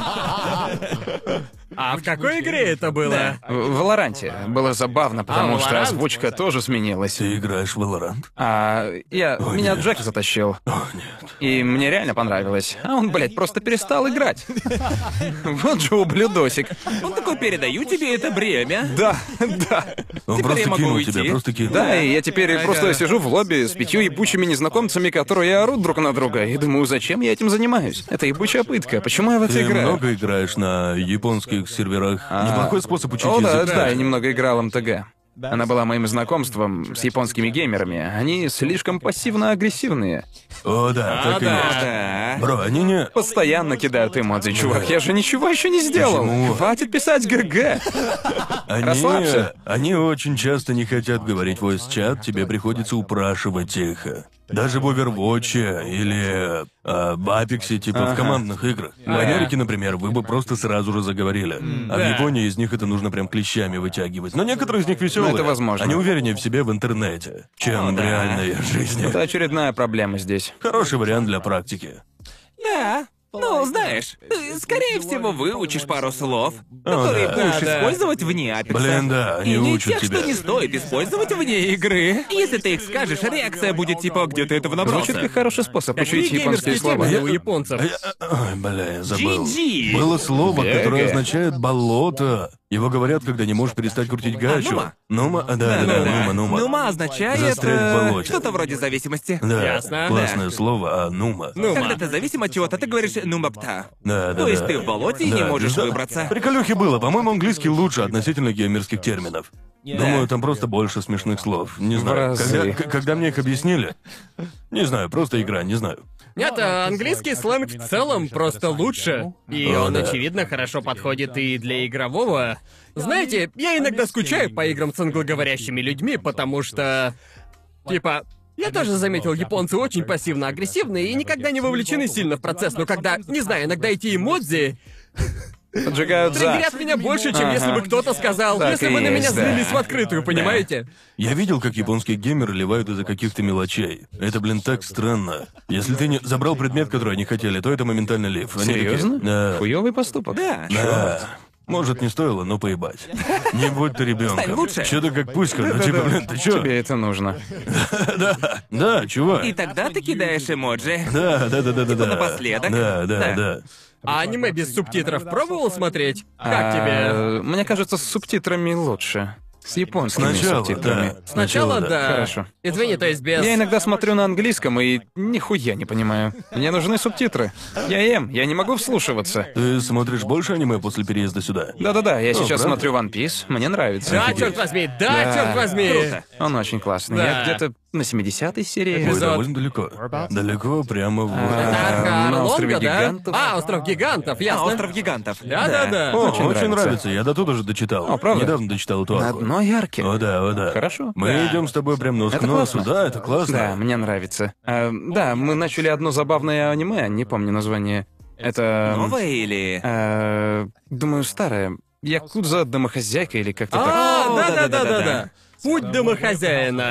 Speaker 4: А в какой игре это было?
Speaker 1: В Валоранте было забавно, потому что
Speaker 4: Valorant?
Speaker 1: озвучка тоже сменилась.
Speaker 2: Ты играешь в Valorant?
Speaker 1: Меня Джек затащил. И мне реально понравилось. А он, блядь, просто перестал играть. Вот же ублюдосик.
Speaker 3: Он такой, передаю тебе это бремя.
Speaker 1: Да, да.
Speaker 2: Он
Speaker 3: Теперь
Speaker 2: просто
Speaker 3: я могу
Speaker 2: кинул
Speaker 3: уйти.
Speaker 2: тебя, просто кинул.
Speaker 1: Да, и я теперь просто сижу в лобби с 5 ебучими незнакомцами, которые орут друг на друга, и думаю, зачем я этим занимаюсь? Это ебучая пытка, почему я в это
Speaker 2: Ты
Speaker 1: играю?
Speaker 2: много играешь на японских серверах? Неплохой способ учить
Speaker 1: О, да,
Speaker 2: язык.
Speaker 1: да, я немного играл в МТГ. Она была моим знакомством с японскими геймерами. Они слишком пассивно-агрессивные.
Speaker 2: О, да, так и
Speaker 4: да.
Speaker 2: есть.
Speaker 3: Да. Да.
Speaker 2: Бро, они не...
Speaker 1: Постоянно кидают эмодзи, чувак. Я же ничего еще не сделал.
Speaker 2: Почему?
Speaker 1: Хватит писать ГГ. Расслабься.
Speaker 2: Они очень часто не хотят говорить voice-чат, тебе приходится упрашивать их. Даже в Overwatch или в Apex, типа в командных играх. В Америке, например, вы бы просто сразу же заговорили. А в Японии из них это нужно прям клещами вытягивать. Но некоторые из них веселые.
Speaker 1: Это возможно.
Speaker 2: Они увереннее в себе в интернете, чем в реальной жизни.
Speaker 1: Это очередная проблема здесь.
Speaker 2: Хороший вариант для практики.
Speaker 3: Да. Ну, знаешь, ты, скорее всего, выучишь пару слов, которые
Speaker 2: да.
Speaker 3: будешь
Speaker 4: Да.
Speaker 3: использовать вне Апекса.
Speaker 2: Блин, да, они
Speaker 3: Или
Speaker 2: учат
Speaker 3: тех,
Speaker 2: тебя.
Speaker 3: что не стоит использовать вне игры. Если ты их скажешь, реакция будет типа, где ты этого набрался.
Speaker 1: Звучит как хороший способ
Speaker 4: Какие
Speaker 1: учить японские
Speaker 4: геймерские
Speaker 1: слова.
Speaker 4: термины у японцев?
Speaker 2: Ой, бля, я забыл.
Speaker 3: GG.
Speaker 2: Было слово, которое
Speaker 1: Ага.
Speaker 2: означает болото. Его говорят, когда не можешь перестать крутить гачу.
Speaker 3: нума?
Speaker 2: Нума? Да, нума.
Speaker 3: Нума означает
Speaker 2: Застрять в болоте.
Speaker 3: что-то вроде зависимости.
Speaker 2: Да,
Speaker 4: Ясно.
Speaker 2: классное слово, нума.
Speaker 4: Нума.
Speaker 3: Когда ты зависим от чего-то, ты говоришь «нумапта».
Speaker 2: Да,
Speaker 3: То есть ты в болоте и не можешь
Speaker 2: да.
Speaker 3: выбраться.
Speaker 2: Приколюхи было. По-моему, английский лучше относительно геймерских терминов. Думаю, там просто больше смешных слов. Не знаю.
Speaker 1: разы.
Speaker 2: Когда мне их объяснили, не знаю, просто игра, не знаю.
Speaker 4: Нет, английский сленг в целом просто лучше. И
Speaker 2: О,
Speaker 4: он,
Speaker 2: да.
Speaker 4: очевидно, хорошо подходит и для игрового. Знаете, я иногда скучаю по играм с англоговорящими людьми, потому что... Типа... Я тоже заметил, японцы очень пассивно-агрессивные и никогда не вовлечены сильно в процесс, но когда, не знаю, иногда эти эмодзи
Speaker 1: Поджигают за.
Speaker 4: триггерят меня больше, чем если бы кто-то сказал,
Speaker 1: Так
Speaker 4: если
Speaker 1: и
Speaker 4: вы на меня
Speaker 1: есть, да.
Speaker 4: злились в открытую, понимаете?
Speaker 2: Я видел, как японские геймеры ливают из-за каких-то мелочей. Это, блин, так странно. Если ты не забрал предмет, который они хотели, то это моментально лив. Они такие,
Speaker 1: Серьезно?
Speaker 2: Да.
Speaker 1: Хуёвый поступок.
Speaker 3: Да.
Speaker 2: Да. Может, не стоило, но поебать. Не будь ты ребенком.
Speaker 3: Стань лучше.
Speaker 2: Чё-то как пуська, ну типа, блин, ты чё?
Speaker 1: Тебе это нужно.
Speaker 2: Да, чувак.
Speaker 3: И тогда ты кидаешь эмоджи.
Speaker 2: Да.
Speaker 3: напоследок.
Speaker 2: Да.
Speaker 3: Да.
Speaker 4: А аниме без субтитров пробовал смотреть? Как тебе?
Speaker 1: Мне кажется, с субтитрами лучше. С японскими
Speaker 2: Сначала,
Speaker 1: субтитрами.
Speaker 2: да.
Speaker 4: Сначала да.
Speaker 1: Хорошо.
Speaker 4: Извини, то есть без...
Speaker 1: Я иногда смотрю на английском и нихуя не понимаю. Мне нужны субтитры. Я не могу вслушиваться.
Speaker 2: Ты смотришь больше аниме после переезда сюда?
Speaker 1: Да-да-да, я сейчас
Speaker 2: правда?
Speaker 1: смотрю One Piece, мне нравится.
Speaker 4: Да, черт возьми, да, черт возьми!
Speaker 3: Круто.
Speaker 1: Он очень классный.
Speaker 4: Да.
Speaker 1: Я где-то на 70-й серии.
Speaker 2: Ой,
Speaker 4: Эпизод.
Speaker 2: довольно далеко. Далеко, прямо в...
Speaker 1: на
Speaker 4: Лонга,
Speaker 1: острове
Speaker 4: да?
Speaker 1: гигантов.
Speaker 4: Остров гигантов, ясно.
Speaker 3: Остров гигантов.
Speaker 4: Да-да-да.
Speaker 2: О,
Speaker 1: очень
Speaker 2: очень
Speaker 1: нравится.
Speaker 2: нравится. Я до туда же дочитал.
Speaker 1: О, правда?
Speaker 2: Недавно дочитал эту
Speaker 1: На
Speaker 2: арку.
Speaker 1: одной арке.
Speaker 2: О да.
Speaker 1: Хорошо.
Speaker 2: Мы
Speaker 4: Да.
Speaker 2: идем с тобой прям нос к
Speaker 1: Это
Speaker 2: носу.
Speaker 1: классно.
Speaker 2: Да, это классно.
Speaker 1: Да, мне нравится. Да, мы начали одно забавное аниме, не помню название. Это...
Speaker 3: Новое или...
Speaker 1: Думаю, старое. Якудза домохозяйка или как-то так.
Speaker 3: О,
Speaker 4: Да-да-да-да-да. Путь домохозяина.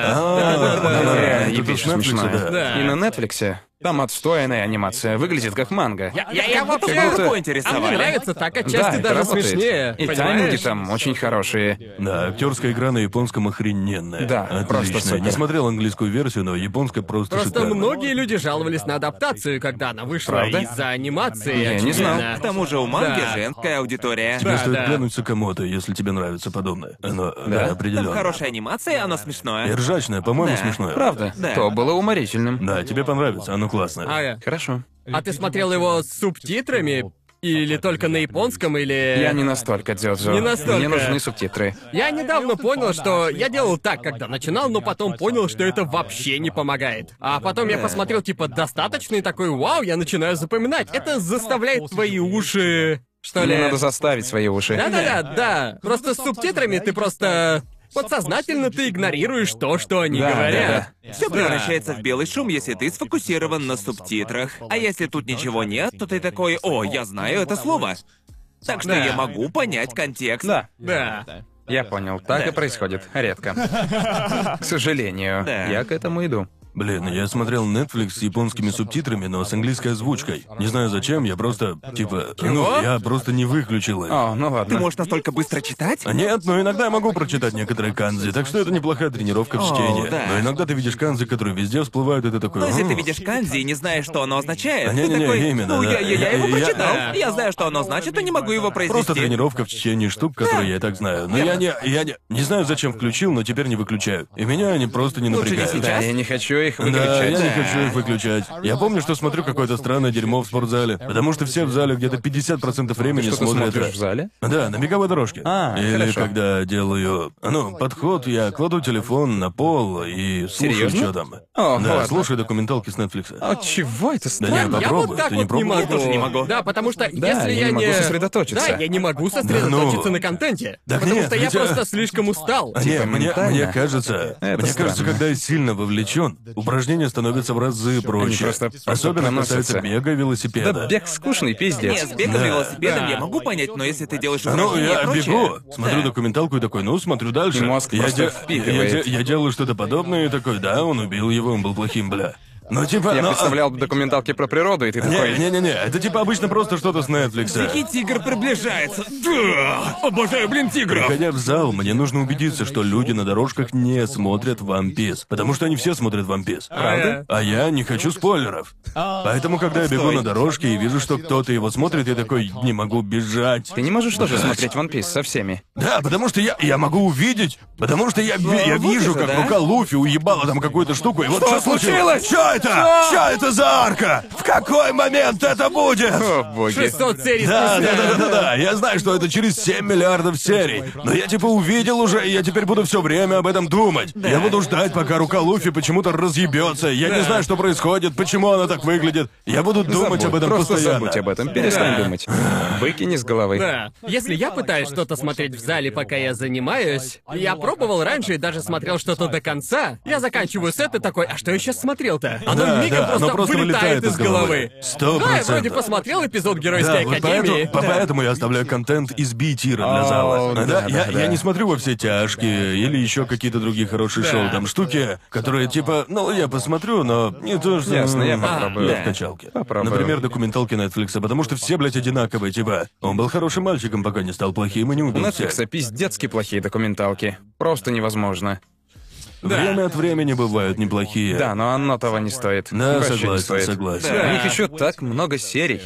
Speaker 1: Да,
Speaker 2: это
Speaker 1: епично
Speaker 2: с Netflix,
Speaker 1: смешная.
Speaker 4: да.
Speaker 1: И на Нетфликсе. Там отстойная анимация, выглядит как манга.
Speaker 4: Я вообще...
Speaker 1: Как будто-
Speaker 3: Руку
Speaker 4: А мне
Speaker 3: интересовали.
Speaker 4: нравится так,
Speaker 1: Да,
Speaker 4: отчасти
Speaker 1: это
Speaker 4: даже
Speaker 1: работает.
Speaker 4: смешнее.
Speaker 1: И
Speaker 4: понимаешь?
Speaker 1: тайминги там очень хорошие.
Speaker 2: Да, актерская игра на японском охрененная.
Speaker 1: Да,
Speaker 2: Отлично.
Speaker 1: просто супер.
Speaker 2: Не смотрел английскую версию, но японская просто
Speaker 4: Просто
Speaker 2: шикарная.
Speaker 4: многие люди жаловались на адаптацию, когда она вышла
Speaker 1: Правда?
Speaker 4: из-за анимации.
Speaker 1: Я не знал.
Speaker 4: очевидно.
Speaker 3: К тому же у манги
Speaker 4: Да.
Speaker 3: женская аудитория.
Speaker 2: Тебе
Speaker 4: Да,
Speaker 2: стоит
Speaker 4: да.
Speaker 2: глянуть Сакамото, если тебе нравится подобное. Оно, да,
Speaker 3: Там
Speaker 2: определенно.
Speaker 3: хорошая анимация, оно смешное.
Speaker 2: И ржачное, по-моему,
Speaker 3: Да.
Speaker 2: смешное.
Speaker 1: Правда,
Speaker 3: Да.
Speaker 1: то было уморительным.
Speaker 2: Да, тебе понравится, оно классное.
Speaker 4: Ага.
Speaker 1: Хорошо.
Speaker 4: А ты смотрел его с субтитрами? Или только на японском, или...
Speaker 1: Я не настолько дзёдзо.
Speaker 4: Не настолько.
Speaker 1: Мне нужны субтитры.
Speaker 4: Я недавно понял, что я делал так, когда начинал, но потом понял, что это вообще не помогает. А потом я посмотрел, типа, достаточно, и такой, вау, я начинаю запоминать. Это заставляет твои уши... Что ли?
Speaker 1: Мне надо заставить свои уши.
Speaker 4: Да. Просто с субтитрами ты просто... Подсознательно ты игнорируешь то, что они
Speaker 1: Да,
Speaker 4: говорят.
Speaker 3: Все превращается в белый шум, если ты сфокусирован на субтитрах. А если тут ничего нет, то ты такой, о, я знаю это слово. Так что
Speaker 4: Да.
Speaker 3: я могу понять контекст.
Speaker 1: Да,
Speaker 4: Да.
Speaker 1: я понял. Так и происходит. Редко. К сожалению,
Speaker 3: Да.
Speaker 1: я к этому иду.
Speaker 2: Блин, я смотрел Netflix с японскими субтитрами, но с английской озвучкой. Не знаю зачем, я просто, я просто не выключил их.
Speaker 1: О, ну
Speaker 3: Ты
Speaker 1: ладно.
Speaker 3: можешь настолько быстро читать?
Speaker 2: А нет, но иногда я могу прочитать некоторые канзи, так что это неплохая тренировка в чтении.
Speaker 3: да.
Speaker 2: Но иногда ты видишь канзи, которые везде всплывают, и ты такой...
Speaker 3: Но если ты
Speaker 2: «М».
Speaker 3: видишь канзи и не знаешь, что оно означает, ты
Speaker 2: Не-не-не,
Speaker 3: такой,
Speaker 2: именно,
Speaker 3: ну
Speaker 2: да.
Speaker 3: я его
Speaker 2: Я-
Speaker 3: прочитал.
Speaker 2: да.
Speaker 3: Я знаю, что оно значит, но не могу его произнести.
Speaker 2: Просто тренировка в чтении штук, которые я и так знаю. Но я не знаю, зачем включил, но теперь не выключаю. И меня они просто не
Speaker 3: Лучше не
Speaker 2: напрягают.
Speaker 3: сейчас.
Speaker 1: Да, я не хочу их
Speaker 2: Да,
Speaker 1: выключать.
Speaker 2: я не хочу их выключать. Я помню, что смотрю какое-то странное дерьмо в спортзале, потому что все в зале где-то 50% времени
Speaker 1: Что ты
Speaker 2: смотрят...
Speaker 1: смотришь в зале?
Speaker 2: Да, на беговой дорожке. Или
Speaker 1: хорошо.
Speaker 2: когда делаю, подход, я кладу телефон на пол и слушаю,
Speaker 1: Серьезно?
Speaker 2: что там.
Speaker 1: О,
Speaker 2: Да,
Speaker 1: ладно.
Speaker 2: слушаю документалки с Netflix.
Speaker 1: А чего это
Speaker 2: Да
Speaker 1: странно?
Speaker 2: не,
Speaker 4: Я вот
Speaker 2: попробуй,
Speaker 4: так
Speaker 2: ты не
Speaker 4: вот не
Speaker 2: пробовал?
Speaker 4: могу.
Speaker 3: тоже не могу.
Speaker 4: Да, потому что
Speaker 1: Да,
Speaker 4: если
Speaker 1: я не могу сосредоточиться.
Speaker 4: Да, я не могу сосредоточиться
Speaker 2: ну.
Speaker 4: на контенте.
Speaker 2: Так
Speaker 4: потому
Speaker 2: нет,
Speaker 4: что я
Speaker 2: ведь,
Speaker 4: просто слишком устал.
Speaker 2: Не, мне
Speaker 1: ментально.
Speaker 2: кажется,
Speaker 1: Это
Speaker 2: мне кажется,
Speaker 1: странно.
Speaker 2: когда я сильно вовлечен, упражнения становятся в разы проще.
Speaker 1: просто
Speaker 2: Особенно
Speaker 1: проносятся.
Speaker 2: касается бега и велосипеда.
Speaker 1: Да бег скучный, пиздец.
Speaker 3: Не, с бегом
Speaker 2: Да.
Speaker 3: и велосипедом
Speaker 4: Да.
Speaker 3: я могу понять, но если ты делаешь
Speaker 2: Ну,
Speaker 3: упражнения
Speaker 2: я
Speaker 3: и прочее...
Speaker 2: бегу, смотрю
Speaker 3: Да.
Speaker 2: документалку и такой, смотрю дальше.
Speaker 1: И мозг просто впитывает.
Speaker 2: я делаю что-то подобное и такой, да, он убил его, он был плохим, бля. Ну, типа,
Speaker 1: Я
Speaker 2: ну,
Speaker 1: представлял документалки про природу, и ты такой...
Speaker 2: Не-не-не, это типа обычно просто что-то с Netflix.
Speaker 3: Дикий тигр приближается. Да! Обожаю, блин, тигров!
Speaker 2: Приходя в зал, мне нужно убедиться, что люди на дорожках не смотрят One Piece. Потому что они все смотрят One Piece.
Speaker 4: Правда?
Speaker 2: А я не хочу спойлеров. Поэтому, когда я бегу на дорожке и вижу, что кто-то его смотрит, я такой, не могу бежать.
Speaker 1: Ты не можешь тоже смотреть One Piece со всеми?
Speaker 2: Да, потому что я могу увидеть, потому что я
Speaker 3: вот
Speaker 2: вижу,
Speaker 3: это
Speaker 2: как
Speaker 3: да.
Speaker 2: рука Луфи уебала там какую-то штуку, и вот что
Speaker 1: случилось?
Speaker 2: Что это? Что это за арка? В какой момент это будет?
Speaker 1: О, боги.
Speaker 4: 600 серий
Speaker 2: Да,
Speaker 4: спустя.
Speaker 2: да, я знаю, что это через 7 миллиардов серий. Но я типа увидел уже, и я теперь буду все время об этом думать. Я буду ждать, пока рука Луфи почему-то разъебется. Я не знаю, что происходит, почему она так выглядит. Я буду думать об этом
Speaker 1: Просто
Speaker 2: постоянно.
Speaker 1: забудь об этом, перестань
Speaker 4: Да.
Speaker 1: думать. Выкини с головы.
Speaker 4: Да. Если я пытаюсь что-то смотреть в зале, пока я занимаюсь, я пробовал раньше и даже смотрел что-то до конца. Я заканчиваю сет и такой, а что я сейчас смотрел-то? Оно
Speaker 2: Да,
Speaker 4: мигом
Speaker 2: да, оно просто
Speaker 4: вылетает из головы.
Speaker 2: 100%.
Speaker 4: Да, я вроде посмотрел эпизод Геройской
Speaker 2: Да, вот
Speaker 4: Академии.
Speaker 2: поэтому я оставляю контент из B-тира для
Speaker 1: О,
Speaker 2: зала.
Speaker 1: да,
Speaker 2: Я не смотрю во все тяжкие или еще какие-то другие хорошие шоу, там штуки, которые типа, я посмотрю, но не то, что...
Speaker 1: Ясно, я попробую.
Speaker 2: Я в качалке.
Speaker 1: Попробую.
Speaker 2: Например, документалки Netflix, потому что все, блядь, одинаковые, типа, он был хорошим мальчиком, пока не стал плохим и не
Speaker 1: У
Speaker 2: убил всех.
Speaker 1: Netflix пиздецки плохие документалки. Просто невозможно.
Speaker 2: Время от времени бывают неплохие.
Speaker 1: Да, но оно того не стоит.
Speaker 2: Да,
Speaker 1: Вообще не
Speaker 2: согласен,
Speaker 1: стоит.
Speaker 2: согласен.
Speaker 1: У них еще так много серий.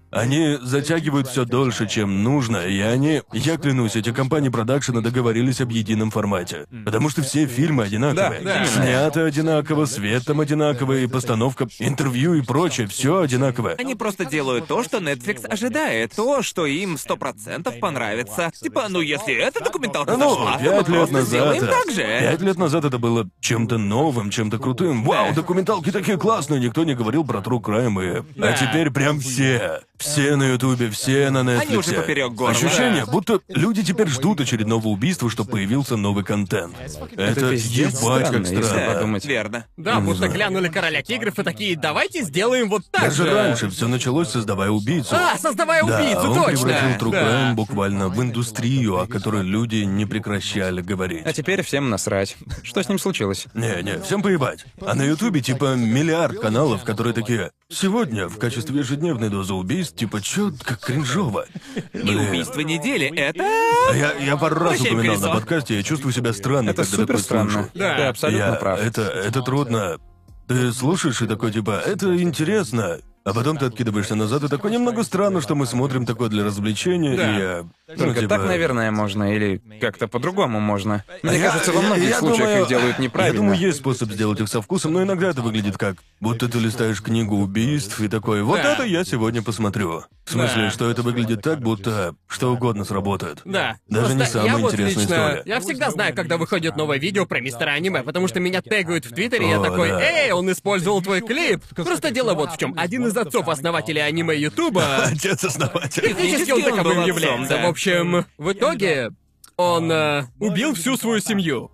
Speaker 2: Они затягивают все дольше, чем нужно, и я клянусь, эти компании продакшена договорились об едином формате. Потому что все фильмы одинаковые.
Speaker 1: Да, именно.
Speaker 2: Сняты одинаково, свет там одинаковый, постановка, интервью и прочее, все одинаковое.
Speaker 3: Они просто делают то, что Netflix ожидает, то, что им 100% понравится. Типа, если эта документалка зашла, то мы
Speaker 2: 5 лет
Speaker 3: просто
Speaker 2: назад.
Speaker 3: сделаем так же.
Speaker 2: 5 лет назад это было чем-то новым, чем-то крутым. Вау, документалки такие классные, никто не говорил про True Crime. А теперь прям все. Все на Ютубе, все на Netflix.
Speaker 3: Они уже поперек горла.
Speaker 2: Ощущение, будто люди теперь ждут очередного убийства, чтобы появился новый контент. Это
Speaker 1: пиздец
Speaker 2: ебать
Speaker 1: странно,
Speaker 2: как
Speaker 1: если
Speaker 2: странно.
Speaker 1: подумать.
Speaker 3: Верно.
Speaker 4: Да, будто глянули Короля Тигров и такие, давайте сделаем вот так
Speaker 2: Даже
Speaker 4: же.
Speaker 2: раньше все началось, создавая убийцу.
Speaker 4: Создавая
Speaker 2: Да,
Speaker 4: убийцу,
Speaker 2: он
Speaker 4: точно.
Speaker 2: превратил True
Speaker 4: Да.
Speaker 2: Crime буквально в индустрию, о которой люди не прекращали говорить.
Speaker 1: А теперь всем насрать. Что с ним случилось?
Speaker 2: Не, всем поебать. А на Ютубе типа миллиард каналов, которые такие: сегодня в качестве ежедневной дозы убийств, типа, чё, как кринжово.
Speaker 3: И
Speaker 2: Блин.
Speaker 3: убийство недели — это...
Speaker 2: Я пару раз
Speaker 3: Вообще
Speaker 2: упоминал
Speaker 3: колесо.
Speaker 2: на подкасте, я чувствую себя странно,
Speaker 1: Это
Speaker 2: когда
Speaker 1: супер
Speaker 2: такое
Speaker 1: странно.
Speaker 2: слушаю.
Speaker 1: Ты абсолютно прав.
Speaker 2: Это трудно. Ты слушаешь и такой, типа, это интересно. А потом ты откидываешься назад и такой, немного странно, что мы смотрим такое для развлечения,
Speaker 4: Да.
Speaker 2: и я...
Speaker 1: Только
Speaker 2: типа,
Speaker 1: так, наверное, можно, или как-то по-другому можно. Мне
Speaker 2: Я-
Speaker 1: кажется, во многих
Speaker 2: я
Speaker 1: случаях
Speaker 2: думаю,
Speaker 1: их делают неправильно.
Speaker 2: Я думаю, есть способ сделать их со вкусом, но иногда это выглядит как, будто ты листаешь книгу убийств и такой, вот
Speaker 4: Да.
Speaker 2: это я сегодня посмотрю. В смысле,
Speaker 4: Да.
Speaker 2: что это выглядит так, будто что угодно сработает.
Speaker 4: Да.
Speaker 2: Даже не
Speaker 4: Просто
Speaker 2: самая
Speaker 4: я вот
Speaker 2: интересная
Speaker 4: лично,
Speaker 2: история.
Speaker 4: Я всегда знаю, когда выходит новое видео про мистера аниме, потому что меня тегают в Твиттере, и я
Speaker 2: О,
Speaker 4: такой,
Speaker 2: да.
Speaker 4: эй, он использовал твой клип. Просто дело вот в чем. Один из отцов-основателей аниме Ютуба,
Speaker 2: Отец-основатель.
Speaker 4: физически он
Speaker 3: он был
Speaker 4: таковым
Speaker 3: отцом,
Speaker 4: является.
Speaker 3: да.
Speaker 4: В общем, в итоге он убил всю свою семью.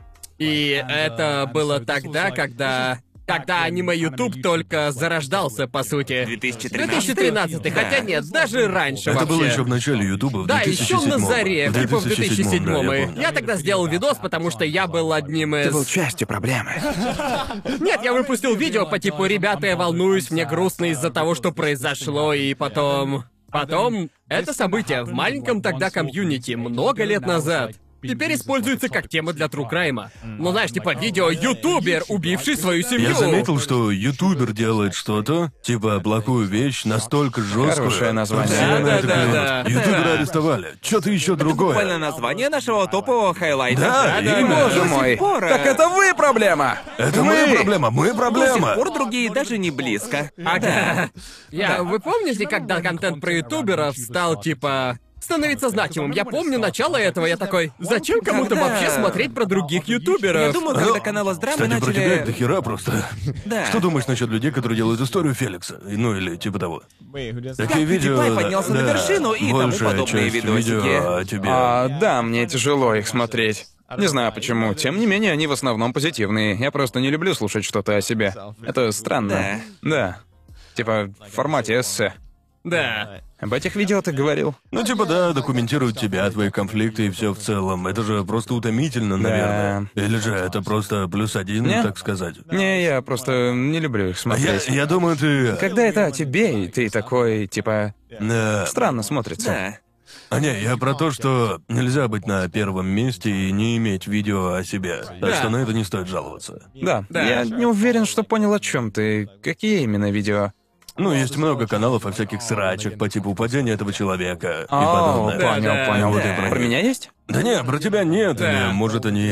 Speaker 4: И это было тогда, когда аниме Ютуб только зарождался, по сути.
Speaker 3: 2013?
Speaker 4: 2013, хотя нет, даже раньше
Speaker 2: Это
Speaker 4: вообще.
Speaker 2: было еще в начале Ютуба, в
Speaker 4: Да,
Speaker 2: 2007.
Speaker 4: еще на заре,
Speaker 2: В
Speaker 4: типа в 2007.
Speaker 2: да, я
Speaker 4: И
Speaker 2: помню.
Speaker 4: я тогда сделал видос, потому что я был одним
Speaker 1: Ты был
Speaker 4: из...
Speaker 1: частью проблемы.
Speaker 4: Нет, я выпустил видео по типу «Ребята, я волнуюсь, мне грустно из-за того, что произошло», и потом... это событие в маленьком тогда комьюнити много лет назад теперь используется как тема для true crime. Ну, знаешь, типа видео ютубер, убивший свою семью.
Speaker 2: Я заметил, что ютубер делает что-то, типа плохую вещь, настолько жесткую.
Speaker 1: Хорошее название.
Speaker 2: Все на это клюнут.
Speaker 4: Да.
Speaker 2: Ютубера арестовали. Что-то еще другое.
Speaker 3: Буквально название нашего топового хайлайта.
Speaker 2: Да, именно.
Speaker 1: Боже
Speaker 3: До сих
Speaker 1: мой.
Speaker 3: пор,
Speaker 1: Так это вы проблема!
Speaker 2: Это
Speaker 1: Вы!
Speaker 2: моя проблема, мы
Speaker 3: До сих
Speaker 2: проблема.
Speaker 3: пор другие даже не близко.
Speaker 4: Ага. Вы помните, когда контент про ютуберов стал, типа, становиться значимым? Я помню начало этого, я такой, зачем кому-то
Speaker 3: Когда-
Speaker 4: вообще смотреть про других ютуберов?
Speaker 3: Я думаю, когда каналы с драмой
Speaker 2: Кстати, про тебя
Speaker 3: начали...
Speaker 2: это хера просто.
Speaker 3: Да.
Speaker 2: Что думаешь насчет людей, которые делают историю Феликса? Ну или типа того. Такие видео...
Speaker 3: PewDiePie поднялся на
Speaker 2: да,
Speaker 3: вершину и тому
Speaker 2: большая
Speaker 3: подобные
Speaker 2: часть
Speaker 3: видосики.
Speaker 2: видео о тебе.
Speaker 1: Да, мне тяжело их смотреть. Не знаю почему. Тем не менее, они в основном позитивные. Я просто не люблю слушать что-то о себе. Это странно. Да. Типа в формате эссе.
Speaker 4: Да.
Speaker 1: Об этих видео ты говорил?
Speaker 2: Ну, типа, да, документируют тебя, твои конфликты и все в целом. Это же просто утомительно, наверное. Или же это просто +1,
Speaker 1: Не.
Speaker 2: так сказать.
Speaker 1: Не, я просто не люблю их
Speaker 2: Я,
Speaker 1: смотреть.
Speaker 2: я думаю, ты...
Speaker 1: Когда это о тебе, и ты такой, типа,
Speaker 2: Да.
Speaker 1: странно смотрится.
Speaker 3: Да.
Speaker 2: А не, я про то, что нельзя быть на первом месте и не иметь видео о себе. Так
Speaker 4: Да.
Speaker 2: что на это не стоит жаловаться.
Speaker 1: Да.
Speaker 4: Да.
Speaker 1: Я не уверен, что понял, о чем ты. Какие именно видео?
Speaker 2: Ну, есть много каналов о всяких срачах по типу падения этого человека и
Speaker 1: О,
Speaker 2: подобное.
Speaker 1: понял,
Speaker 4: Да,
Speaker 1: понял.
Speaker 2: вот и про
Speaker 1: Про
Speaker 2: них.
Speaker 1: меня есть?
Speaker 2: Да не, про тебя нет,
Speaker 4: Да.
Speaker 2: или, может, они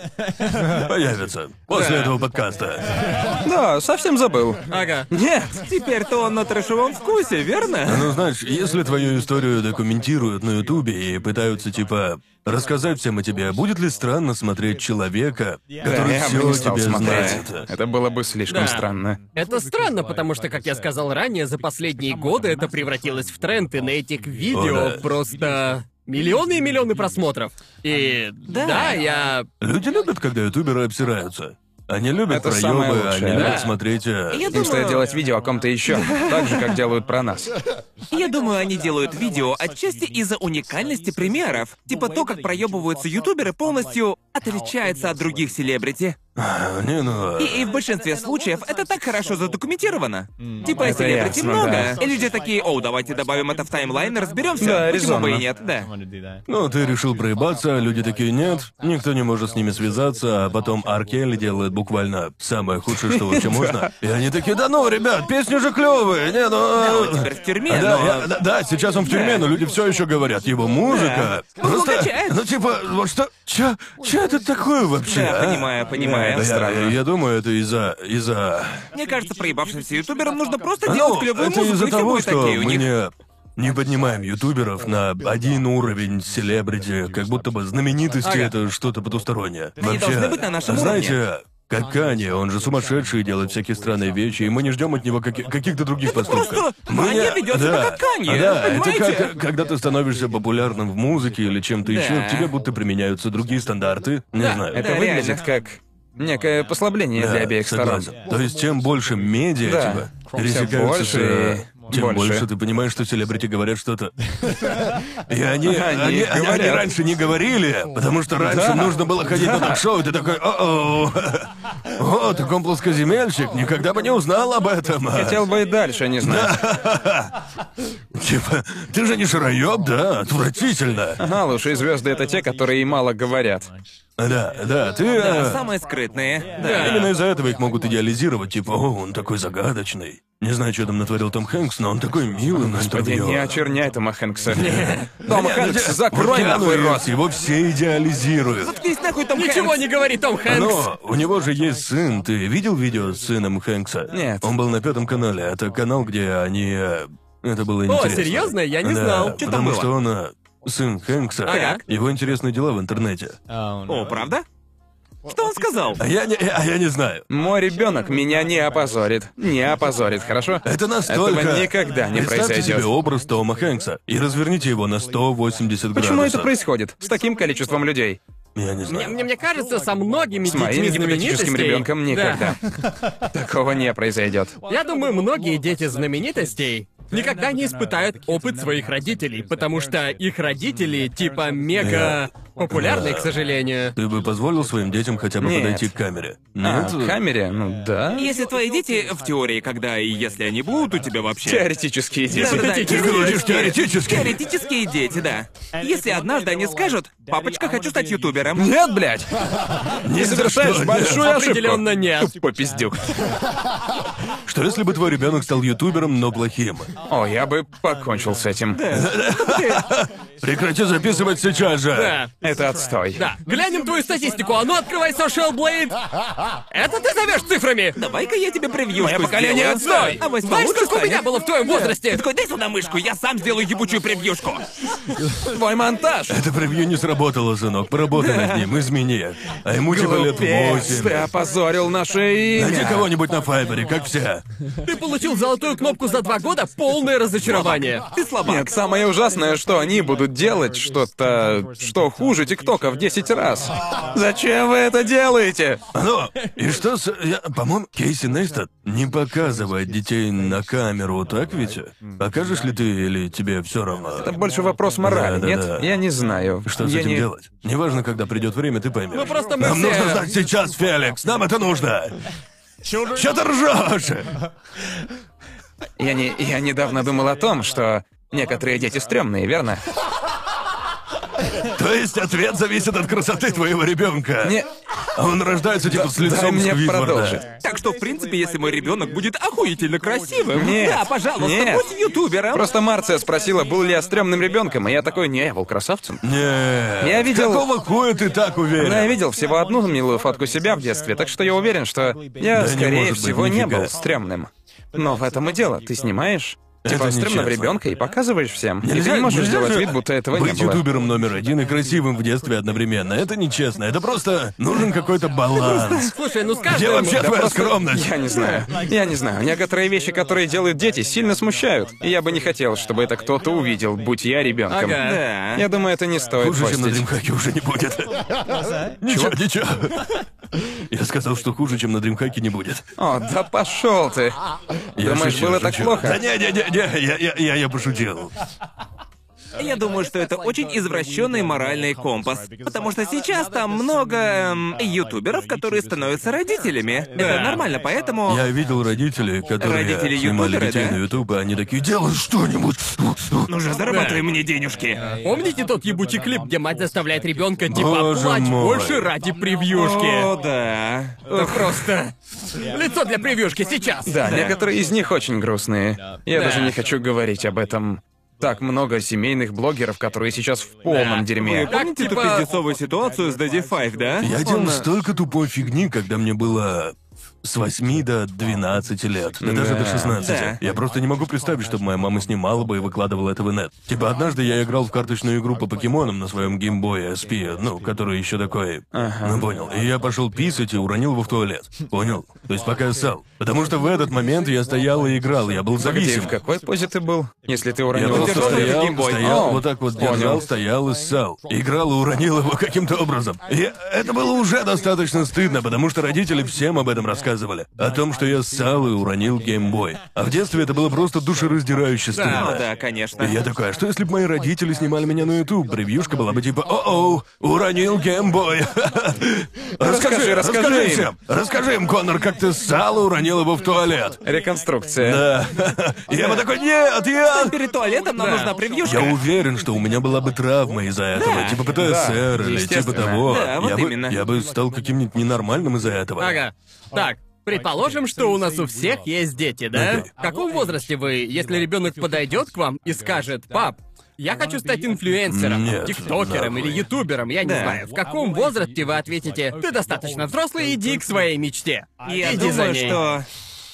Speaker 2: появятся после
Speaker 4: Да.
Speaker 2: этого подкаста.
Speaker 1: Да, совсем забыл.
Speaker 4: Ага.
Speaker 1: Нет.
Speaker 3: Теперь-то он на трэшевом вкусе, верно?
Speaker 2: Ну, знаешь, если твою историю документируют на Ютубе и пытаются, типа, рассказать всем о тебе, будет ли странно смотреть человека,
Speaker 1: Да,
Speaker 2: который
Speaker 1: я бы
Speaker 2: все
Speaker 1: не стал
Speaker 2: тебе
Speaker 1: смотреть.
Speaker 2: знает?
Speaker 1: Это было бы слишком
Speaker 4: Да.
Speaker 1: странно.
Speaker 4: Это странно, потому что, как я сказал ранее, за последние годы это превратилось в тренд, и на этих видео
Speaker 2: О, да.
Speaker 4: просто миллионы и миллионы просмотров. И да, я...
Speaker 2: Люди любят, когда ютуберы обсираются. Они любят
Speaker 1: Это самое
Speaker 2: проебы,
Speaker 1: лучшее,
Speaker 2: они
Speaker 1: да.
Speaker 2: любят смотреть...
Speaker 3: Я
Speaker 1: Им
Speaker 3: думаю,
Speaker 1: стоит делать видео о ком-то еще, так же, как делают про нас.
Speaker 3: Я думаю, они делают видео отчасти из-за уникальности примеров. Типа то, как проебываются ютуберы, полностью отличается от других селебрити.
Speaker 2: Не, ну...
Speaker 3: И в большинстве случаев это так хорошо задокументировано. Типа
Speaker 1: Это
Speaker 3: селебрити
Speaker 1: ясно,
Speaker 3: много.
Speaker 1: да.
Speaker 3: И люди такие, о, давайте добавим это в таймлайн и разберемся.
Speaker 1: Да,
Speaker 3: Почему бы
Speaker 1: резонно.
Speaker 3: и нет, да.
Speaker 2: Ну, ты решил проебаться, а люди такие, нет, никто не может с ними связаться, а потом Ар Келли делает буквально самое худшее, что вообще можно. И они такие, да ну, ребят, песни же клевые, не, ну...
Speaker 3: Он теперь в тюрьме,
Speaker 2: Да,
Speaker 3: но...
Speaker 2: да, сейчас он в тюрьме, но люди все еще говорят, его музыка. Просто,
Speaker 3: качает.
Speaker 2: ну типа, вот что, чё это такое вообще?
Speaker 3: Да,
Speaker 2: а?
Speaker 3: понимаю, понимаю.
Speaker 2: Да, я думаю, это из-за...
Speaker 3: Мне кажется, проебавшимся ютуберам нужно просто
Speaker 2: Ну,
Speaker 3: делать клевую
Speaker 2: это
Speaker 3: музыку,
Speaker 2: из-за
Speaker 3: и все
Speaker 2: того,
Speaker 3: будет
Speaker 2: что
Speaker 3: окей у
Speaker 2: мы
Speaker 3: них.
Speaker 2: не поднимаем ютуберов на один уровень селебрити, как будто бы знаменитости это что-то потустороннее.
Speaker 3: Они должны быть на нашем
Speaker 2: знаете, как Канье, он же сумасшедший и делает всякие странные вещи, и мы не ждем от него каких-то других поступков.
Speaker 3: просто
Speaker 2: Мы
Speaker 3: Канье
Speaker 2: не-
Speaker 3: ведёт себя как Канье,
Speaker 2: Да, это
Speaker 3: понимаете?
Speaker 2: как, когда ты становишься популярным в музыке или чем-то
Speaker 3: Да.
Speaker 2: еще, к тебе будто применяются другие стандарты. Не знаю.
Speaker 1: Это
Speaker 3: Да,
Speaker 1: выглядит
Speaker 3: реально.
Speaker 1: как некое послабление
Speaker 2: Да,
Speaker 1: для обеих сторон.
Speaker 2: согласен. То есть, чем больше медиа,
Speaker 1: Да.
Speaker 2: типа,
Speaker 1: Всё
Speaker 2: пересекаются,
Speaker 1: больше и
Speaker 2: тем
Speaker 1: больше.
Speaker 2: больше ты понимаешь, что селебрити говорят что-то. И они
Speaker 1: говорят.
Speaker 2: раньше не говорили, потому что раньше
Speaker 1: Да.
Speaker 2: нужно было ходить на ток-шоу, и ты такой, о-о, о, так он плоскоземельщик, никогда бы не узнал об этом.
Speaker 1: Хотел бы и дальше не знать.
Speaker 2: Типа, ты же не шароёб, да? Отвратительно.
Speaker 1: Ага, лучшие звезды это те, которые и мало говорят.
Speaker 2: Да, ты...
Speaker 3: Да, самые скрытные. Да.
Speaker 2: Именно из-за этого их могут идеализировать, типа, о, он такой загадочный. Не знаю, что там натворил Том Хэнкс, но он такой милый на
Speaker 1: Господи,
Speaker 2: интервью.
Speaker 1: не очерняй Тома Хэнкса. Том Хэнкс, закрой
Speaker 2: Вот Киану
Speaker 1: нахуй
Speaker 2: Ривз,
Speaker 1: рот.
Speaker 2: его все идеализируют.
Speaker 3: Заткнись нахуй, Том
Speaker 4: Ничего
Speaker 3: Хэнкс.
Speaker 4: не говори, Том Хэнкс!
Speaker 2: Но у него же есть сын. Ты видел видео с сыном Хэнкса?
Speaker 1: Нет.
Speaker 2: Он был на 5 канале. Это канал, где они... Это было интересно.
Speaker 4: серьезно? Я не
Speaker 2: Да,
Speaker 4: знал.
Speaker 3: Что там
Speaker 2: потому
Speaker 3: было?
Speaker 2: что он... Сын Хэнкса.
Speaker 4: Ага.
Speaker 2: Его интересные дела в интернете.
Speaker 3: О, правда? Что он сказал?
Speaker 2: А я не знаю.
Speaker 1: Мой ребенок меня не опозорит. Не опозорит, хорошо?
Speaker 2: Это настолько...
Speaker 1: Этого никогда не
Speaker 2: Представьте
Speaker 1: произойдет.
Speaker 2: себе образ Тома Хэнкса и разверните его на 180 градусов.
Speaker 1: Почему это происходит? С таким количеством людей.
Speaker 2: Я не знаю.
Speaker 4: Мне кажется, со многими
Speaker 1: С моим
Speaker 4: детьми
Speaker 1: гипотетическим
Speaker 4: знаменитостей...
Speaker 1: ребенком никогда. Такого не произойдет.
Speaker 4: Я думаю, многие дети знаменитостей никогда не испытают опыт своих родителей, потому что их родители типа мега популярный, к сожалению.
Speaker 2: Ты бы позволил своим детям хотя бы
Speaker 1: Нет.
Speaker 2: подойти к камере?
Speaker 1: А,
Speaker 2: Нет?
Speaker 1: к камере? Ну да.
Speaker 3: Если твои дети, в теории, когда и если они будут у тебя вообще...
Speaker 1: Теоретические дети.
Speaker 3: Да-да-да,
Speaker 2: Ты говоришь теоретически.
Speaker 3: Теоретические дети, да. Если однажды они скажут: «Папочка, хочу стать ютубером».
Speaker 1: Нет, блядь! Не совершаешь
Speaker 2: что,
Speaker 1: большую ошибку.
Speaker 4: Определенно нет.
Speaker 1: Тупо пиздюк.
Speaker 2: Что если бы твой ребенок стал ютубером, но плохим?
Speaker 1: О, я бы покончил с этим.
Speaker 2: Прекрати записывать сейчас же!
Speaker 4: Да.
Speaker 1: Это отстой.
Speaker 4: Да. Глянем твою статистику. А ну открывай Social Blade. Это ты зовешь цифрами?
Speaker 3: Давай-ка я тебе превьюшку
Speaker 1: Мое поколение
Speaker 3: сделаю.
Speaker 1: отстой.
Speaker 3: А восьмой
Speaker 4: Знаешь,
Speaker 3: лучше
Speaker 4: сколько у меня
Speaker 3: станет?
Speaker 4: было в твоем возрасте?
Speaker 3: Ты такой: дай сюда мышку, я сам сделаю ебучую превьюшку.
Speaker 1: Твой монтаж.
Speaker 2: Это превью не сработало, сынок. Поработай над ним, измени. А ему типа лет
Speaker 1: Глупец,
Speaker 2: 8.
Speaker 1: ты опозорил наше
Speaker 2: Найди
Speaker 1: имя.
Speaker 2: кого-нибудь на Файбере, как все.
Speaker 4: Ты получил золотую кнопку за 2 года? Полное разочарование.
Speaker 3: Ты слабак.
Speaker 1: Нет, самое ужасное, что они будут делать что-то, что хуже ТикТока в 10 раз. Зачем вы это делаете?
Speaker 2: Ну, и что с... По-моему, Кейси Нейстат не показывает детей на камеру, так ведь? Покажешь ли ты или тебе все равно?
Speaker 1: Это больше вопрос морали,
Speaker 2: Да-да-да.
Speaker 1: нет? Я не знаю.
Speaker 2: Что с
Speaker 1: Я
Speaker 2: этим
Speaker 1: не...
Speaker 2: делать? Неважно, когда придет время, ты поймешь.
Speaker 4: Ну, просто мы
Speaker 2: Нам
Speaker 4: все-
Speaker 2: нужно знать сейчас, Феликс! Нам это нужно! Чё ты ржешь?
Speaker 1: Я недавно думал о том, что некоторые дети стрёмные, верно?
Speaker 2: То есть ответ зависит от красоты твоего ребенка.
Speaker 1: Не...
Speaker 2: Он рождается типа с
Speaker 1: Дай
Speaker 2: лицом
Speaker 1: мне
Speaker 2: Сквидварда.
Speaker 1: продолжить.
Speaker 3: Так что, в принципе, если мой ребенок будет охуительно красивым,
Speaker 1: Нет,
Speaker 3: да, пожалуйста,
Speaker 1: нет.
Speaker 3: будь ютубером.
Speaker 1: Просто Марция спросила, был ли я стрёмным ребенком, и я такой: не, я был красавцем.
Speaker 2: Нет.
Speaker 1: Я видел-
Speaker 2: Какого хуя ты так уверен?
Speaker 1: Но я видел всего одну милую фотку себя в детстве, так что я уверен, что я,
Speaker 2: Да не
Speaker 1: скорее
Speaker 2: может быть,
Speaker 1: всего, не
Speaker 2: нифига.
Speaker 1: был стрёмным. Но в этом и дело. Ты снимаешь типа
Speaker 2: Это
Speaker 1: стрёмного
Speaker 2: нечестно.
Speaker 1: ребенка и показываешь всем. И ты
Speaker 2: Нельзя-
Speaker 1: не можешь
Speaker 2: нельзя
Speaker 1: сделать
Speaker 2: же
Speaker 1: вид, будто этого не
Speaker 2: быть
Speaker 1: было.
Speaker 2: ютубером номер один и красивым в детстве одновременно. Это нечестно. Это просто нужен какой-то баланс.
Speaker 4: Слушай, ну
Speaker 2: Где
Speaker 4: скажем...
Speaker 2: вообще твоя
Speaker 1: просто-
Speaker 2: скромность?
Speaker 1: Я не знаю. Я не знаю. Некоторые вещи, которые делают дети, сильно смущают. И я бы не хотел, чтобы это кто-то увидел, будь я ребенком.
Speaker 4: Ага.
Speaker 3: Да.
Speaker 1: Я думаю, это не стоит
Speaker 2: Хуже, чем на
Speaker 1: постить.
Speaker 2: дримхаке уже не будет. Ничего. Я сказал, что хуже, чем на дримхаке не будет.
Speaker 1: О, да пошел ты.
Speaker 2: Я
Speaker 1: Думаешь,
Speaker 2: шучу,
Speaker 1: было так
Speaker 2: шучу.
Speaker 1: плохо?
Speaker 2: Да я пошутил.
Speaker 3: Я думаю, что это очень извращенный моральный компас. Потому что сейчас там много ютуберов, которые становятся родителями. Это нормально, поэтому...
Speaker 2: Я видел родителей, которые
Speaker 3: Родители
Speaker 2: снимали
Speaker 3: ютуберы,
Speaker 2: детей
Speaker 3: да?
Speaker 2: на ютуб, и они такие: делай что-нибудь.
Speaker 3: Ну же, зарабатывай мне денежки.
Speaker 4: Помните тот ебучий клип, где мать заставляет ребенка типа
Speaker 2: Боже
Speaker 4: плачь
Speaker 2: мой.
Speaker 4: больше ради превьюшки?
Speaker 3: О, да.
Speaker 4: Это просто... Лицо для превьюшки сейчас!
Speaker 1: Да, некоторые из них очень грустные. Я даже не хочу говорить об этом. Так много семейных блогеров, которые сейчас в полном дерьме.
Speaker 3: Вы помните эту
Speaker 4: типа-
Speaker 3: пиздецовую ситуацию с Daddy Five, да?
Speaker 2: Я делал столько тупой фигни, когда мне было с 8 до 12 лет, да даже до 16.
Speaker 3: Да.
Speaker 2: Я просто не могу представить, чтобы моя мама снимала бы и выкладывала это в инет. Типа однажды я играл в карточную игру по покемонам на своем геймбое SP, ну, который еще такой... Ну, понял. И я пошел писать и уронил его в туалет. Понял? То есть пока я ссал. Потому что в этот момент я стоял и играл, я был
Speaker 1: Погоди,
Speaker 2: зависим.
Speaker 1: в какой позе ты был? Если ты
Speaker 2: Я
Speaker 1: уронил
Speaker 2: просто
Speaker 3: держал его
Speaker 2: стоял,
Speaker 3: геймбой.
Speaker 2: стоял,
Speaker 1: О,
Speaker 2: вот так вот
Speaker 1: понял.
Speaker 2: держал, стоял и ссал. Играл и уронил его каким-то образом. И это было уже достаточно стыдно, потому что родители всем об этом рассказывали. О том, что я ссал и уронил геймбой. А в детстве это было просто душераздирающе стыдно.
Speaker 3: О, да, конечно.
Speaker 2: И я такой: а что если бы мои родители снимали меня на YouTube? Превьюшка была бы типа: о-оу, уронил геймбой.
Speaker 1: Расскажи им.
Speaker 2: всем. Расскажи им, Коннор, как ты ссал и уронил его в туалет.
Speaker 1: Реконструкция.
Speaker 2: Да. И я бы такой: нет, я...
Speaker 3: Перед туалетом нам нужна превьюшка.
Speaker 2: Я уверен, что у меня была бы травма из-за этого,
Speaker 3: Да.
Speaker 2: типа ПТСР или типа
Speaker 1: естественно.
Speaker 2: того.
Speaker 3: Да, вот именно.
Speaker 2: Я бы стал каким-нибудь ненормальным из-за этого.
Speaker 4: Ага. Так, предположим, что у нас у всех есть дети, да?
Speaker 2: Окей.
Speaker 4: В каком возрасте вы, если ребенок подойдет к вам и скажет: пап, я хочу стать инфлюенсером,
Speaker 2: Нет,
Speaker 4: тиктокером или
Speaker 2: нахуй.
Speaker 4: ютубером, я не
Speaker 3: Да.
Speaker 4: знаю. В каком возрасте вы ответите: ты достаточно взрослый, иди к своей мечте.
Speaker 3: Я
Speaker 4: Иди за
Speaker 3: думаю,
Speaker 4: ней.
Speaker 3: что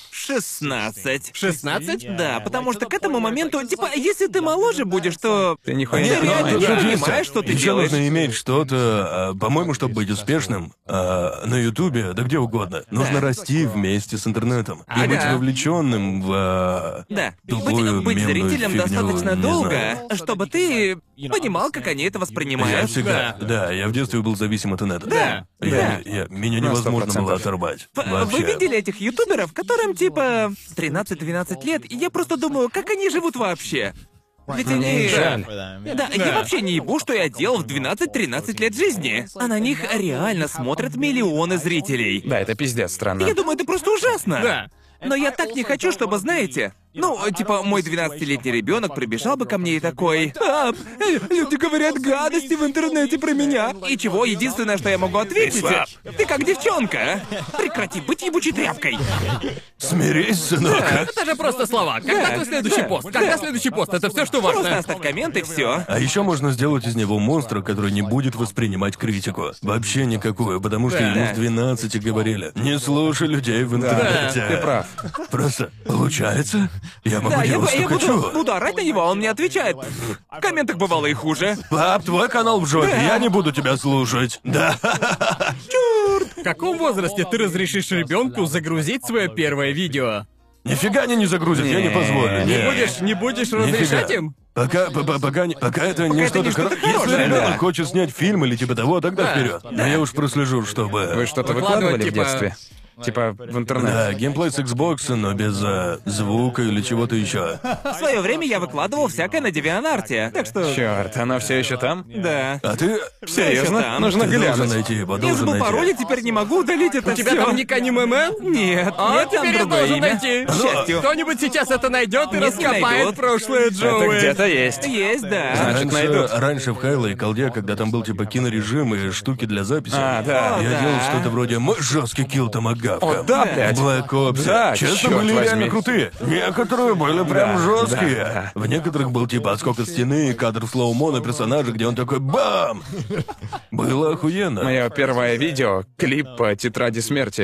Speaker 3: 16.
Speaker 4: 16?
Speaker 3: Да, потому что к этому моменту, типа, если ты моложе будешь, то...
Speaker 1: Ты нихуя
Speaker 3: Ты
Speaker 1: не
Speaker 3: реально
Speaker 1: понимаешь.
Speaker 3: не
Speaker 2: Тут есть-
Speaker 3: понимаешь, что ты
Speaker 2: Ещё
Speaker 3: делаешь.
Speaker 2: нужно иметь что-то, по-моему, чтобы быть успешным, на Ютубе, да где угодно. Нужно расти вместе с интернетом. И
Speaker 4: Ага.
Speaker 2: быть вовлеченным в...
Speaker 3: Да,
Speaker 2: тупую
Speaker 3: быть
Speaker 2: мемную
Speaker 3: зрителем
Speaker 2: фигню,
Speaker 3: достаточно
Speaker 2: не
Speaker 3: долго,
Speaker 2: знаю.
Speaker 3: чтобы ты понимал, как они это
Speaker 2: Я
Speaker 3: воспринимают.
Speaker 2: всегда, да, я в детстве был зависим от инета.
Speaker 3: Да,
Speaker 2: Меня
Speaker 1: На
Speaker 2: невозможно
Speaker 1: 100%.
Speaker 2: было оторвать.
Speaker 3: Вы
Speaker 2: Вообще.
Speaker 3: видели этих ютуберов, которым типа 13-12 лет, и я просто думаю, как они живут вообще? Ведь они...
Speaker 1: Жаль.
Speaker 3: Да, я вообще не ебу, что я делал в 12-13 лет жизни. А на них реально смотрят миллионы зрителей.
Speaker 1: Да, это пиздец странно.
Speaker 3: Я думаю, это просто ужасно.
Speaker 4: Да.
Speaker 3: Но я так не хочу, чтобы, знаете... Ну, типа, мой 12-летний ребенок прибежал бы ко мне и такой: «Пап, люди говорят гадости в интернете про меня». И чего? Единственное, что я могу ответить: ты как девчонка. Прекрати быть ебучей тряпкой.
Speaker 2: Смирись, сынок.
Speaker 4: Это же просто слова. Когда твой следующий пост? Когда следующий пост? Это все, что
Speaker 3: Просто
Speaker 4: важно.
Speaker 3: оставь коммент и все.
Speaker 2: А еще можно сделать из него монстра, который не будет воспринимать критику. Вообще никакую, потому что ему с 12 говорили: не слушай людей в интернете.
Speaker 1: Ты прав.
Speaker 2: Просто получается? Я могу
Speaker 3: Да, я,
Speaker 2: делать, что
Speaker 3: я
Speaker 2: хочу.
Speaker 3: буду орать на него, а он мне отвечает: в комментах бывало и хуже.
Speaker 2: Пап, твой канал в жопе, я не буду тебя слушать. Да.
Speaker 4: В каком возрасте ты разрешишь ребенку загрузить свое первое видео?
Speaker 2: Нифига они не загрузят, я не позволю.
Speaker 4: Не будешь разрешать им?
Speaker 2: Пока это не что-то
Speaker 3: что-то
Speaker 2: хорошее. Если
Speaker 3: хорошее,
Speaker 2: ребенок
Speaker 3: да.
Speaker 2: хочет снять фильм или типа того, тогда
Speaker 4: Да.
Speaker 2: вперед. Но я уж прослежу, чтобы.
Speaker 1: Вы что-то
Speaker 4: Выкладывать,
Speaker 1: выкладывали в
Speaker 4: типа-
Speaker 1: детстве? Типа в интернет?
Speaker 2: Да, геймплей с Xbox, но без звука или чего-то еще.
Speaker 3: В свое время я выкладывал всякое на DeviantArt, так что...
Speaker 1: Черт, оно все еще там?
Speaker 3: Да.
Speaker 2: А ты
Speaker 1: Серьезно?
Speaker 3: там.
Speaker 1: Нужно
Speaker 2: Ты должен
Speaker 1: глянуть.
Speaker 2: найти его,
Speaker 3: Я
Speaker 2: должен
Speaker 3: забыл пароль, и
Speaker 2: найти.
Speaker 3: теперь не могу удалить это
Speaker 4: У тебя
Speaker 3: всё.
Speaker 4: там ник аниме-мен?
Speaker 3: Нет,
Speaker 4: А
Speaker 3: нет, там
Speaker 4: теперь я
Speaker 3: другое
Speaker 4: должен
Speaker 3: имя.
Speaker 4: найти.
Speaker 3: К счастью.
Speaker 4: Кто-нибудь сейчас это найдет и
Speaker 3: Если
Speaker 4: раскопает
Speaker 3: найдут.
Speaker 4: прошлое
Speaker 1: Это
Speaker 4: Джоуи.
Speaker 1: где-то есть.
Speaker 3: Есть, да.
Speaker 1: Значит, найдут.
Speaker 2: Раньше в Хайло и Колде, когда там был типа кинорежим и штуки для записи,
Speaker 1: А, да.
Speaker 2: я
Speaker 3: да.
Speaker 2: делал что-то вроде «Мой жесткий килл томагавка».
Speaker 1: О, да, блядь.
Speaker 2: Black Ops.
Speaker 1: Да,
Speaker 2: Честно,
Speaker 1: чёрт
Speaker 2: были
Speaker 1: возьми.
Speaker 2: реально крутые. Некоторые были прям
Speaker 1: Да,
Speaker 2: жесткие.
Speaker 1: да,
Speaker 2: В некоторых был типа отскок от стены, кадр в слоумо на персонажа, где он такой бам! Было охуенно.
Speaker 1: Мое первое видео — клип по тетради смерти.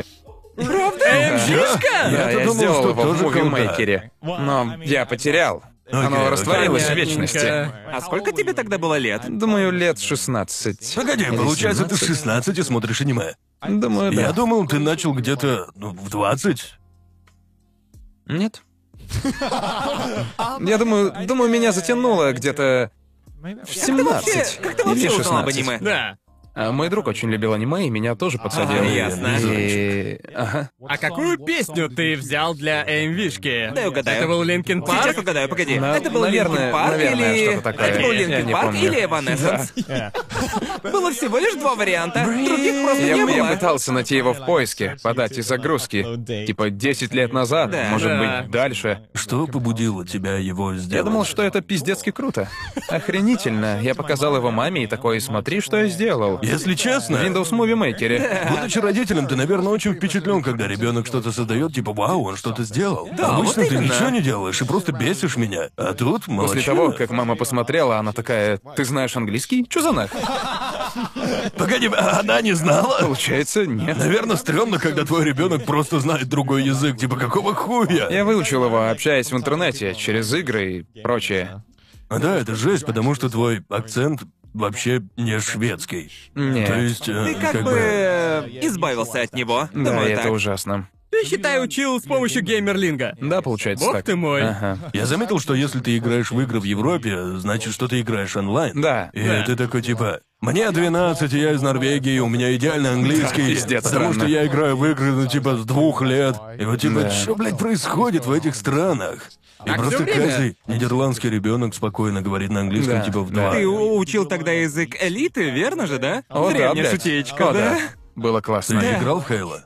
Speaker 4: МЖшка?
Speaker 1: Да,
Speaker 2: Я-то
Speaker 1: я
Speaker 2: думал,
Speaker 1: сделал
Speaker 2: что
Speaker 1: его в
Speaker 2: тоже
Speaker 1: мувимейкере. Но я потерял. Оно
Speaker 2: окей.
Speaker 1: растворилось в
Speaker 4: Понятненько.
Speaker 1: вечности.
Speaker 3: А сколько тебе тогда было лет?
Speaker 1: Думаю, лет 16.
Speaker 2: Погоди,
Speaker 1: Или
Speaker 2: получается, ты в
Speaker 1: 17?
Speaker 2: 16 и смотришь аниме.
Speaker 1: Думаю, да.
Speaker 2: Я думал, ты начал где-то в 20.
Speaker 1: Нет. Я думаю, меня затянуло где-то в 17
Speaker 3: Как ты
Speaker 1: или
Speaker 3: вообще узнал об
Speaker 1: 16.
Speaker 3: аниме?
Speaker 4: Да.
Speaker 1: А мой друг очень любил аниме и меня тоже подсадил.
Speaker 3: ясно.
Speaker 1: И... Ага.
Speaker 4: А какую песню ты взял для МВшки?
Speaker 3: Дай угадаю.
Speaker 4: Это был Линкин
Speaker 3: Сейчас
Speaker 4: Парк?
Speaker 3: угадаю, погоди.
Speaker 1: На-
Speaker 3: Это был
Speaker 1: наверное,
Speaker 3: Linkin Park
Speaker 1: наверное,
Speaker 3: или...
Speaker 1: что-то такое.
Speaker 3: Это был
Speaker 1: Я
Speaker 3: Linkin
Speaker 1: не
Speaker 3: Park
Speaker 1: помню.
Speaker 3: или Evanescence? Было всего лишь два варианта. Других просто
Speaker 1: Я
Speaker 3: не было.
Speaker 1: пытался найти его в поиске, по дате загрузки. Типа 10 лет назад,
Speaker 3: Да.
Speaker 1: может
Speaker 4: Да.
Speaker 1: быть, дальше.
Speaker 2: Что побудило тебя его сделать?
Speaker 1: Я думал, что это пиздецки круто. Охренительно. Я показал его маме и такой: смотри, что я сделал.
Speaker 2: Если честно,
Speaker 1: В Windows Movie Maker.
Speaker 2: будучи родителем, ты, наверное, очень впечатлен, когда ребенок что-то создает, типа, вау, он что-то сделал.
Speaker 3: Да,
Speaker 2: Обычно
Speaker 3: вот
Speaker 2: ты
Speaker 3: именно.
Speaker 2: ничего не делаешь и просто бесишь меня. А тут молодчина.
Speaker 1: После того, как мама посмотрела, она такая: ты знаешь английский? Чё за нах?
Speaker 2: Погоди, а она не знала?
Speaker 1: Получается, нет.
Speaker 2: Наверное, стрёмно, когда твой ребенок просто знает другой язык. Типа, какого хуя?
Speaker 1: Я выучил его, общаясь в интернете, через игры и прочее.
Speaker 2: Да, это жесть, потому что твой акцент вообще не шведский.
Speaker 1: Нет.
Speaker 2: То есть,
Speaker 3: Ты как бы избавился от него.
Speaker 1: Да,
Speaker 3: Думаю,
Speaker 1: это
Speaker 3: так.
Speaker 1: ужасно.
Speaker 4: Ты, считай, учил с помощью геймерлинга.
Speaker 1: Да, получается
Speaker 4: Бог
Speaker 1: так.
Speaker 4: ты мой.
Speaker 1: Ага.
Speaker 2: Я заметил, что если ты играешь в игры в Европе, значит, что ты играешь онлайн.
Speaker 1: Да.
Speaker 2: И ты такой типа: мне 12, и я из Норвегии, у меня идеальный английский.
Speaker 1: Пиздец,
Speaker 2: потому
Speaker 1: странно.
Speaker 2: что я играю в игры, ну, типа, с 2 лет. И вот типа,
Speaker 1: Да.
Speaker 2: что, блядь, происходит в этих странах? И
Speaker 4: Так
Speaker 2: просто
Speaker 4: всё время.
Speaker 2: каждый нидерландский ребенок спокойно говорит на английском,
Speaker 1: Да,
Speaker 2: типа, в
Speaker 1: да.
Speaker 2: 2.
Speaker 3: Ты учил тогда язык элиты, верно же, да?
Speaker 1: О, да,
Speaker 3: Древняя
Speaker 1: блядь.
Speaker 3: шутеечка,
Speaker 1: О,
Speaker 3: да?
Speaker 1: Было
Speaker 2: Ты
Speaker 1: классно.
Speaker 2: играл в Хейла?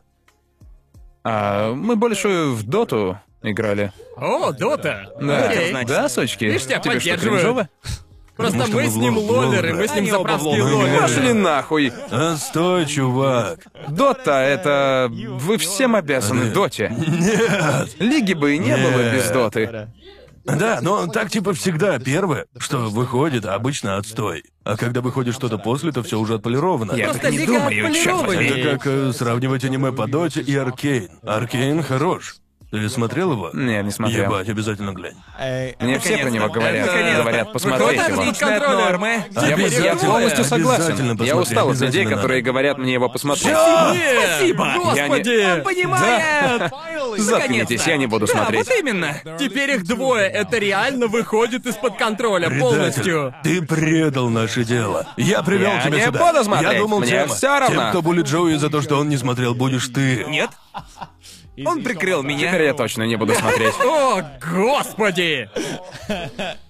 Speaker 1: А мы больше в доту играли.
Speaker 4: О, Дота.
Speaker 1: Да,
Speaker 4: Окей.
Speaker 3: значит.
Speaker 1: Да, сучки?
Speaker 4: Видишь, тебя
Speaker 1: Тебе что,
Speaker 4: поддерживаю.
Speaker 1: кринжово?
Speaker 4: Просто
Speaker 2: Потому
Speaker 4: мы
Speaker 2: что
Speaker 4: с
Speaker 2: мы
Speaker 4: ним
Speaker 2: в лол
Speaker 4: лолеры,
Speaker 2: играем.
Speaker 4: мы с ним
Speaker 3: Они оба в
Speaker 4: заправские
Speaker 3: лол играют.
Speaker 4: лолеры.
Speaker 1: Пошли нахуй.
Speaker 2: Отстой, чувак.
Speaker 1: Дота — это... Вы всем обязаны доте.
Speaker 2: Нет.
Speaker 1: Лиги бы и не было без доты.
Speaker 2: Да, но так типа всегда первое, что выходит, обычно отстой. А когда выходит что-то после, то все уже отполировано.
Speaker 1: Я
Speaker 4: Просто
Speaker 1: так не
Speaker 4: лига
Speaker 1: думаю, черт возьми.
Speaker 4: отполированнее.
Speaker 2: Это как сравнивать аниме по Доте и Аркейн. Аркейн хорош. Ты смотрел его?
Speaker 1: Не, не смотрел.
Speaker 2: Ебать, обязательно глянь.
Speaker 1: Мне все про него говорят.
Speaker 3: Наконец-то.
Speaker 1: Говорят, посмотреть
Speaker 3: Выходит
Speaker 1: его.
Speaker 3: отлично от нормы.
Speaker 1: Я
Speaker 2: Обязательно,
Speaker 1: полностью согласен.
Speaker 2: обязательно
Speaker 1: Я
Speaker 2: посмотри,
Speaker 1: устал от людей,
Speaker 2: обязательно
Speaker 1: которые
Speaker 2: надо.
Speaker 1: говорят мне его посмотреть.
Speaker 3: Спасибо.
Speaker 1: Я не-
Speaker 4: Господи!
Speaker 3: Он понимает!
Speaker 1: Заткнитесь, я не буду
Speaker 3: Да,
Speaker 1: смотреть.
Speaker 3: вот именно.
Speaker 4: Теперь их двое. Это реально выходит из-под контроля полностью.
Speaker 2: Ты предал наше дело. Я привел
Speaker 1: Я
Speaker 2: тебя
Speaker 1: не
Speaker 2: сюда.
Speaker 1: буду смотреть,
Speaker 2: Я думал,
Speaker 1: мне
Speaker 2: тем,
Speaker 1: всё равно.
Speaker 2: тем, кто булит Джоуи за то, что он не смотрел, будешь ты.
Speaker 3: Нет? Он прикрыл меня.
Speaker 1: Теперь я точно не буду смотреть.
Speaker 4: О, господи!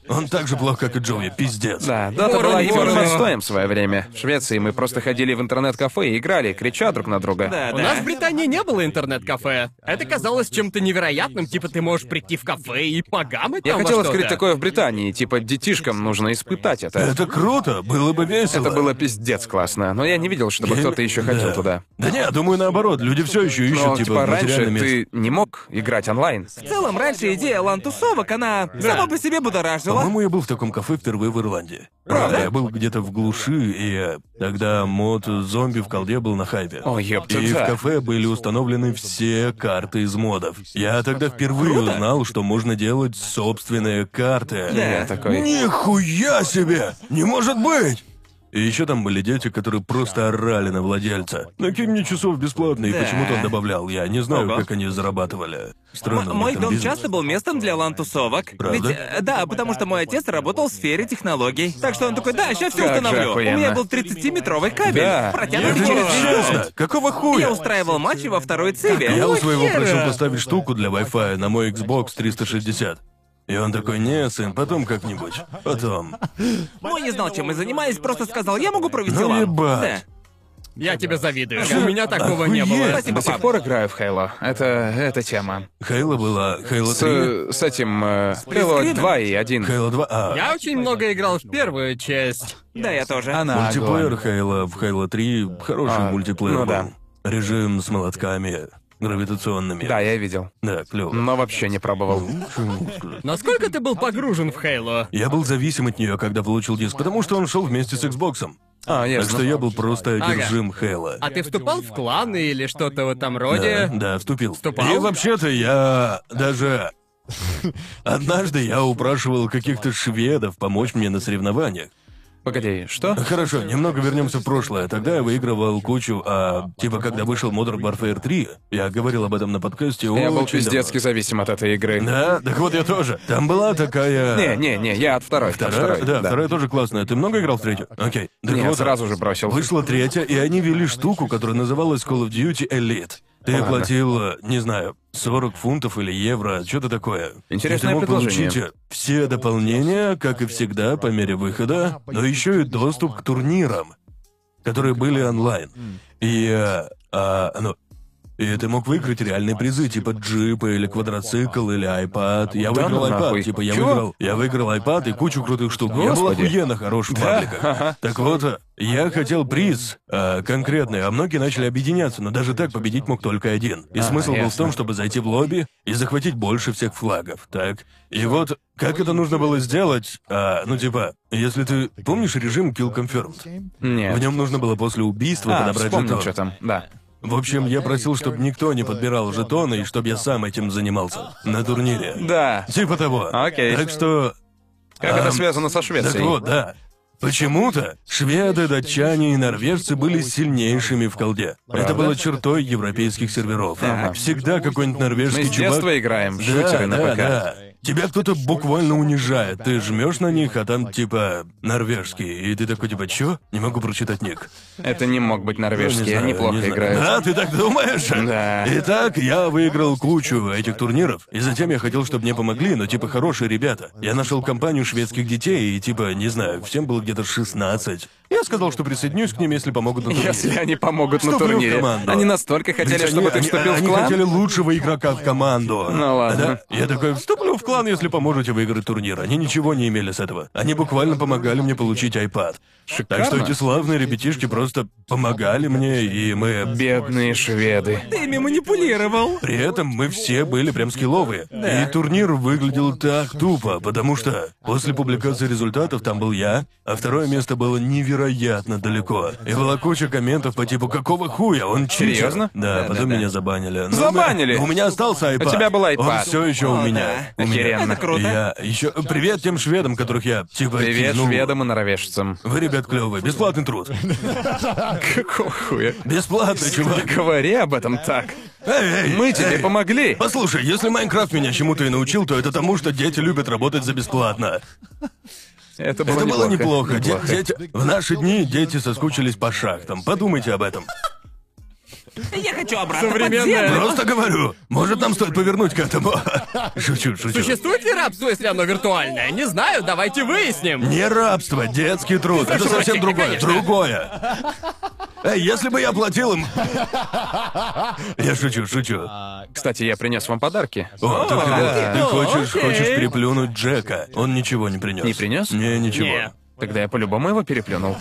Speaker 2: Он так же плох, как и Джоуи, пиздец.
Speaker 1: Да, Дота была
Speaker 4: Ворон,
Speaker 1: диким
Speaker 4: ворон.
Speaker 1: простоем в свое время. В Швеции мы просто ходили в интернет-кафе и играли, крича друг на друга.
Speaker 3: Да,
Speaker 4: У
Speaker 3: да.
Speaker 4: нас в Британии не было интернет-кафе. Это казалось чем-то невероятным, типа ты можешь прийти в кафе и погамать
Speaker 1: Я
Speaker 4: там во
Speaker 1: хотел
Speaker 4: что-то.
Speaker 1: открыть такое в Британии, типа детишкам нужно испытать это.
Speaker 2: Это круто, было бы весело.
Speaker 1: Это было пиздец классно, но я не видел, чтобы кто-то еще ходил
Speaker 2: Да.
Speaker 1: туда.
Speaker 2: Да не, думаю наоборот, люди все еще ищут,
Speaker 1: Но,
Speaker 2: типа,
Speaker 1: раньше
Speaker 2: материальное место.
Speaker 1: ты не мог играть онлайн.
Speaker 3: В целом, раньше идея лан-тусовок, она сама по себе будоражила.
Speaker 2: По-моему, я был в таком кафе впервые в Ирландии.
Speaker 3: Правда?
Speaker 2: Я был где-то в глуши, и тогда мод зомби в колде был на хайпе.
Speaker 1: О, ёпта,
Speaker 2: И в
Speaker 1: да.
Speaker 2: кафе были установлены все карты из модов. Я тогда впервые узнал, что можно делать собственные карты.
Speaker 1: Я такой...
Speaker 2: Нихуя себе! Не может быть! И еще там были дети, которые просто орали на владельца. Накинь мне часов бесплатно, и
Speaker 3: Да.
Speaker 2: почему-то он добавлял. Я не знаю,
Speaker 3: Ого.
Speaker 2: как они зарабатывали. Странно.
Speaker 3: Мой дом часто был местом для лан-тусовок.
Speaker 2: Правда?
Speaker 3: Ведь, да, потому что мой отец работал в сфере технологий. Так что он такой, да, сейчас все
Speaker 1: Как же
Speaker 3: установлю. У
Speaker 1: охуенно.
Speaker 3: меня был 30-метровый кабель,
Speaker 1: Да.
Speaker 3: протянутый
Speaker 2: Это
Speaker 3: через
Speaker 2: честно.
Speaker 3: стену.
Speaker 2: Какого хуя?
Speaker 3: Я устраивал матчи во второй циве.
Speaker 2: Я у своего
Speaker 4: хера?
Speaker 2: просил поставить штуку для Wi-Fi на мой Xbox 360. И он такой, не, сын, потом как-нибудь. Потом.
Speaker 3: Мой не знал, чем мы занимались, просто сказал, я могу провести
Speaker 2: Ну,
Speaker 3: лан.
Speaker 2: ебать.
Speaker 3: Да.
Speaker 4: Я тебя завидую. У меня такого не
Speaker 2: Охуеть.
Speaker 4: было.
Speaker 3: Спасибо,
Speaker 1: До сих
Speaker 3: пап.
Speaker 1: пор играю в Halo. Это тема.
Speaker 2: Хейла была... Хейла 3?
Speaker 1: С этим... Halo
Speaker 3: Сплитскрином?
Speaker 1: 2 и 1.
Speaker 2: Хейла 2? А,
Speaker 4: Я очень много играл в первую часть.
Speaker 3: Да, я тоже.
Speaker 1: Она
Speaker 2: мультиплеер
Speaker 1: огонь.
Speaker 2: Хейла в Хейла 3 хороший
Speaker 1: А,
Speaker 2: мультиплеер
Speaker 1: ну
Speaker 2: был.
Speaker 1: да.
Speaker 2: Режим с молотками, гравитационными.
Speaker 1: Да, я видел.
Speaker 2: Да, клево.
Speaker 1: Но вообще не пробовал.
Speaker 4: Насколько ты был погружен в Хейло?
Speaker 2: Я был зависим от нее, когда получил диск, потому что он шел вместе с Xbox.
Speaker 1: А,
Speaker 2: Так
Speaker 1: ясно.
Speaker 2: что я был просто
Speaker 4: Ага.
Speaker 2: одержим Хейла.
Speaker 4: А ты вступал в кланы или что-то в этом
Speaker 2: Да,
Speaker 4: роде?
Speaker 2: да, вступил.
Speaker 4: Вступал?
Speaker 2: И вообще-то я даже... Однажды я упрашивал каких-то шведов помочь мне на соревнованиях.
Speaker 1: Погоди, что?
Speaker 2: Хорошо, немного вернемся в прошлое. Тогда я выигрывал кучу, типа, когда вышел Modern Warfare 3, я говорил об этом на подкасте.
Speaker 1: Я был
Speaker 2: очень
Speaker 1: пиздецки зависим от этой игры.
Speaker 2: давно. Да, так вот я тоже. Там была такая...
Speaker 1: Не, я от второй. от
Speaker 2: Вторая?
Speaker 1: второй,
Speaker 2: Да, вторая тоже классная. Ты много играл в третью? Окей. Так
Speaker 1: Нет,
Speaker 2: вот,
Speaker 1: сразу же бросил.
Speaker 2: вышла третья, и они ввели штуку, которая называлась Call of Duty Elite. Ты
Speaker 1: Ладно.
Speaker 2: платил, не знаю, 40 фунтов или евро, что-то такое.
Speaker 1: Интересное
Speaker 2: и ты мог
Speaker 1: предложение.
Speaker 2: получить все дополнения, как и всегда, по мере выхода, но еще и доступ к турнирам, которые были онлайн. И ты мог выиграть реальные призы, типа джипа или квадроцикл или iPad. Я
Speaker 1: Да
Speaker 2: выиграл
Speaker 1: ну нахуй.
Speaker 2: iPad, типа я
Speaker 1: Чё?
Speaker 2: выиграл iPad и кучу крутых штук. Я был
Speaker 1: Господи.
Speaker 2: охуенно хорош в пабликах. Так вот, я хотел приз конкретный, а многие начали объединяться, но даже так победить мог только один. И смысл был в
Speaker 1: ясно.
Speaker 2: том, чтобы зайти в лобби и захватить больше всех флагов, так? И вот, как это нужно было сделать, если ты помнишь режим Kill Confirmed?
Speaker 1: Нет.
Speaker 2: В нем нужно было после убийства подобрать
Speaker 1: вспомнил,
Speaker 2: жетон.
Speaker 1: что там. Да.
Speaker 2: В общем, я просил, чтобы никто не подбирал жетоны, и чтобы я сам этим занимался на турнире.
Speaker 1: Да.
Speaker 2: Типа того.
Speaker 1: Окей.
Speaker 2: Так что...
Speaker 1: Как это
Speaker 2: Ам,
Speaker 1: связано со
Speaker 2: Так
Speaker 1: Швецией?
Speaker 2: вот, да. Почему-то шведы, датчане и норвежцы были сильнейшими в колде. Это было чертой европейских серверов.
Speaker 1: Ага.
Speaker 2: Всегда какой-нибудь
Speaker 1: Мы
Speaker 2: норвежский
Speaker 1: с
Speaker 2: чувак...
Speaker 1: детства играем в шутеры на ПК.
Speaker 2: Да. Тебя кто-то буквально унижает. Ты жмешь на них, а там типа норвежский. И ты такой типа, чё? Не могу прочитать ник.
Speaker 1: Это не мог быть
Speaker 2: Ну, не
Speaker 1: норвежский,
Speaker 2: знаю,
Speaker 1: они плохо
Speaker 2: не знаю.
Speaker 1: играют.
Speaker 2: Да, ты так думаешь?
Speaker 1: Да.
Speaker 2: Итак, я выиграл кучу этих турниров, и затем я хотел, чтобы мне помогли, но типа хорошие ребята. Я нашел компанию шведских детей, и типа, не знаю, всем было где-то 16. Я сказал, что присоединюсь к ним, если помогут на турнире.
Speaker 1: Если они помогут на
Speaker 2: Вступлю в
Speaker 1: турнире.
Speaker 2: команду.
Speaker 1: Они настолько
Speaker 2: Ведь
Speaker 1: хотели, чтобы ты
Speaker 2: они
Speaker 1: вступил в
Speaker 2: они
Speaker 1: клан?
Speaker 2: хотели лучшего игрока в команду.
Speaker 1: Ну ладно.
Speaker 2: Да? Я такой, вступлю в клан, если поможете выиграть турнир. Они ничего не имели с этого. Они буквально помогали мне получить iPad. Так что эти славные ребятишки просто помогали мне, и мы...
Speaker 1: Бедные шведы.
Speaker 3: Ты ими манипулировал.
Speaker 2: При этом мы все были прям скилловые. И турнир выглядел так тупо, потому что после публикации результатов там был я, а второе место было невероятно далеко. И была куча комментов по типу «Какого хуя? Он читер».
Speaker 1: Серьезно?
Speaker 2: Да, потом меня забанили. Но
Speaker 1: Забанили?
Speaker 2: У меня остался iPad.
Speaker 1: У тебя был iPad.
Speaker 2: Он все еще у меня.
Speaker 3: да.
Speaker 2: У меня.
Speaker 1: Охеренно.
Speaker 3: Это круто.
Speaker 2: Я еще... Привет тем шведам, которых я типа
Speaker 1: Привет
Speaker 2: кинул.
Speaker 1: шведам и норвежцам.
Speaker 2: Вы, ребят, клевые. Бесплатный труд.
Speaker 1: Какого хуя?
Speaker 2: Бесплатный, чувак.
Speaker 1: Говори об этом так.
Speaker 2: Эй,
Speaker 1: Мы тебе помогли.
Speaker 2: Послушай, если Майнкрафт меня чему-то и научил, то это тому, что дети любят работать за бесплатно.
Speaker 1: Это
Speaker 2: Это было неплохо.
Speaker 1: Неплохо.
Speaker 2: В наши дни дети соскучились по шахтам. Подумайте об этом.
Speaker 3: Я хочу обратно под
Speaker 4: Современная.
Speaker 3: землю.
Speaker 2: Просто говорю, может, нам стоит повернуть к этому. Шучу.
Speaker 4: Существует ли рабство, если оно виртуальное? Не знаю, давайте выясним.
Speaker 2: Не рабство, детский труд. Это
Speaker 4: Прошу
Speaker 2: совсем
Speaker 4: прощения,
Speaker 2: другое.
Speaker 4: конечно.
Speaker 2: Эй, если бы я платил им... Я шучу.
Speaker 1: Кстати, я принес вам подарки.
Speaker 2: О, так
Speaker 1: да.
Speaker 2: ты хочешь
Speaker 4: Окей.
Speaker 2: переплюнуть Джека. Он ничего не принес.
Speaker 1: Не принес?
Speaker 2: Не, ничего.
Speaker 4: Не.
Speaker 1: Тогда я по-любому его переплюнул.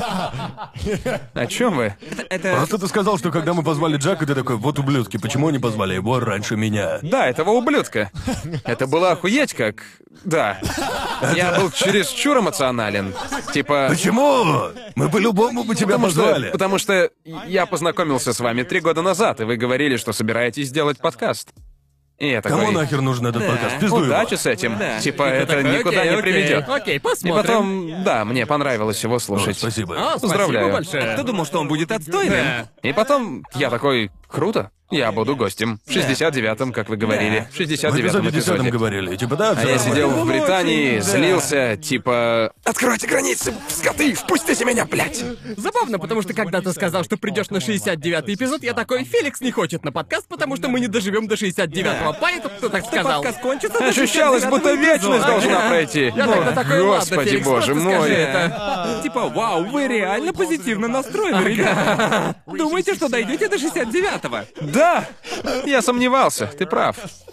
Speaker 1: О чем вы?
Speaker 3: Это...
Speaker 2: Просто ты сказал, что когда мы позвали Джека, ты такой, вот ублюдки, почему они позвали его раньше меня?
Speaker 1: Да, этого ублюдка. Это было охуеть как... Да. Я был чересчур эмоционален. Типа...
Speaker 2: Почему? Мы по-любому бы тебя позвали.
Speaker 1: Потому что я познакомился с вами 3 года назад, и вы говорили, что собираетесь сделать подкаст. И я такой...
Speaker 2: Кому нахер нужен этот
Speaker 3: Да.
Speaker 2: подкаст? Пизду его.
Speaker 1: Удачи с этим.
Speaker 3: Да.
Speaker 1: Типа,
Speaker 4: И ты
Speaker 1: это
Speaker 4: такой,
Speaker 1: никуда
Speaker 4: окей,
Speaker 1: не
Speaker 4: окей.
Speaker 1: приведет.
Speaker 4: Окей,
Speaker 1: И
Speaker 4: посмотрим.
Speaker 1: потом, да, мне понравилось его
Speaker 2: О,
Speaker 1: слушать.
Speaker 2: спасибо.
Speaker 1: Поздравляю.
Speaker 4: Спасибо большое.
Speaker 3: Кто думал, что он будет отстойным?
Speaker 4: Да.
Speaker 1: И потом я такой, круто, я буду гостем. В 69-м, как вы говорили. В
Speaker 2: Мы в
Speaker 1: 69-м
Speaker 2: эпизоде 10
Speaker 1: эпизоде.
Speaker 2: говорили. Типа, да,
Speaker 1: А
Speaker 2: всё
Speaker 1: я
Speaker 2: нормально.
Speaker 1: сидел в Британии,
Speaker 3: Да.
Speaker 1: злился, типа... Откройте границы, скоты, впустите меня, блядь!
Speaker 4: Забавно, потому что когда ты сказал, что придешь на 69-й эпизод, я такой, Феликс не хочет на подкаст, потому что мы не доживем до 69-го, поэтому кто так сказал.
Speaker 3: Подкаст кончится. до
Speaker 1: Ощущалось,
Speaker 3: 69-го
Speaker 1: будто вечность
Speaker 3: эпизода.
Speaker 1: должна пройти.
Speaker 4: Я тогда такой, ладно,
Speaker 1: Господи,
Speaker 4: Феликс,
Speaker 1: боже
Speaker 4: просто скажи
Speaker 1: мой.
Speaker 4: это.
Speaker 3: Типа, вау, вы реально позитивно настроены, ребята. Думаете, что дойдете до 69-го?
Speaker 1: Да, я сомневался, ты прав.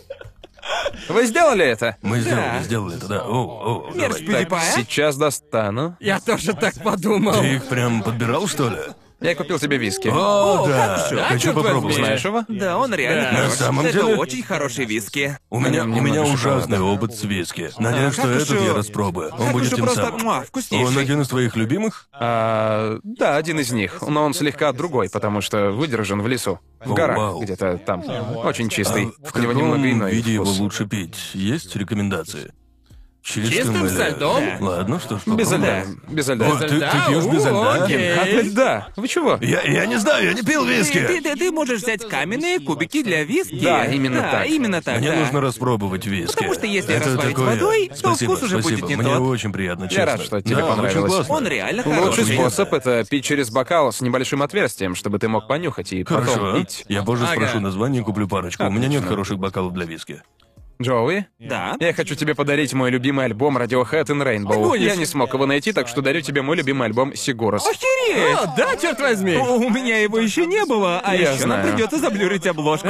Speaker 1: Вы сделали это?
Speaker 2: Мы сделали это, да. О,
Speaker 3: Мерч
Speaker 2: давай.
Speaker 3: PewDiePie?
Speaker 1: Сейчас достану.
Speaker 4: Я тоже так подумал.
Speaker 2: Ты их прям подбирал, что ли?
Speaker 1: Я купил себе виски.
Speaker 2: О, да.
Speaker 3: хорошо.
Speaker 2: Хочу
Speaker 4: Черт
Speaker 2: попробовать.
Speaker 4: возьми.
Speaker 1: Знаешь его?
Speaker 3: Да, он реально
Speaker 4: Да.
Speaker 3: хорош.
Speaker 2: На самом
Speaker 3: Это
Speaker 2: деле?
Speaker 3: очень хороший виски.
Speaker 2: У меня
Speaker 1: Немного
Speaker 2: ужасный
Speaker 1: шоколада.
Speaker 2: опыт с виски. Надеюсь, что
Speaker 3: как
Speaker 2: этот
Speaker 3: же-
Speaker 2: я распробую. Он
Speaker 3: как
Speaker 2: будет
Speaker 3: же
Speaker 2: тем
Speaker 3: просто,
Speaker 2: самым.
Speaker 3: вкуснейший.
Speaker 2: Он один из твоих любимых?
Speaker 1: Да, один из них. Но он слегка другой, потому что выдержан в лесу. В
Speaker 2: О,
Speaker 1: горах,
Speaker 2: вау.
Speaker 1: где-то там. Очень чистый.
Speaker 2: В
Speaker 1: У него немного
Speaker 2: каком
Speaker 1: иной
Speaker 2: виде его
Speaker 1: вкус.
Speaker 2: лучше пить? Есть рекомендации?
Speaker 4: Чистым
Speaker 2: или-
Speaker 4: со льдом?
Speaker 2: Ладно, что ж,
Speaker 1: Без
Speaker 2: попробуем.
Speaker 1: льда. Без льда.
Speaker 2: О, ты пьешь без льда?
Speaker 4: Окей.
Speaker 1: А без льда? Вы чего?
Speaker 2: Я не знаю, я не пил виски.
Speaker 3: Ты можешь взять каменные кубики для виски.
Speaker 1: Да, именно так.
Speaker 3: Именно так,
Speaker 2: Мне
Speaker 3: да.
Speaker 2: нужно распробовать виски.
Speaker 3: Потому что если
Speaker 2: Это
Speaker 3: разбавить
Speaker 2: такое-
Speaker 3: водой, то
Speaker 2: Спасибо,
Speaker 3: вкус уже
Speaker 2: спасибо.
Speaker 3: будет не
Speaker 2: Мне
Speaker 3: тот.
Speaker 2: очень приятно,
Speaker 1: Я
Speaker 2: честно.
Speaker 1: рад, что тебе
Speaker 2: Да,
Speaker 1: понравилось.
Speaker 2: Очень классно.
Speaker 3: Он реально
Speaker 1: Лучший
Speaker 3: хороший.
Speaker 1: способ — это пить через бокал с небольшим отверстием, чтобы ты мог понюхать и потом
Speaker 2: Хорошо.
Speaker 1: пить.
Speaker 2: Я позже
Speaker 4: Ага.
Speaker 2: спрошу название и куплю парочку. У меня нет
Speaker 1: Отлично.
Speaker 2: хороших бокалов для виски.
Speaker 1: Джоуи?
Speaker 3: Да.
Speaker 1: Я хочу тебе подарить мой любимый альбом Radiohead and Rainbow.
Speaker 3: Гонишь?
Speaker 1: Я не смог его найти, так что дарю тебе мой любимый альбом Сигурос.
Speaker 3: Охереть!
Speaker 4: О, да, черт возьми.
Speaker 3: У меня его еще не было, а
Speaker 1: Я
Speaker 3: еще нам
Speaker 1: знаю.
Speaker 3: придется заблюрить обложку.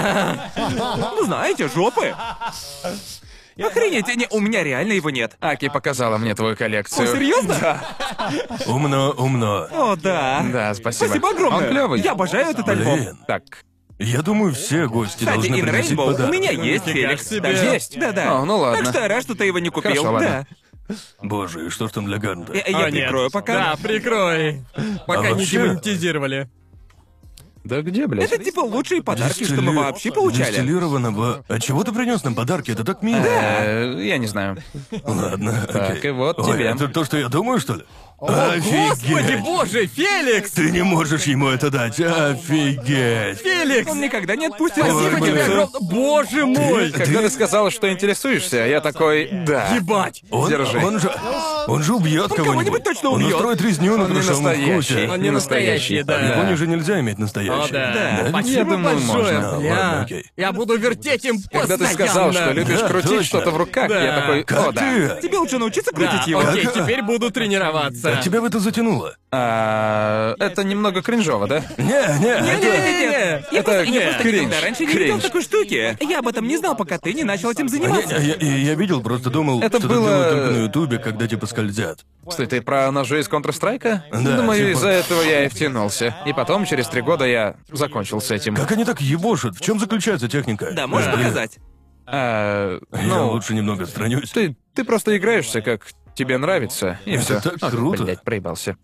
Speaker 3: Ну, знаете, жопы. Охренеть, у меня реально его нет.
Speaker 1: Аки показала мне твою коллекцию.
Speaker 3: О, серьезно?
Speaker 1: Да.
Speaker 2: Умно.
Speaker 3: О, да.
Speaker 1: Да, спасибо.
Speaker 3: Спасибо огромное.
Speaker 1: Он клёвый.
Speaker 3: Я обожаю этот альбом.
Speaker 2: Блин.
Speaker 1: Так.
Speaker 2: Я думаю, все гости
Speaker 3: Кстати,
Speaker 2: должны
Speaker 3: In
Speaker 2: приносить
Speaker 3: Rainbow у
Speaker 2: подарок.
Speaker 3: меня есть,
Speaker 4: Нифига
Speaker 3: Феликс.
Speaker 4: себе.
Speaker 3: Так,
Speaker 1: Есть?
Speaker 3: Да-да.
Speaker 1: О, ну ладно.
Speaker 3: Так что я рад, что ты его не купил.
Speaker 1: Хорошо, ладно.
Speaker 3: Да.
Speaker 2: Боже, и что ж там для Гарнта?
Speaker 3: Я
Speaker 4: О, нет.
Speaker 3: прикрою пока.
Speaker 4: Да, прикрой. Пока не
Speaker 2: вообще-
Speaker 4: демонетизировали.
Speaker 1: Да где, блядь?
Speaker 3: Это типа лучшие подарки, что мы
Speaker 2: Дистилли-
Speaker 3: вообще получали.
Speaker 2: Дистиллированного. А чего ты принес нам подарки? Это так мило.
Speaker 1: Я не знаю.
Speaker 2: Ладно,
Speaker 1: Так,
Speaker 2: окей.
Speaker 1: и вот
Speaker 2: Ой,
Speaker 1: тебе.
Speaker 2: это то, что я думаю, что ли?
Speaker 4: Господи
Speaker 2: Офигеть!
Speaker 4: боже, Феликс!
Speaker 2: Ты не можешь ему это дать. Офигеть!
Speaker 4: Феликс!
Speaker 3: Он никогда не отпустит.
Speaker 4: Спасибо
Speaker 2: Ой,
Speaker 4: тебе
Speaker 2: блин.
Speaker 4: огромное! Боже мой!
Speaker 1: Когда ты сказала, что интересуешься, я такой, да.
Speaker 4: Ебать!
Speaker 1: Держи.
Speaker 2: Он же убьет кого-нибудь.
Speaker 3: кого-нибудь точно
Speaker 2: Он
Speaker 3: убьет.
Speaker 2: устроит резню на
Speaker 1: Он не
Speaker 2: трешовом
Speaker 1: настоящий.
Speaker 2: вкусе.
Speaker 4: Он не настоящий, да.
Speaker 2: В Японии же нельзя иметь настоящий.
Speaker 4: О, да.
Speaker 3: Да.
Speaker 4: Спасибо
Speaker 1: Я думаю,
Speaker 4: большое,
Speaker 1: можно.
Speaker 4: бля.
Speaker 2: Ладно, окей.
Speaker 4: Я буду вертеть им
Speaker 1: Когда
Speaker 4: постоянно.
Speaker 1: ты сказал, что любишь
Speaker 2: Да,
Speaker 1: крутить
Speaker 2: точно.
Speaker 1: что-то в руках,
Speaker 4: Да.
Speaker 1: я такой,
Speaker 2: Как
Speaker 1: о, да.
Speaker 2: ты?
Speaker 3: Тебе лучше научиться
Speaker 4: Да,
Speaker 3: крутить его.
Speaker 4: окей,
Speaker 2: Как?
Speaker 4: теперь буду тренироваться.
Speaker 2: Как тебя в это затянуло?
Speaker 1: Это немного кринжово, да?
Speaker 2: Не,
Speaker 3: Нет, я просто
Speaker 1: кринж,
Speaker 3: никогда раньше не видел
Speaker 1: кринж.
Speaker 3: такой штуки. Я об этом не знал, пока ты не начал этим заниматься.
Speaker 2: я видел, просто думал,
Speaker 1: Это
Speaker 2: что
Speaker 1: было-
Speaker 2: так делают только на Ютубе, когда типа скользят.
Speaker 1: Стой, ты про ножи из Counter-Strike?
Speaker 2: Да,
Speaker 1: Думаю,
Speaker 2: типа-
Speaker 1: из-за этого я и втянулся. И потом, через 3 года, я закончил с этим.
Speaker 2: Как они так ебошут? В чем заключается техника?
Speaker 3: Да, можешь показать?
Speaker 2: Я
Speaker 1: Ну,
Speaker 2: лучше немного отстранюсь.
Speaker 1: ты просто играешься, как тебе нравится, и
Speaker 2: Это
Speaker 1: все.
Speaker 2: так круто.
Speaker 1: Блять, проебался.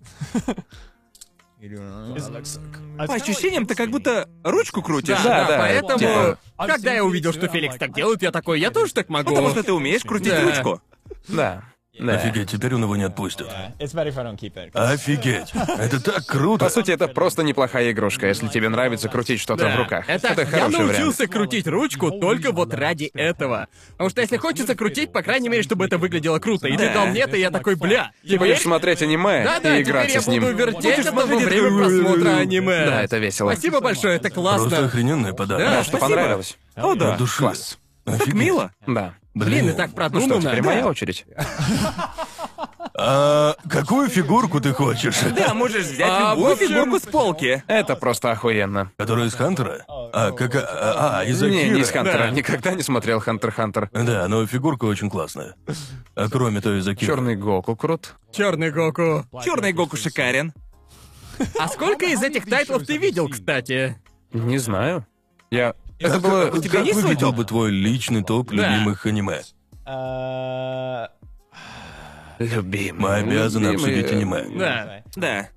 Speaker 3: По ощущениям, ты как будто ручку крутишь.
Speaker 1: Да,
Speaker 4: поэтому,
Speaker 1: типа-
Speaker 4: когда я увидел, что Феликс так делает, я такой, я тоже так могу.
Speaker 3: Потому что ты умеешь крутить
Speaker 4: Да.
Speaker 3: ручку.
Speaker 1: Да. Да.
Speaker 2: Офигеть, теперь он его не отпустит.
Speaker 5: It's better if I don't keep it.
Speaker 2: Офигеть. Это так круто.
Speaker 1: По сути, это просто неплохая игрушка, если тебе нравится крутить что-то
Speaker 4: Да.
Speaker 1: в руках.
Speaker 4: Это я
Speaker 1: хороший
Speaker 4: научился
Speaker 1: вариант.
Speaker 4: крутить ручку только вот ради этого. Потому что если хочется крутить, по крайней мере, чтобы это выглядело круто. И ты
Speaker 3: Да.
Speaker 4: дал мне это, и я такой, бля.
Speaker 1: Ты будешь смотреть аниме
Speaker 4: Да-да,
Speaker 1: и
Speaker 4: теперь
Speaker 1: играться
Speaker 4: я
Speaker 1: с ним.
Speaker 4: буду вертеть это во
Speaker 3: смотреть
Speaker 4: время
Speaker 3: это-
Speaker 4: просмотра аниме.
Speaker 1: Да, это весело.
Speaker 4: Спасибо большое, это
Speaker 2: Просто
Speaker 4: классно.
Speaker 2: охрененный подарок.
Speaker 4: Да,
Speaker 1: Что
Speaker 4: спасибо.
Speaker 1: понравилось?
Speaker 3: О, да.
Speaker 2: От души.
Speaker 1: Класс.
Speaker 2: Офигеть.
Speaker 3: Мило.
Speaker 1: Да.
Speaker 4: Блин, и так
Speaker 1: Ну
Speaker 4: продумано.
Speaker 1: что, теперь моя очередь.
Speaker 2: А какую фигурку ты хочешь?
Speaker 3: Да, можешь взять
Speaker 4: А,
Speaker 3: любую
Speaker 4: в общем-
Speaker 3: фигурку с полки.
Speaker 1: Это просто охуенно.
Speaker 2: Которую из Хантера? Из
Speaker 1: Не,
Speaker 2: Акиры.
Speaker 1: не из Хантера.
Speaker 4: Да.
Speaker 1: Никогда не смотрел Хантер Хантер.
Speaker 2: Да, но фигурка очень классная. А кроме той из Акиры.
Speaker 1: Черный Гоку крут.
Speaker 4: Черный Гоку.
Speaker 3: Черный Гоку шикарен.
Speaker 4: А сколько из этих тайтлов ты видел, кстати?
Speaker 1: Не знаю. Это
Speaker 2: Как-
Speaker 1: было...
Speaker 3: У тебя
Speaker 2: как
Speaker 3: есть свой
Speaker 2: выглядел
Speaker 3: топ?
Speaker 2: бы твой личный топ
Speaker 4: Да.
Speaker 2: любимых аниме?
Speaker 1: Любимый.
Speaker 2: Мы обязаны
Speaker 1: Любимый.
Speaker 2: обсудить аниме.
Speaker 4: Да.
Speaker 3: Да.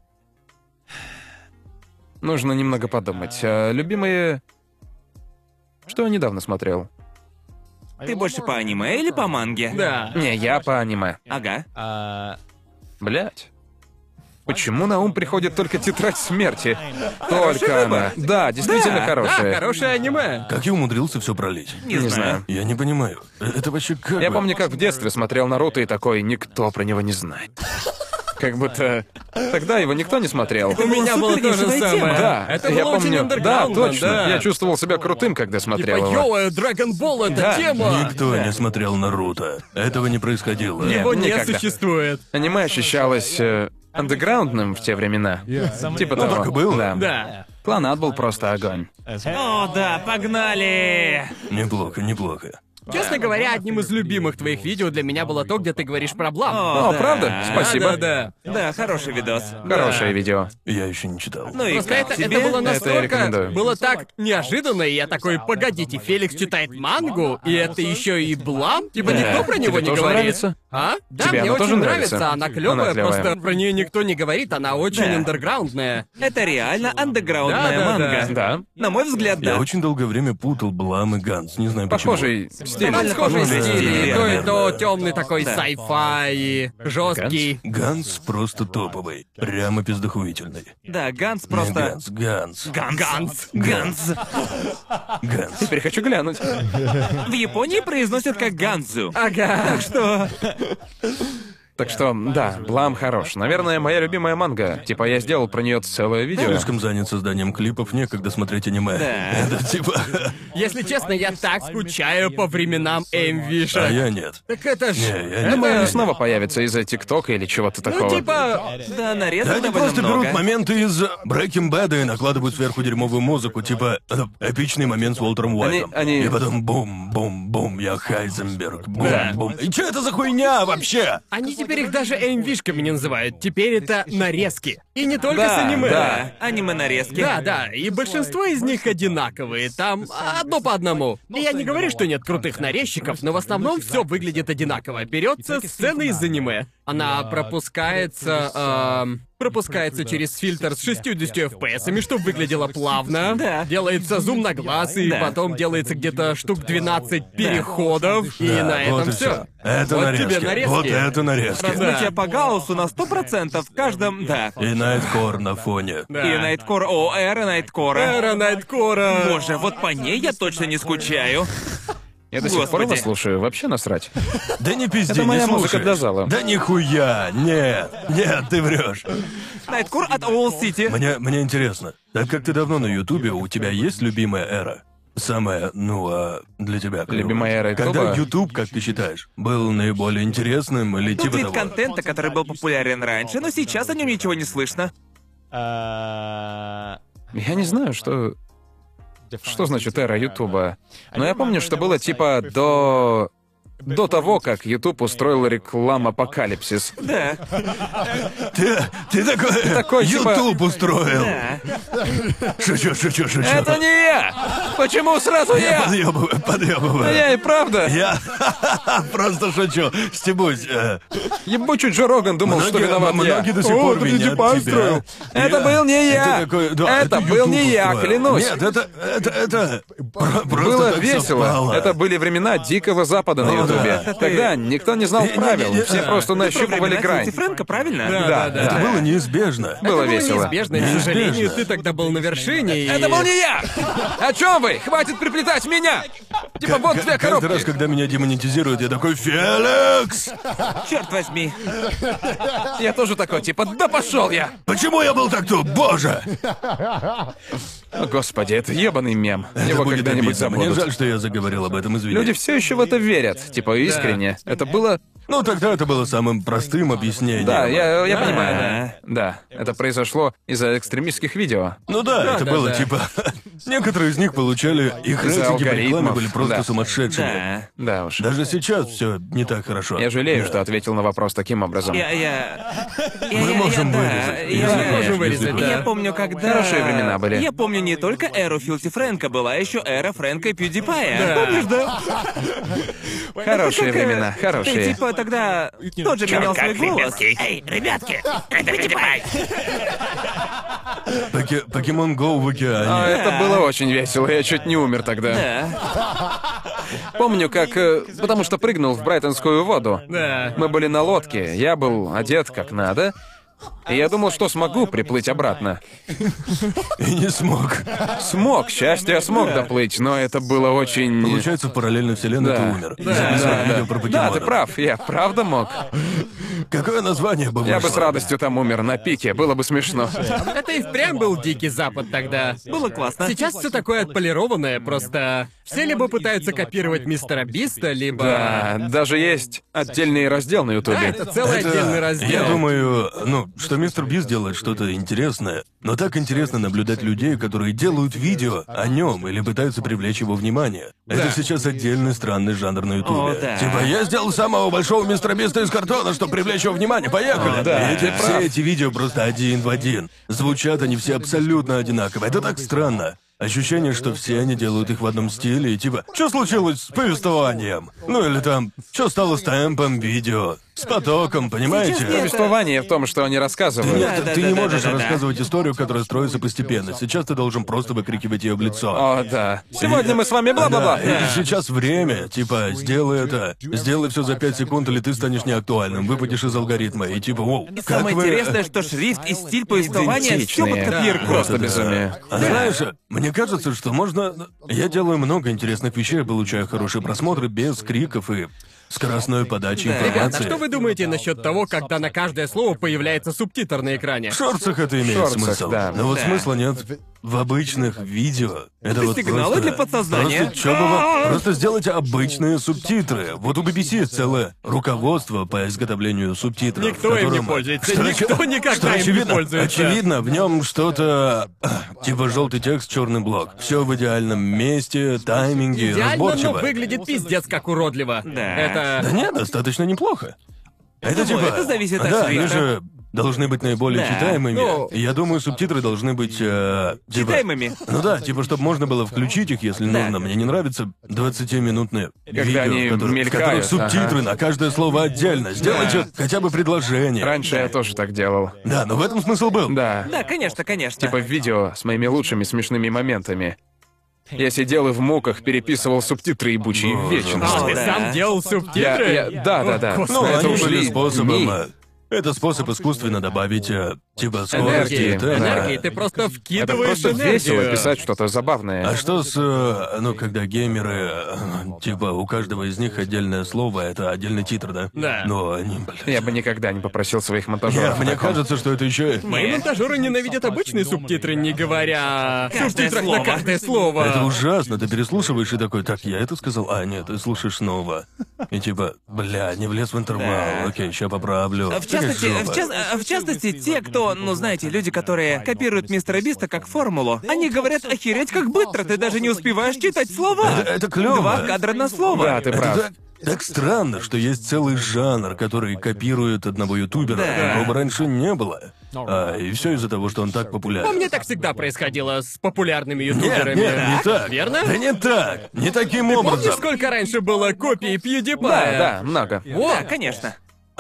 Speaker 1: Нужно немного подумать. А любимые... Что я недавно смотрел?
Speaker 3: Ты больше по аниме или по манге?
Speaker 4: Да.
Speaker 1: Не, я по аниме.
Speaker 3: Ага.
Speaker 1: Блять. Почему на ум приходит только тетрадь смерти? Только она. Да, действительно
Speaker 3: Да,
Speaker 4: Да,
Speaker 1: хорошая.
Speaker 4: хорошее аниме.
Speaker 2: Как я умудрился все пролить?
Speaker 3: Не
Speaker 1: Не
Speaker 3: знаю.
Speaker 1: знаю.
Speaker 2: Я не понимаю. Это вообще как
Speaker 1: Я
Speaker 2: бы-
Speaker 1: помню, как в детстве смотрел Наруто и такой, никто про него не знает. Как будто тогда его никто не смотрел.
Speaker 4: У меня было
Speaker 3: супер
Speaker 4: то же
Speaker 3: нишевая тема.
Speaker 4: самое.
Speaker 1: Да,
Speaker 4: Это
Speaker 1: я
Speaker 4: было очень
Speaker 1: помню. Да,
Speaker 4: андерграундно,
Speaker 1: точно.
Speaker 4: да.
Speaker 1: Я чувствовал себя крутым, когда
Speaker 4: Типа,
Speaker 1: смотрел его.
Speaker 4: йоу, Dragon Ball это
Speaker 1: Да.
Speaker 4: тема.
Speaker 2: Никто не смотрел Наруто. Этого не происходило.
Speaker 1: Нет.
Speaker 4: Его не
Speaker 1: никогда.
Speaker 4: существует.
Speaker 1: Аниме ощущалось андеграундным в те времена. Типа того.
Speaker 2: так и было.
Speaker 1: Да.
Speaker 4: Да.
Speaker 1: Кланат был просто огонь.
Speaker 3: О, да, погнали!
Speaker 2: Неплохо, неплохо.
Speaker 4: Честно говоря, одним из любимых твоих видео для меня было то, где ты говоришь про Блам.
Speaker 1: О,
Speaker 3: да.
Speaker 1: правда? Спасибо.
Speaker 4: Да.
Speaker 3: Да, хороший видос.
Speaker 1: Хорошее видео.
Speaker 2: Я еще не читал.
Speaker 3: Ну и
Speaker 4: Просто
Speaker 3: как
Speaker 4: это
Speaker 3: тебе?
Speaker 4: было
Speaker 1: Это я
Speaker 4: настолько...
Speaker 1: рекомендую.
Speaker 4: было так неожиданно, и я такой, погодите, Феликс читает мангу, и это еще и Блам? Типа
Speaker 1: Да.
Speaker 4: никто про него
Speaker 1: Тебе
Speaker 4: не
Speaker 1: тоже
Speaker 4: говорит.
Speaker 1: нравится?
Speaker 4: А? Да,
Speaker 1: Тебе
Speaker 4: мне
Speaker 1: она
Speaker 4: очень
Speaker 1: тоже
Speaker 4: нравится.
Speaker 1: нравится?
Speaker 4: Она клевая,
Speaker 1: Она клёвая.
Speaker 4: просто про нее никто не говорит, она очень
Speaker 3: Да.
Speaker 4: андерграундная.
Speaker 3: Это реально андеграундная
Speaker 4: Да, да,
Speaker 3: манга.
Speaker 1: Да.
Speaker 3: На мой взгляд,
Speaker 2: Я
Speaker 3: да.
Speaker 2: очень долгое время путал Блам и Ганс. Не знаю почему.
Speaker 1: Похожий стиль.
Speaker 3: Довольно
Speaker 4: Схожий
Speaker 3: похожий
Speaker 4: стиль,
Speaker 3: стиль,
Speaker 4: и то, и
Speaker 3: верно.
Speaker 4: то темный такой
Speaker 3: Да.
Speaker 4: sci-fi, жесткий.
Speaker 2: Ганс просто топовый. Прямо пиздохуительный.
Speaker 3: Да, Ганс
Speaker 2: Не
Speaker 3: просто...
Speaker 2: Ганс.
Speaker 3: Ганс. Ганс.
Speaker 2: Ганс.
Speaker 1: Теперь хочу глянуть.
Speaker 3: В Японии произносят как Ганзу.
Speaker 4: Ага.
Speaker 1: Так что, да, Блам хорош. Наверное, моя любимая манга. Типа, я сделал про нее целое видео.
Speaker 2: Слишком занят созданием клипов, некогда смотреть аниме.
Speaker 3: Да.
Speaker 2: Это типа...
Speaker 4: Если честно, я так скучаю по временам Эмвиша.
Speaker 2: А я нет.
Speaker 4: Так это ж...
Speaker 2: Не, я не.
Speaker 1: Думаю, они снова появятся из-за ТикТока или чего-то
Speaker 4: Ну,
Speaker 1: такого.
Speaker 4: типа...
Speaker 3: Да,
Speaker 2: Да
Speaker 3: нарезок
Speaker 2: они
Speaker 3: довольно
Speaker 2: просто
Speaker 3: много.
Speaker 2: берут моменты из Breaking Bad и накладывают сверху дерьмовую музыку, типа эпичный момент с Уолтером Уайтом.
Speaker 1: они-
Speaker 2: И потом бум-бум-бум, я Хайзенберг,
Speaker 4: Да.
Speaker 2: бум-бум. И чё это за хуйня вообще?
Speaker 4: Они теперь их даже эмвишками не называют. Теперь это нарезки. И не только
Speaker 1: Да,
Speaker 4: с аниме.
Speaker 3: Да, аниме-нарезки.
Speaker 4: Да, да, и большинство из них одинаковые, там одно по одному. И я не говорю, что нет крутых нарезчиков, но в основном все выглядит одинаково. Берется сцена из аниме. Она пропускается через фильтр с 60 FPS, чтобы выглядело плавно.
Speaker 3: Да.
Speaker 4: Делается зум на глаз, и
Speaker 3: Да.
Speaker 4: потом делается где-то штук 12 переходов. И
Speaker 2: Да,
Speaker 4: на
Speaker 2: вот
Speaker 4: этом
Speaker 2: и
Speaker 4: все.
Speaker 2: всё. Это
Speaker 4: Вот
Speaker 2: нарезки.
Speaker 4: тебе нарезки.
Speaker 2: Вот это нарезки.
Speaker 3: Различия по Гауссу на 100% в каждом... Да.
Speaker 2: И Найткор на фоне.
Speaker 4: Да.
Speaker 3: И Найткор... О, эра Найткора.
Speaker 4: Эра Найткора.
Speaker 3: Боже, вот по ней я точно не скучаю.
Speaker 1: Я до сих пор
Speaker 3: Господи.
Speaker 1: его слушаю, вообще насрать.
Speaker 2: Да не пизди,
Speaker 1: Это моя
Speaker 2: не
Speaker 1: музыка
Speaker 2: слушаешь.
Speaker 1: для зала.
Speaker 2: Да нихуя, нет, ты врешь.
Speaker 3: Найткор от Оул Сити.
Speaker 2: Мне интересно, так как ты давно на Ютубе, у тебя есть любимая эра? Самая, для тебя клевая.
Speaker 1: Любимая эра
Speaker 2: Когда
Speaker 1: Ютуба?
Speaker 2: Ютуб, как ты считаешь, был наиболее интересным или
Speaker 3: Тот
Speaker 2: типа
Speaker 3: вид
Speaker 2: того?
Speaker 3: контента, который был популярен раньше, но сейчас о нем ничего не слышно.
Speaker 1: Я не знаю, что значит эра Ютуба. Но я помню, что было типа до того, как Ютуб устроил рекламу Апокалипсис.
Speaker 3: Да,
Speaker 2: Ты такой
Speaker 1: типа-
Speaker 2: Ютуб устроил.
Speaker 3: да.
Speaker 2: Шучу.
Speaker 1: Это не я! Почему сразу я?
Speaker 2: Подъебываю.
Speaker 1: Я и правда.
Speaker 2: Я просто шучу. Стебусь.
Speaker 1: Ебучий Джо Роган думал, что виноват я.
Speaker 2: Многие до сих пор
Speaker 1: ты
Speaker 2: винят
Speaker 1: типа
Speaker 2: тебя.
Speaker 1: устроил. Это был не
Speaker 2: И
Speaker 1: я.
Speaker 2: ты такой, да,
Speaker 1: Это был не
Speaker 2: YouTube
Speaker 1: я,
Speaker 2: устроил.
Speaker 1: клянусь.
Speaker 2: Нет, это просто
Speaker 1: Было
Speaker 2: так
Speaker 1: весело.
Speaker 2: совпало.
Speaker 1: Это были времена Дикого Запада на
Speaker 2: О,
Speaker 1: Ютубе. Ютубе. Тогда никто не знал правил, все просто нащупывали грань.
Speaker 3: Фрэнка, правильно?
Speaker 1: Да.
Speaker 2: Это было неизбежно.
Speaker 1: Было весело.
Speaker 4: Неизбежно, и, к сожалению, ты тогда был на вершине, и...
Speaker 1: Это был не я! О чем вы? Хватит приплетать меня! Типа вот две
Speaker 2: Каждый раз,
Speaker 1: коробки.
Speaker 2: когда меня демонетизируют, я такой: Феликс!
Speaker 3: Черт возьми.
Speaker 1: Я тоже такой, типа, да пошел я!
Speaker 2: Почему я был так туп? Боже!
Speaker 1: О, господи, это ебаный мем.
Speaker 2: Это
Speaker 1: Его
Speaker 2: будет
Speaker 1: когда-нибудь
Speaker 2: обидно. Мне
Speaker 1: забудут.
Speaker 2: жаль, что я заговорил об этом, извини.
Speaker 1: Люди все еще в это верят, типа, искренне. Это было...
Speaker 2: Ну, тогда это было самым простым объяснением.
Speaker 1: Да, я понимаю, да. Да, это произошло из-за экстремистских видео.
Speaker 2: Ну да, это было
Speaker 4: да.
Speaker 2: типа... Некоторые из них получали... Их
Speaker 1: Из-за
Speaker 2: рейтинги по рекламе
Speaker 1: алгоритмов,
Speaker 2: были просто
Speaker 1: да.
Speaker 2: сумасшедшими.
Speaker 3: Да.
Speaker 1: Да уж.
Speaker 2: Даже сейчас все не так хорошо.
Speaker 1: Я жалею, что ответил на вопрос таким образом.
Speaker 2: Мы можем вырезать.
Speaker 4: Мы можем вырезать, да.
Speaker 3: Я помню, когда...
Speaker 1: Хорошие времена были.
Speaker 3: Я помню не только эру Филти Фрэнка, была еще эра Фрэнка и Пьюдипая. Помнишь, да?
Speaker 1: Хорошие
Speaker 3: Как,
Speaker 1: времена,
Speaker 3: Ты
Speaker 1: хорошие.
Speaker 3: типа тогда тоже менял свой голос.
Speaker 6: Эй, ребятки, это Пьюдипай.
Speaker 2: Покемон Go в
Speaker 1: А,
Speaker 2: океане.
Speaker 1: это было очень весело, я чуть не умер тогда.
Speaker 3: Да.
Speaker 1: Помню, как... потому что прыгнул в брайтонскую воду.
Speaker 4: Да.
Speaker 1: Мы были на лодке, я был одет как надо, и я думал, что смогу приплыть обратно.
Speaker 2: И не смог.
Speaker 1: Смог, к счастью, я смог доплыть, но это было очень...
Speaker 2: Получается, в параллельной вселенной ты умер. И записывал видео про
Speaker 1: Да,
Speaker 2: покемонов.
Speaker 1: ты прав, я правда мог.
Speaker 2: Какое название бы
Speaker 1: Я бы
Speaker 2: вышло?
Speaker 1: с радостью там умер на пике, было бы смешно.
Speaker 4: Это и впрямь был Дикий Запад тогда.
Speaker 3: Было классно.
Speaker 4: Сейчас все такое отполированное, просто все либо пытаются копировать Мистера Биста, либо...
Speaker 1: Да, даже есть отдельный раздел на
Speaker 4: Да,
Speaker 1: Ютубе.
Speaker 4: это целый отдельный раздел.
Speaker 2: Я думаю, что мистер Бист делает что-то интересное, но так интересно наблюдать людей, которые делают видео о нем или пытаются привлечь его внимание. Это сейчас отдельный странный жанр на Ютубе.
Speaker 3: О, да.
Speaker 2: Типа, я сделал самого большого мистера Биста из картона, чтобы привлечь его внимание. Поехали!
Speaker 1: да,
Speaker 2: И
Speaker 1: ты
Speaker 2: все эти видео просто один в один. Звучат они все абсолютно одинаково. Это так странно. Ощущение, что все они делают их в одном стиле, и типа, что случилось с повествованием? Ну или там, что стало с темпом видео? С потоком, понимаете?
Speaker 1: Повествование в том, что они рассказывают.
Speaker 2: Нет,
Speaker 3: Да,
Speaker 2: ты
Speaker 3: да,
Speaker 2: не
Speaker 3: да,
Speaker 2: можешь
Speaker 3: да, да, да.
Speaker 2: рассказывать историю, которая строится постепенно. Сейчас ты должен просто выкрикивать ее в лицо.
Speaker 1: О, да. Сегодня мы с вами бла-бла-бла.
Speaker 2: Да, и сейчас время, типа, сделай это, сделай все за 5 секунд, или ты станешь неактуальным, выпадешь из алгоритма, и типа, воу,
Speaker 3: И
Speaker 2: как
Speaker 3: самое
Speaker 2: вы...
Speaker 3: интересное, что шрифт и стиль повествования все под
Speaker 1: Идентичные.
Speaker 3: копирку.
Speaker 1: Просто безумие.
Speaker 2: А знаешь, мне кажется, что можно... Я делаю много интересных вещей, получаю хорошие просмотры без криков и скоростной подачи
Speaker 3: Да.
Speaker 4: Ребята,
Speaker 2: информации.
Speaker 4: а что вы думаете насчет того, когда на каждое слово появляется субтитр на экране?
Speaker 2: В шорцах это имеет
Speaker 1: В шорцах,
Speaker 2: смысл.
Speaker 1: да.
Speaker 2: Но вот
Speaker 3: Да.
Speaker 2: смысла нет в обычных видео. Это вот
Speaker 3: сигналы
Speaker 2: просто...
Speaker 3: для подсознания.
Speaker 2: Просто, чё бы вам- просто сделайте обычные субтитры. Вот у BBC есть целое руководство по изготовлению субтитров.
Speaker 4: Никто
Speaker 2: в
Speaker 4: им не
Speaker 2: котором-
Speaker 4: пользуется,
Speaker 2: Что
Speaker 4: никто
Speaker 2: очи-
Speaker 4: никогда
Speaker 2: что
Speaker 4: им не
Speaker 2: очевидно,
Speaker 4: пользуется.
Speaker 2: Очевидно, в нем что-то типа желтый текст, черный блок. Все в идеальном месте, тайминге,
Speaker 4: Идеально,
Speaker 2: разборчиво.
Speaker 4: но выглядит пиздец как уродливо.
Speaker 3: Да.
Speaker 2: Да
Speaker 4: Это...
Speaker 2: нет, достаточно неплохо. Это типа...
Speaker 3: это зависит от
Speaker 2: Да, они
Speaker 3: шрифта.
Speaker 2: же должны быть наиболее
Speaker 3: Да.
Speaker 2: читаемыми.
Speaker 4: Ну-
Speaker 2: И я думаю, субтитры должны быть... типа...
Speaker 3: Читаемыми.
Speaker 2: Ну да, типа, чтобы можно было включить их, если
Speaker 3: Да.
Speaker 2: нужно. Мне не нравятся 20-минутные видео,
Speaker 1: они
Speaker 2: в которых
Speaker 1: мелькают,
Speaker 2: субтитры
Speaker 1: ага.
Speaker 2: на каждое слово отдельно. Сделайте хотя бы предложение.
Speaker 1: Раньше я тоже так делал.
Speaker 2: Да, но в этом смысл был.
Speaker 1: Да.
Speaker 3: Да, конечно, конечно.
Speaker 1: Типа в видео с моими лучшими смешными моментами. Я сидел и в муках переписывал субтитры ебучие вечно.
Speaker 4: А, ты
Speaker 3: да.
Speaker 4: сам делал субтитры?
Speaker 1: Да.
Speaker 4: Господи.
Speaker 2: Ну,
Speaker 1: Это
Speaker 2: они
Speaker 1: ушли
Speaker 2: были способом...
Speaker 1: дни.
Speaker 2: Это способ искусственно добавить, типа, скорости.
Speaker 1: Энергии,
Speaker 2: темпа.
Speaker 4: Энергии, ты просто
Speaker 1: Это
Speaker 4: вкидываешь
Speaker 1: просто
Speaker 4: энергию.
Speaker 1: весело писать что-то забавное.
Speaker 2: А что с, когда геймеры, типа, у каждого из них отдельное слово, это отдельный титр, да?
Speaker 4: Да.
Speaker 2: Но они, блядь...
Speaker 1: Я бы никогда не попросил своих
Speaker 2: Нет,
Speaker 1: монтажеров.
Speaker 2: мне
Speaker 1: о таком.
Speaker 2: кажется, что это еще...
Speaker 4: Мои монтажеры ненавидят обычные субтитры, не говоря о
Speaker 3: Каждое
Speaker 4: субтитрах на
Speaker 3: слово.
Speaker 4: каждое слово.
Speaker 2: Это ужасно, ты переслушиваешь и такой, так, я это сказал? А, нет, ты слушаешь снова. И типа, бля, не влез в интервал,
Speaker 3: Да.
Speaker 2: окей, ща поправлю.
Speaker 3: В частности, в частности, те, кто, ну знаете, люди, которые копируют Мистера Биста как формулу, они говорят охереть как быстро, ты даже не успеваешь читать слова.
Speaker 2: Это клёво.
Speaker 3: 2 кадра на слово.
Speaker 1: Да, ты
Speaker 2: Это
Speaker 1: прав.
Speaker 2: так странно, что есть целый жанр, который копирует одного ютубера,
Speaker 3: Да.
Speaker 2: которого раньше не было. И все из-за того, что он так
Speaker 4: А
Speaker 2: популярен.
Speaker 4: мне так всегда происходило с популярными
Speaker 2: Нет,
Speaker 4: ютуберами.
Speaker 2: нет, не так.
Speaker 4: Верно?
Speaker 2: Да не так. Не таким
Speaker 4: Помнишь,
Speaker 2: образом.
Speaker 4: сколько раньше было копий
Speaker 1: Да,
Speaker 4: PewDiePie?
Speaker 1: да, много.
Speaker 4: О,
Speaker 3: Да, конечно.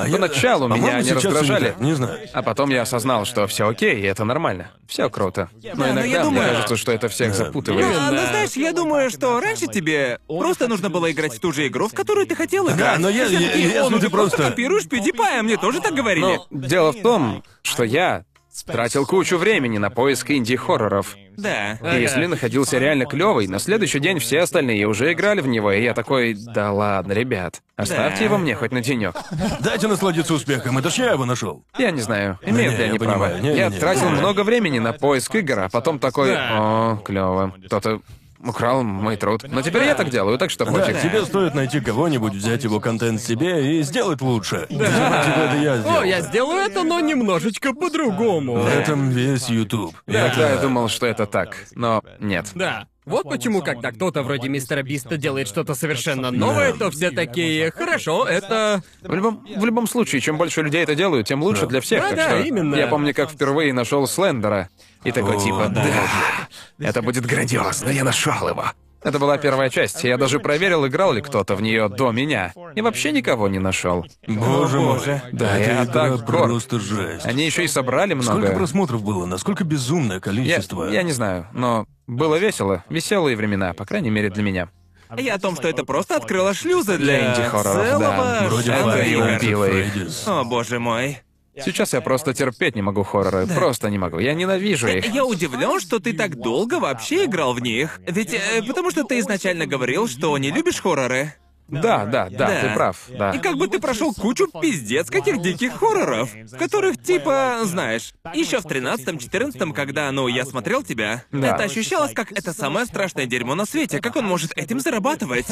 Speaker 1: Поначалу меня
Speaker 2: по-моему,
Speaker 1: они
Speaker 2: сейчас они
Speaker 1: раздражали.
Speaker 2: так, не знаю.
Speaker 1: А потом я осознал, что все окей, и это нормально. Все круто. Но
Speaker 3: но
Speaker 1: иногда
Speaker 3: я
Speaker 1: мне
Speaker 3: думаю-
Speaker 1: кажется, что это всех запутывает.
Speaker 3: Ну, знаешь, я думаю, что раньше тебе просто нужно было играть в ту же игру, в которую ты хотел играть.
Speaker 2: Да, но
Speaker 3: И все такие,
Speaker 2: если
Speaker 3: ну
Speaker 2: ты
Speaker 3: ты просто
Speaker 2: просто-
Speaker 3: копируешь PewDiePie, а мне тоже так говорили.
Speaker 1: Но дело в том, что я тратил кучу времени на поиск инди-хорроров.
Speaker 3: Да.
Speaker 1: И если находился реально клевый, на следующий день все остальные уже играли в него, и я такой, да ладно, ребят, оставьте
Speaker 3: Да.
Speaker 1: его мне хоть на денек.
Speaker 2: Дайте насладиться успехом, это ж я его нашел.
Speaker 1: Я не знаю, имеют
Speaker 2: Не-не,
Speaker 1: ли
Speaker 2: я
Speaker 1: они право.
Speaker 2: понимаю. Не-не-не.
Speaker 1: Я тратил
Speaker 2: Да.
Speaker 1: много времени на поиск игр, а потом такой, о, клево, кто-то украл мой труд. Но теперь я так делаю, так что
Speaker 2: Да,
Speaker 1: пофиг.
Speaker 2: тебе стоит найти кого-нибудь, взять его контент себе и сделать лучше. Типа это я сделал.
Speaker 4: О, я сделаю это, но немножечко по-другому.
Speaker 2: В этом весь YouTube.
Speaker 1: Иногда я думал, что это так, но нет.
Speaker 4: Да. Вот почему, когда кто-то вроде Мистера Биста делает что-то совершенно новое, то все такие, хорошо, это...
Speaker 1: В любом случае, чем больше людей это делают, тем лучше для всех. Так
Speaker 4: Да-да,
Speaker 1: что
Speaker 4: именно.
Speaker 1: я помню, как впервые нашел Слендера. И такой
Speaker 2: О,
Speaker 1: типа, да,
Speaker 2: боже.
Speaker 1: это будет грандиозно, я нашел его. Это была первая часть, и я даже проверил, играл ли кто-то в нее до меня. И вообще никого не нашел.
Speaker 2: Боже мой.
Speaker 1: Да,
Speaker 2: эта
Speaker 1: я
Speaker 2: игра
Speaker 1: так горд.
Speaker 2: просто жесть.
Speaker 1: Они еще и собрали
Speaker 2: Сколько
Speaker 1: много.
Speaker 2: просмотров было? Насколько безумное количество?
Speaker 1: Я не знаю, но было весело. Веселые времена, по крайней мере, для меня.
Speaker 3: И о том, что это просто открыло шлюзы для
Speaker 1: инди-хорроров,
Speaker 3: целого
Speaker 1: да.
Speaker 2: Вроде
Speaker 3: жанра
Speaker 1: Five
Speaker 3: игр.
Speaker 1: Nights at
Speaker 2: Nights at
Speaker 1: Freddy's.
Speaker 2: Freddy's.
Speaker 3: О, боже мой.
Speaker 1: Сейчас я просто терпеть не могу хорроры. Просто не могу. Я ненавижу их.
Speaker 3: Я удивлен, что ты так долго вообще играл в них. Ведь потому что ты изначально говорил, что не любишь хорроры.
Speaker 1: Да, ты прав, да.
Speaker 3: И как бы ты прошел кучу пиздец каких диких хорроров, в которых типа, знаешь, еще в 13-14, когда, я смотрел тебя,
Speaker 1: Да.
Speaker 3: это ощущалось как это самое страшное дерьмо на свете. Как он может этим зарабатывать?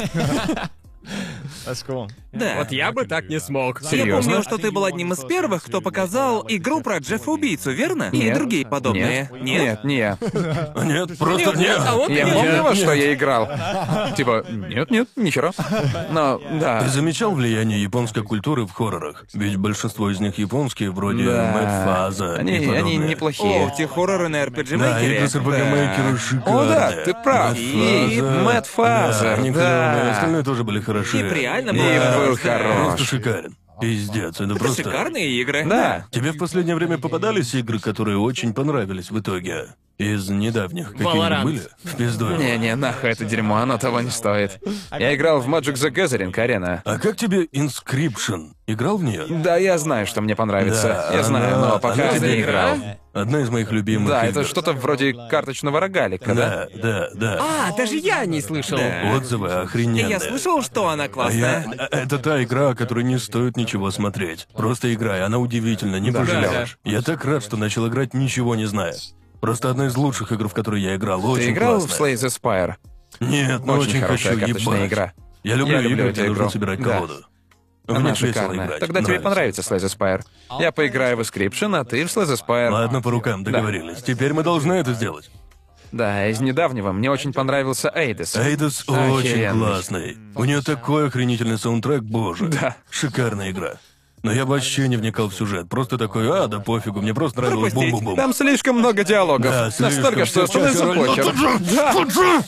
Speaker 5: That's cool.
Speaker 3: Да.
Speaker 4: Вот я бы так не смог.
Speaker 3: Я
Speaker 1: Серьезно?
Speaker 3: помню, что ты был одним из первых, кто показал игру про Джеффа-убийцу, верно? И
Speaker 1: Нет.
Speaker 3: другие подобные.
Speaker 1: Нет, не я.
Speaker 2: Нет, просто нет.
Speaker 4: А вот
Speaker 1: Я
Speaker 4: и
Speaker 1: помню, во что я играл. Типа, нет, ничего. Но, да.
Speaker 2: Ты замечал влияние японской культуры в хоррорах? Ведь большинство из них японские, вроде
Speaker 1: Да.
Speaker 2: Мэтт Фаза и
Speaker 1: Они
Speaker 2: подобные.
Speaker 1: неплохие.
Speaker 3: О, те хорроры на RPG
Speaker 2: Да,
Speaker 3: Maker.
Speaker 2: игры с RPG Maker шикарные.
Speaker 1: О, да, ты прав.
Speaker 2: Мэтт
Speaker 1: И
Speaker 2: Фаза.
Speaker 1: Мэтт Фаза,
Speaker 2: Да, они
Speaker 1: да.
Speaker 2: клёвые, остальные тоже были хороши.
Speaker 3: Тип реально
Speaker 1: И
Speaker 3: был
Speaker 1: был
Speaker 3: просто-
Speaker 1: хорош.
Speaker 2: Просто шикарен. Пиздец, это просто...
Speaker 3: Шикарные игры.
Speaker 1: Да.
Speaker 2: Тебе в последнее время попадались игры, которые очень понравились в итоге? Из недавних какие-нибудь
Speaker 4: Valorant.
Speaker 2: были? В пизду.
Speaker 1: Не, нахуй это дерьмо, оно того не стоит. Я играл в Magic the Gathering Arena.
Speaker 2: А как тебе Inscription? Играл в нее?
Speaker 1: Да, я знаю, что мне понравится.
Speaker 2: Да,
Speaker 1: я знаю,
Speaker 2: она-
Speaker 1: но пока
Speaker 2: она
Speaker 1: не
Speaker 2: тебе
Speaker 1: играл.
Speaker 2: Одна из моих любимых
Speaker 1: Да,
Speaker 2: игр.
Speaker 1: это что-то вроде карточного рогалика, да?
Speaker 2: Да.
Speaker 4: А, даже я не слышал.
Speaker 3: Да.
Speaker 2: Отзывы охрененные.
Speaker 3: Я слышал, что она классная.
Speaker 2: Это та игра, о которой не стоит ничего смотреть. Просто играй, она удивительна, не пожалеешь. Я так рад, что начал играть, ничего не зная. Просто одна из лучших игр, в которые я играл, очень
Speaker 1: Ты играл в
Speaker 2: классная.
Speaker 1: Slay the Spire?
Speaker 2: Нет, но
Speaker 1: Очень
Speaker 2: очень
Speaker 1: хорошая
Speaker 2: хочу,
Speaker 1: карточная
Speaker 2: ебать.
Speaker 1: игра.
Speaker 2: Я люблю
Speaker 1: Я люблю
Speaker 2: игры,
Speaker 1: эту
Speaker 2: где нужно
Speaker 1: игру.
Speaker 2: собирать
Speaker 1: Да.
Speaker 2: колоду. В
Speaker 1: Она
Speaker 2: них весело
Speaker 1: шикарная.
Speaker 2: играть.
Speaker 1: Тогда тебе
Speaker 2: Нравится.
Speaker 1: понравится Slay the Spire. Я поиграю в Inscription, а ты в Slay the Spire.
Speaker 2: Ладно, по рукам, договорились. Теперь мы должны это сделать.
Speaker 1: Да, из недавнего мне очень понравился Эйдес.
Speaker 2: Эйдос очень
Speaker 1: Охеренный.
Speaker 2: классный. У нее такой охренительный саундтрек, боже.
Speaker 1: Да.
Speaker 2: Шикарная игра. Но я вообще не вникал в сюжет. Просто такой, да пофигу, мне просто нравилось
Speaker 3: Пропустить.
Speaker 2: бум-бум-бум.
Speaker 1: Там слишком много диалогов.
Speaker 2: Да, слишком.
Speaker 1: Настолько, что
Speaker 2: Все
Speaker 1: становится
Speaker 2: чаще роль.
Speaker 1: похер.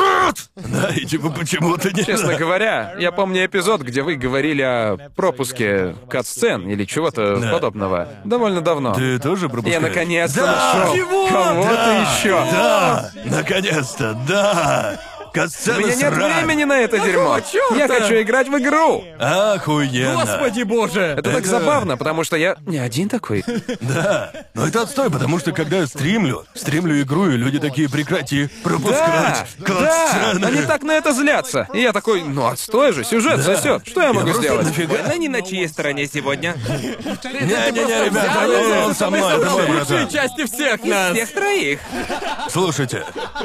Speaker 2: Да, и типа почему-то не
Speaker 1: Честно говоря, я помню эпизод, где вы говорили о пропуске кат-сцен или чего-то
Speaker 2: Да.
Speaker 1: подобного. Довольно давно.
Speaker 2: Ты тоже
Speaker 1: Я
Speaker 2: пропускаешь?
Speaker 1: наконец-то
Speaker 2: Да!
Speaker 1: нашел кого-то еще.
Speaker 2: Да! Наконец-то, да!
Speaker 1: У
Speaker 2: Катсцена
Speaker 1: меня нет
Speaker 2: срань.
Speaker 1: времени на это дерьмо.
Speaker 4: чёрта?
Speaker 1: Я хочу играть в игру.
Speaker 2: Охуенно.
Speaker 4: Господи боже!
Speaker 1: Это так забавно, потому что я не один такой.
Speaker 2: Да, но это отстой, потому что когда я стримлю игру, и люди такие, прекрати
Speaker 1: Да,
Speaker 2: пропускать
Speaker 1: да,
Speaker 2: кат-сцены.
Speaker 1: они так на это злятся. И я такой, отстой же, сюжет сосет. Что я могу
Speaker 2: просто
Speaker 1: сделать?
Speaker 2: нафига-
Speaker 3: Война не на чьей стороне сегодня.
Speaker 2: Не-не-не, ребята,
Speaker 4: Взял,
Speaker 2: со мной,
Speaker 4: собрал лучшие
Speaker 2: братан.
Speaker 4: части всех нас.
Speaker 3: Всех троих.
Speaker 2: Слушайте,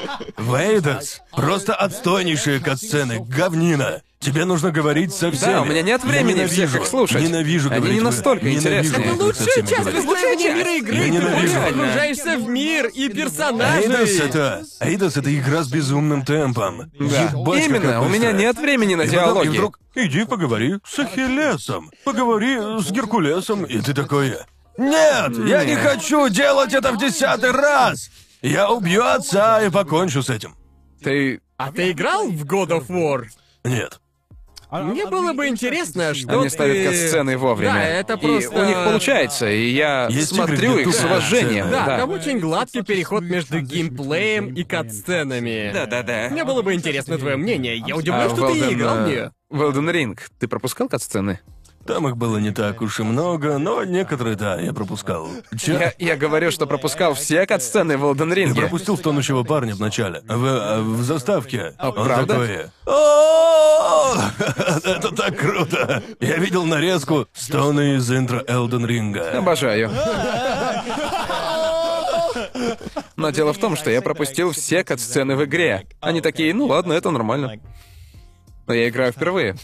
Speaker 2: Вейдас просто отстойнейшие катсцены, говнина. Тебе нужно говорить со всеми.
Speaker 1: Да, у меня нет времени
Speaker 2: Я
Speaker 1: всех их слушать.
Speaker 2: Ненавижу
Speaker 1: Они
Speaker 2: говорить
Speaker 1: не настолько
Speaker 2: ненавижу
Speaker 1: интересные.
Speaker 2: говорить
Speaker 4: Лучшая
Speaker 2: со всеми
Speaker 4: часть
Speaker 2: говорить.
Speaker 4: выстраивания мира игры.
Speaker 2: Я
Speaker 4: Ты
Speaker 2: ненавижу.
Speaker 4: больше погружаешься в мир и персонажей.
Speaker 2: Эйдос это игра с безумным темпом.
Speaker 1: Да.
Speaker 2: Ебать,
Speaker 1: Именно,
Speaker 2: какая
Speaker 1: у меня
Speaker 2: быстрая.
Speaker 1: нет времени на
Speaker 2: И потом- и
Speaker 1: диалоги.
Speaker 2: вдруг иди поговори с Ахиллесом, поговори с Геркулесом, и ты такой... Нет, я не хочу делать это в 10-й раз! Я убью отца и покончу с этим.
Speaker 1: Ты...
Speaker 4: А ты играл в God of War?
Speaker 2: Нет.
Speaker 4: Мне было бы интересно, что
Speaker 1: Они ставят катсцены вовремя.
Speaker 4: Да, это
Speaker 1: И
Speaker 4: просто...
Speaker 1: у них получается, и я
Speaker 2: Есть
Speaker 1: смотрю
Speaker 2: игры,
Speaker 1: их
Speaker 2: где
Speaker 1: с
Speaker 2: тупо
Speaker 1: уважением.
Speaker 2: катсцены.
Speaker 4: Да, там очень гладкий переход между геймплеем и катсценами.
Speaker 3: Да-да-да.
Speaker 4: Мне было бы интересно твое мнение. Я удивлен, что ты не играл в нее.
Speaker 1: В Elden Ring ты пропускал катсцены?
Speaker 2: Там их было не так уж и много, но некоторые, да, я пропускал.
Speaker 1: Я говорю, что пропускал все катсцены в Elden
Speaker 2: Ты
Speaker 1: Ring.
Speaker 2: пропустил тонущего парня в начале. В заставке. Он
Speaker 1: правда?
Speaker 2: такой... «О, это так круто! Я видел нарезку стоны из интро Elden Ring.
Speaker 1: Обожаю. Но дело в том, что я пропустил все катсцены в игре. Они такие, ну ладно, это нормально. Но я играю впервые.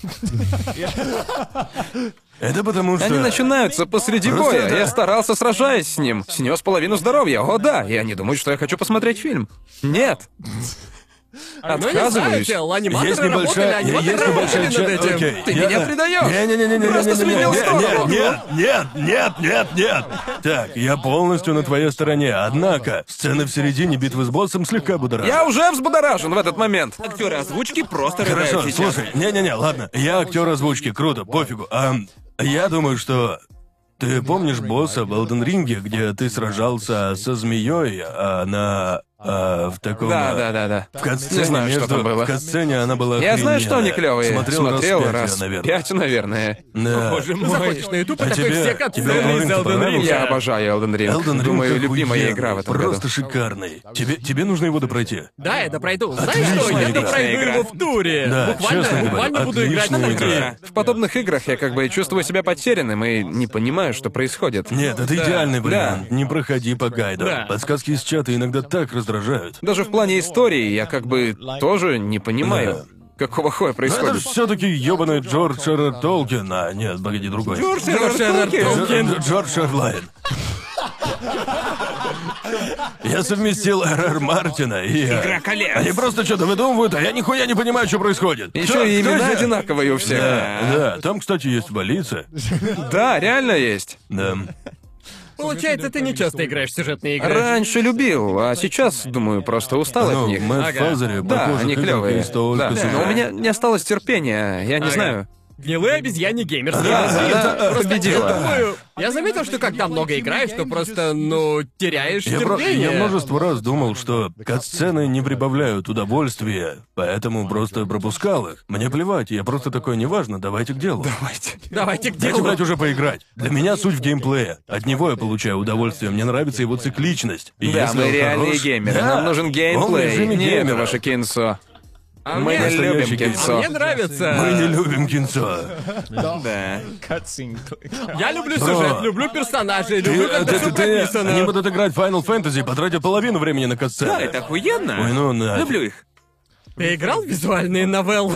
Speaker 2: Это потому что...
Speaker 1: Они начинаются посреди
Speaker 2: Просто
Speaker 1: боя.
Speaker 2: это-
Speaker 1: Я старался, сражаясь с ним. Снес половину здоровья. О, да. И они думают, что я хочу посмотреть фильм. Нет.
Speaker 4: Ну, не знаю,
Speaker 1: Отказываюсь.
Speaker 4: Чел, аниматоры
Speaker 2: Есть
Speaker 4: работали,
Speaker 2: небольшая...
Speaker 4: аниматоры
Speaker 2: Есть небольшая
Speaker 4: работали над этим.
Speaker 2: Окей,
Speaker 1: Ты
Speaker 2: я-
Speaker 1: меня предаешь. Просто сменил сторону.
Speaker 2: Нет. Так, я полностью на твоей стороне. Однако, сцена в середине битвы с боссом слегка будоражит.
Speaker 1: Я уже взбудоражен в этот момент.
Speaker 3: Актеры озвучки просто
Speaker 2: Хорошо,
Speaker 3: рыдают сейчас.
Speaker 2: слушай, ладно. Я актер озвучки, круто, пофигу. Я думаю, что... Ты помнишь босса в Elden Ring, где ты сражался со змеей, в таком...
Speaker 1: Да.
Speaker 2: В катсцене
Speaker 1: Не знаю, что
Speaker 2: между...
Speaker 1: там было.
Speaker 2: В катсцене она была
Speaker 1: Я знаю, что они
Speaker 2: охрененная.
Speaker 1: клевые.
Speaker 2: Смотрел
Speaker 1: раз
Speaker 2: наверное.
Speaker 1: 5, наверное.
Speaker 2: Да.
Speaker 3: Боже мой.
Speaker 4: Заходишь на YouTube и
Speaker 2: А
Speaker 4: такой,
Speaker 2: тебе-
Speaker 4: все
Speaker 2: тебе
Speaker 4: катсцены
Speaker 2: Elden
Speaker 4: из
Speaker 2: Ring
Speaker 4: Elden
Speaker 2: понравился?
Speaker 1: Я
Speaker 4: Ring.
Speaker 1: обожаю Elden Ring.
Speaker 2: Elden Ring
Speaker 1: Думаю,
Speaker 2: охуенный,
Speaker 1: любимая игра в этом
Speaker 2: просто
Speaker 1: году.
Speaker 2: шикарный. Тебе нужно его допройти.
Speaker 4: Да, я допройду. Знаешь
Speaker 2: Отличная
Speaker 4: что, я
Speaker 2: игра.
Speaker 4: допройду
Speaker 3: Игра.
Speaker 4: его в туре.
Speaker 2: Да, честно говоря,
Speaker 4: буквально буду играть на
Speaker 2: отличная
Speaker 4: туре.
Speaker 2: игра.
Speaker 1: В подобных играх я как бы чувствую себя потерянным и не понимаю, что происходит.
Speaker 2: Нет, это идеальный вариант. Не проходи по гайду.
Speaker 4: Да.
Speaker 2: Подсказки из чата иногда так раздражают.
Speaker 1: Даже в плане истории я как бы тоже не понимаю, какого хуя
Speaker 2: Но это
Speaker 1: происходит.
Speaker 2: же все-таки ебаный Джордж Р. Толкин. Нет, погоди, другой.
Speaker 3: Джордж Р. Толкин.
Speaker 2: Джордж Эрлайн. Я совместил Р.Р. Мартина и...
Speaker 3: Игра колец.
Speaker 2: Они просто что-то выдумывают, а я нихуя не понимаю, что происходит.
Speaker 1: Еще и имена
Speaker 2: здесь?
Speaker 1: одинаковые у всех.
Speaker 2: Да, там, кстати, есть больница.
Speaker 1: Да, реально есть.
Speaker 2: Да.
Speaker 4: Получается, ты не часто играешь в сюжетные игры.
Speaker 1: Раньше любил, а сейчас, думаю, просто устал
Speaker 2: Ну,
Speaker 1: от них.
Speaker 2: Мэтт
Speaker 4: Ага.
Speaker 2: Фазери,
Speaker 1: Да,
Speaker 2: похоже,
Speaker 1: они
Speaker 2: как
Speaker 1: клевые.
Speaker 2: и столько
Speaker 1: Да,
Speaker 2: сюжета.
Speaker 1: но у меня не осталось терпения, я не
Speaker 4: Ага.
Speaker 1: знаю.
Speaker 4: Гнилые обезьяне геймерские.
Speaker 1: Она победила.
Speaker 4: Думаю, я заметил, что когда много играешь, то просто, теряешь
Speaker 2: Я
Speaker 4: терпение.
Speaker 2: множество раз думал, что катсцены не прибавляют удовольствия, поэтому просто пропускал их. Мне плевать, я просто такой, неважно, давайте к делу.
Speaker 4: Давайте к
Speaker 2: Дайте,
Speaker 4: делу.
Speaker 2: блядь, уже поиграть. Для меня суть в геймплее. От него я получаю удовольствие, мне нравится его цикличность. И
Speaker 1: Да,
Speaker 2: если
Speaker 1: мы
Speaker 2: он
Speaker 1: реальные
Speaker 2: хорош-
Speaker 1: геймеры,
Speaker 2: Да,
Speaker 1: нам нужен
Speaker 2: он в
Speaker 1: геймплей,
Speaker 2: режиме
Speaker 1: не это
Speaker 2: геймера.
Speaker 1: ваше кинцо.
Speaker 4: А
Speaker 1: Мы
Speaker 4: мне-
Speaker 1: не любим
Speaker 2: настоящий геймер.
Speaker 1: кинцо.
Speaker 4: Мне нравится.
Speaker 2: Мы не любим кинцо.
Speaker 3: Да.
Speaker 5: Cutscene.
Speaker 4: Я люблю
Speaker 2: Бро.
Speaker 4: сюжет, люблю персонажей, люблю, когда все прописано.
Speaker 2: Они будут играть Final Fantasy, потратя половину времени на катсцены.
Speaker 3: Да, это охуенно.
Speaker 2: Ой, ну нафиг.
Speaker 3: Люблю их.
Speaker 4: Ты играл в визуальные новеллы?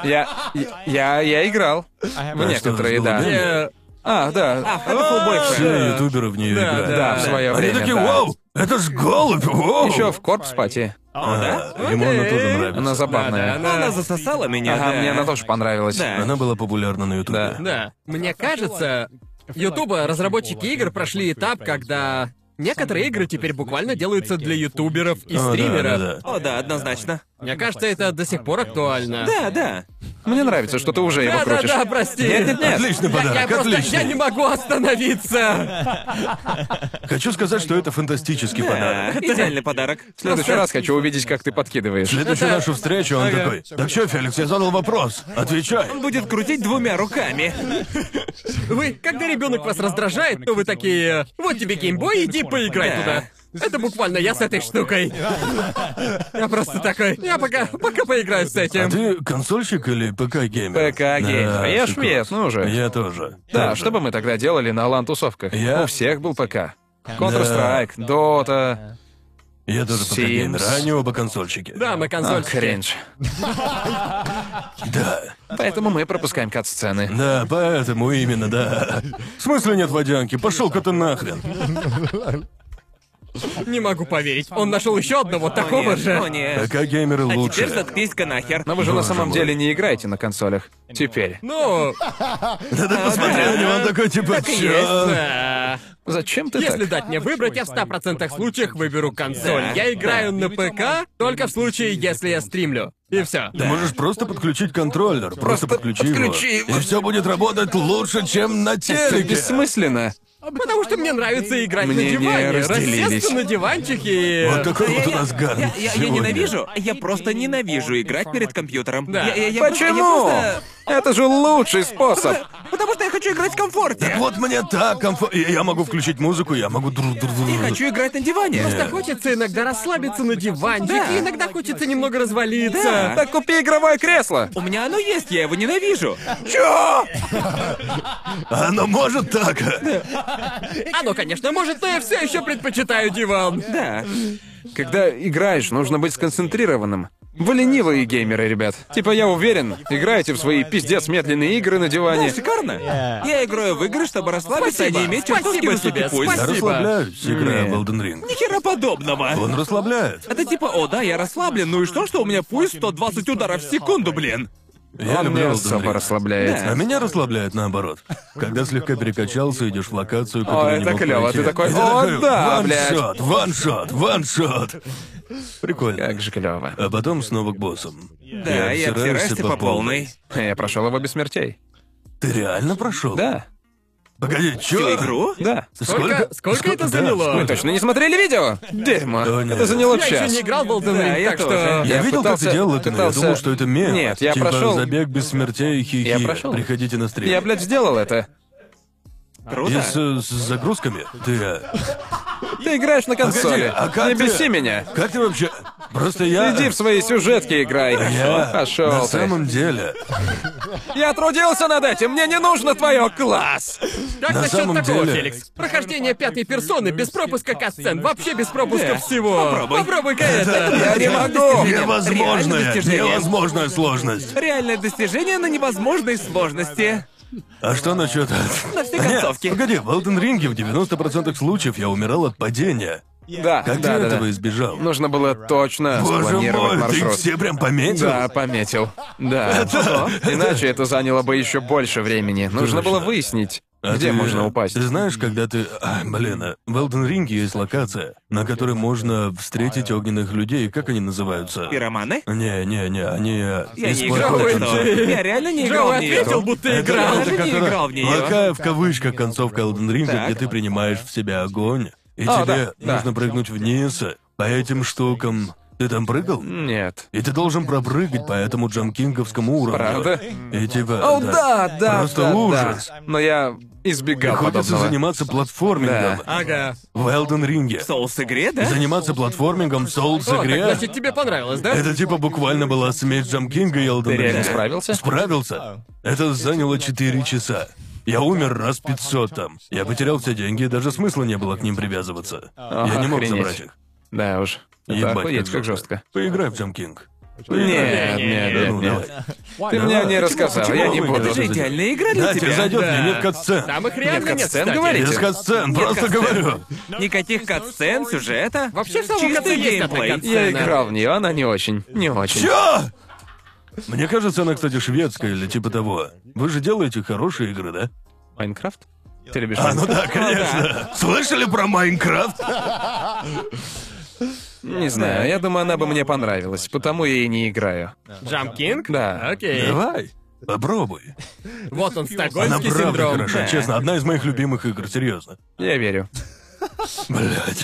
Speaker 1: Я играл. В некоторые,
Speaker 2: что,
Speaker 1: да.
Speaker 2: разголодали?
Speaker 1: Да.
Speaker 3: Hateful Boyfriend.
Speaker 2: Все ютуберы в нее играют.
Speaker 1: Да, в свое
Speaker 2: Они
Speaker 1: время.
Speaker 2: такие,
Speaker 1: да.
Speaker 2: вау, это ж голубь, вау.
Speaker 1: Еще в Корпс Пати.
Speaker 2: Ему она тоже нравится.
Speaker 1: Она забавная.
Speaker 3: Она засосала меня,
Speaker 1: Ага,
Speaker 3: да.
Speaker 1: мне она тоже понравилась.
Speaker 3: Да.
Speaker 2: Она была популярна на ютубе.
Speaker 1: Да.
Speaker 4: Да. Мне кажется, Ютуба разработчики игр прошли этап, когда некоторые игры теперь буквально делаются для ютуберов и стримеров.
Speaker 2: Да.
Speaker 3: О, да, однозначно.
Speaker 4: Мне кажется, это до сих пор актуально.
Speaker 3: Да.
Speaker 1: Мне нравится, что ты уже его крутишь.
Speaker 4: Да, прости.
Speaker 1: Нет.
Speaker 2: Отличный подарок,
Speaker 4: Я просто
Speaker 2: отличный.
Speaker 4: я не могу остановиться.
Speaker 2: Хочу сказать, что это фантастический подарок.
Speaker 3: Да, идеальный подарок.
Speaker 1: В следующий раз хочу увидеть, как ты подкидываешь.
Speaker 2: Следующую нашу встречу он такой, так что, Феликс, я задал вопрос, отвечай.
Speaker 3: Он будет крутить двумя руками.
Speaker 4: Вы, когда ребенок вас раздражает, то вы такие, вот тебе геймбой, иди поиграй
Speaker 3: Да.
Speaker 4: туда. Это буквально я с этой штукой. Я просто такой, я пока поиграю с
Speaker 2: А
Speaker 4: этим.
Speaker 2: ты консольщик или ПК-геймер?
Speaker 1: ПК-геймер. Я
Speaker 2: шикарно.
Speaker 1: швец, ну уже.
Speaker 2: Я тоже.
Speaker 1: Да,
Speaker 2: Тоже.
Speaker 1: что бы мы тогда делали на лан-тусовках?
Speaker 2: Я-
Speaker 1: У всех был ПК. Counter-Strike, Dota.
Speaker 2: Я тоже ПК-геймер,
Speaker 1: Sims.
Speaker 2: а они оба консольщики.
Speaker 4: Да, мы консольщики.
Speaker 1: Кринж.
Speaker 2: Да.
Speaker 1: Поэтому мы пропускаем кат-сцены.
Speaker 2: Да, поэтому именно, да. В смысле нет водянки? Пошел-ка ты нахрен.
Speaker 4: Не могу поверить. Он нашел еще одного
Speaker 3: О,
Speaker 4: такого
Speaker 3: нет,
Speaker 4: же.
Speaker 3: о, нет.
Speaker 2: ПК-геймеры
Speaker 3: А
Speaker 2: лучше.
Speaker 3: теперь заткнись-ка нахер.
Speaker 1: Но вы же на
Speaker 2: Боже
Speaker 1: самом
Speaker 2: мой.
Speaker 1: деле не играете на консолях. Теперь.
Speaker 4: Ну,
Speaker 2: Да ты посмотри на него, он такой, типа,
Speaker 3: Так и
Speaker 2: чё?
Speaker 3: есть.
Speaker 4: да.
Speaker 1: Зачем ты
Speaker 4: Если
Speaker 1: так?
Speaker 4: дать мне выбрать, я в 100% случаях выберу консоль. Я играю на ПК только в случае, если я стримлю. И все.
Speaker 2: Ты можешь просто подключить контроллер, просто подключи
Speaker 1: подключи его.
Speaker 2: и все будет работать лучше, чем на
Speaker 1: Это
Speaker 2: телеке.
Speaker 1: бессмысленно.
Speaker 4: Потому что мне нравится играть на
Speaker 1: Мнения
Speaker 4: диване.
Speaker 1: разделились.
Speaker 4: Рассесться на диванчике.
Speaker 2: Вот такой вот у нас ганг
Speaker 3: Я
Speaker 2: сегодня.
Speaker 3: ненавижу. Я просто ненавижу играть перед компьютером.
Speaker 4: Да.
Speaker 1: Почему? Это же лучший способ.
Speaker 3: Потому что я хочу играть в комфорте.
Speaker 2: Вот мне так комфортно. Я могу включить музыку, я могу...
Speaker 3: Я хочу играть на диване.
Speaker 4: Просто хочется иногда расслабиться на диванчике,
Speaker 3: Да.
Speaker 4: иногда хочется немного развалиться.
Speaker 3: Да.
Speaker 1: Так купи игровое кресло.
Speaker 3: У меня оно есть, я его ненавижу.
Speaker 1: Чё?
Speaker 2: Оно может так.
Speaker 4: Оно, конечно, может, но я все еще предпочитаю диван.
Speaker 3: Да.
Speaker 1: Когда играешь, нужно быть сконцентрированным. Вы ленивые геймеры, ребят. Типа, я уверен, играете в свои пиздец медленные игры на диване.
Speaker 3: Шикарно. Я играю в игры, чтобы расслабиться, а не иметь чертовски
Speaker 4: Спасибо
Speaker 3: высокий
Speaker 4: тебе,
Speaker 3: пульс.
Speaker 2: Я
Speaker 4: спасибо.
Speaker 2: расслабляюсь, играя в
Speaker 1: Нет.
Speaker 2: Elden Ring.
Speaker 3: Ни хера подобного.
Speaker 2: Он расслабляет.
Speaker 3: Это типа, о да, я расслаблен, ну и что у меня пульс 120 ударов в секунду, блин.
Speaker 2: Я
Speaker 1: Он не
Speaker 2: люблю Elden
Speaker 1: особо
Speaker 2: Ring.
Speaker 1: расслабляет.
Speaker 2: А меня расслабляет наоборот. Когда слегка перекачался, идешь в локацию,
Speaker 1: О,
Speaker 2: которую не
Speaker 1: это
Speaker 2: мог
Speaker 1: клёво,
Speaker 2: пройти.
Speaker 1: ты такой,
Speaker 2: И
Speaker 1: «О, да, блядь».
Speaker 2: Ваншот. Прикольно.
Speaker 1: Как же клево.
Speaker 2: А потом снова к боссам.
Speaker 3: Да, и обсираешься по полной.
Speaker 1: Я прошел его без смертей.
Speaker 2: Ты реально прошел?
Speaker 1: Да,
Speaker 2: Погоди,
Speaker 3: Всю
Speaker 2: чё?
Speaker 3: игру?
Speaker 1: да.
Speaker 4: Сколько это
Speaker 2: да,
Speaker 4: заняло?
Speaker 1: Вы точно не смотрели видео? Дерьмо.
Speaker 2: Да нет.
Speaker 1: Это заняло
Speaker 4: Я еще
Speaker 1: час.
Speaker 4: не играл в Elden
Speaker 3: Да,
Speaker 4: Ring,
Speaker 3: я
Speaker 4: так
Speaker 3: тоже.
Speaker 4: что...
Speaker 2: Я видел, как
Speaker 1: пытался-
Speaker 2: ты делал это, но я
Speaker 1: пытался-
Speaker 2: думал, что это мем.
Speaker 1: Нет, я
Speaker 2: типа
Speaker 1: прошел.
Speaker 2: забег без смертей, хихи.
Speaker 1: Я прошел.
Speaker 2: Приходите на стрим.
Speaker 1: Я, блядь, сделал это.
Speaker 2: И
Speaker 3: Круто.
Speaker 2: с загрузками?
Speaker 1: Ты играешь на консоли.
Speaker 2: Погоди, а как
Speaker 1: Не
Speaker 2: ты-
Speaker 1: беси меня.
Speaker 2: Как ты вообще... Просто я...
Speaker 1: Иди в свои сюжетки играй.
Speaker 2: Я...
Speaker 1: Пошел
Speaker 2: На
Speaker 1: ты.
Speaker 2: самом деле...
Speaker 1: Я трудился над этим, мне не нужно твое класс.
Speaker 4: Как
Speaker 2: На
Speaker 4: насчет
Speaker 2: самом
Speaker 4: такого,
Speaker 2: деле-
Speaker 4: Феликс? Прохождение пятой персоны без пропуска катсцен, вообще без пропуска всего.
Speaker 3: попробуй.
Speaker 4: Попробуй-ка это.
Speaker 1: Я не могу.
Speaker 2: Невозможная,
Speaker 3: Реально достижение.
Speaker 2: невозможная сложность.
Speaker 3: Реальное достижение на невозможной сложности.
Speaker 2: А что насчет...
Speaker 3: На все концовки.
Speaker 2: Погоди, в Elden Ring в 90% случаев я умирал от падения.
Speaker 1: Да,
Speaker 2: Как
Speaker 1: да,
Speaker 2: ты
Speaker 1: да,
Speaker 2: этого
Speaker 1: да.
Speaker 2: избежал?
Speaker 1: Нужно было точно
Speaker 2: Боже
Speaker 1: спланировать
Speaker 2: мой, ты их
Speaker 1: маршрут.
Speaker 2: все прям пометил?
Speaker 1: Да, пометил. Да. Иначе это заняло бы еще больше времени. Нужно было выяснить,
Speaker 2: А
Speaker 1: где
Speaker 2: ты-
Speaker 1: можно упасть.
Speaker 2: Ты знаешь, когда ты... в Elden Ring есть локация, на которой можно встретить огненных людей. Как они называются?
Speaker 3: Пироманы?
Speaker 2: Не, они...
Speaker 3: Я не
Speaker 2: из
Speaker 3: играл в
Speaker 2: плохой
Speaker 3: это.
Speaker 2: концовки.
Speaker 3: Я реально не играл
Speaker 4: Джоуи
Speaker 3: в нее.
Speaker 4: ответил, будто
Speaker 2: Это-
Speaker 4: играл.
Speaker 3: Даже не
Speaker 2: которая-
Speaker 3: играл в неё.
Speaker 2: Плохая в кавычках концовка Elden Ring,
Speaker 3: Так.
Speaker 2: где ты принимаешь в себя огонь, и
Speaker 1: А,
Speaker 2: тебе
Speaker 1: да,
Speaker 2: нужно
Speaker 1: да.
Speaker 2: прыгнуть вниз по этим штукам. Ты там прыгал?
Speaker 1: Нет.
Speaker 2: И ты должен пропрыгать по этому джампкинговскому уровню.
Speaker 1: Правда?
Speaker 2: И типа...
Speaker 1: О, да.
Speaker 2: Просто
Speaker 1: да,
Speaker 2: ужас.
Speaker 1: да. Но я избегал
Speaker 2: Приходится
Speaker 1: подобного.
Speaker 2: заниматься платформингом
Speaker 1: Да.
Speaker 4: Ага.
Speaker 2: в Elden Ring.
Speaker 3: Соус-игре, да?
Speaker 2: Заниматься платформингом в
Speaker 4: О, так
Speaker 2: Souls-игре.
Speaker 4: значит, тебе понравилось, да?
Speaker 2: Это типа буквально была смесь Джамкинга и Elden
Speaker 1: Ты реально
Speaker 2: Ring.
Speaker 1: справился?
Speaker 2: Справился. Это заняло 4 часа. Я умер раз 500 там. Я потерял все деньги, даже смысла не было к ним привязываться. Я не мог
Speaker 1: Охренеть.
Speaker 2: забрать их.
Speaker 1: Да уж. Это
Speaker 2: Ебать,
Speaker 1: охуеть, как жестко.
Speaker 2: Поиграй в Джамкинг.
Speaker 1: Нет, нет,
Speaker 2: Ну,
Speaker 1: нет.
Speaker 2: давай.
Speaker 1: Ты мне не рассказал, я не
Speaker 2: Почему?
Speaker 1: буду.
Speaker 3: Это же идеальная игра для
Speaker 2: Да, тебе
Speaker 3: тебя.
Speaker 2: зайдет,
Speaker 4: Да.
Speaker 2: мне нет катсцен.
Speaker 4: Самых реально нет,
Speaker 1: катсцен,
Speaker 4: кстати.
Speaker 1: говорите?
Speaker 2: Без катсцен, просто
Speaker 3: катсцен.
Speaker 2: говорю.
Speaker 3: Никаких катсцен, сюжета.
Speaker 4: Вообще в самом
Speaker 3: Чистый
Speaker 4: конце есть
Speaker 3: геймплей.
Speaker 4: одна
Speaker 1: Я
Speaker 4: катсцена.
Speaker 1: играл в нее, она не очень. Не очень.
Speaker 2: Чё? Мне кажется, она, кстати, шведская или типа того. Вы же делаете хорошие игры, да?
Speaker 1: Майнкрафт? Ты любишь
Speaker 2: А, ну
Speaker 1: Майнкрафт?
Speaker 2: да, конечно. Слышали про Майнкрафт?
Speaker 1: Не знаю, я думаю, она бы мне понравилась, потому я и не играю.
Speaker 4: Jump King?
Speaker 1: Да.
Speaker 4: Окей.
Speaker 2: Давай, попробуй.
Speaker 4: Вот он,
Speaker 2: Она
Speaker 4: стокгольмский
Speaker 2: правда
Speaker 4: синдром.
Speaker 2: хороша,
Speaker 3: Да.
Speaker 2: честно, одна из моих любимых игр, серьезно.
Speaker 1: Я верю.
Speaker 2: Блять.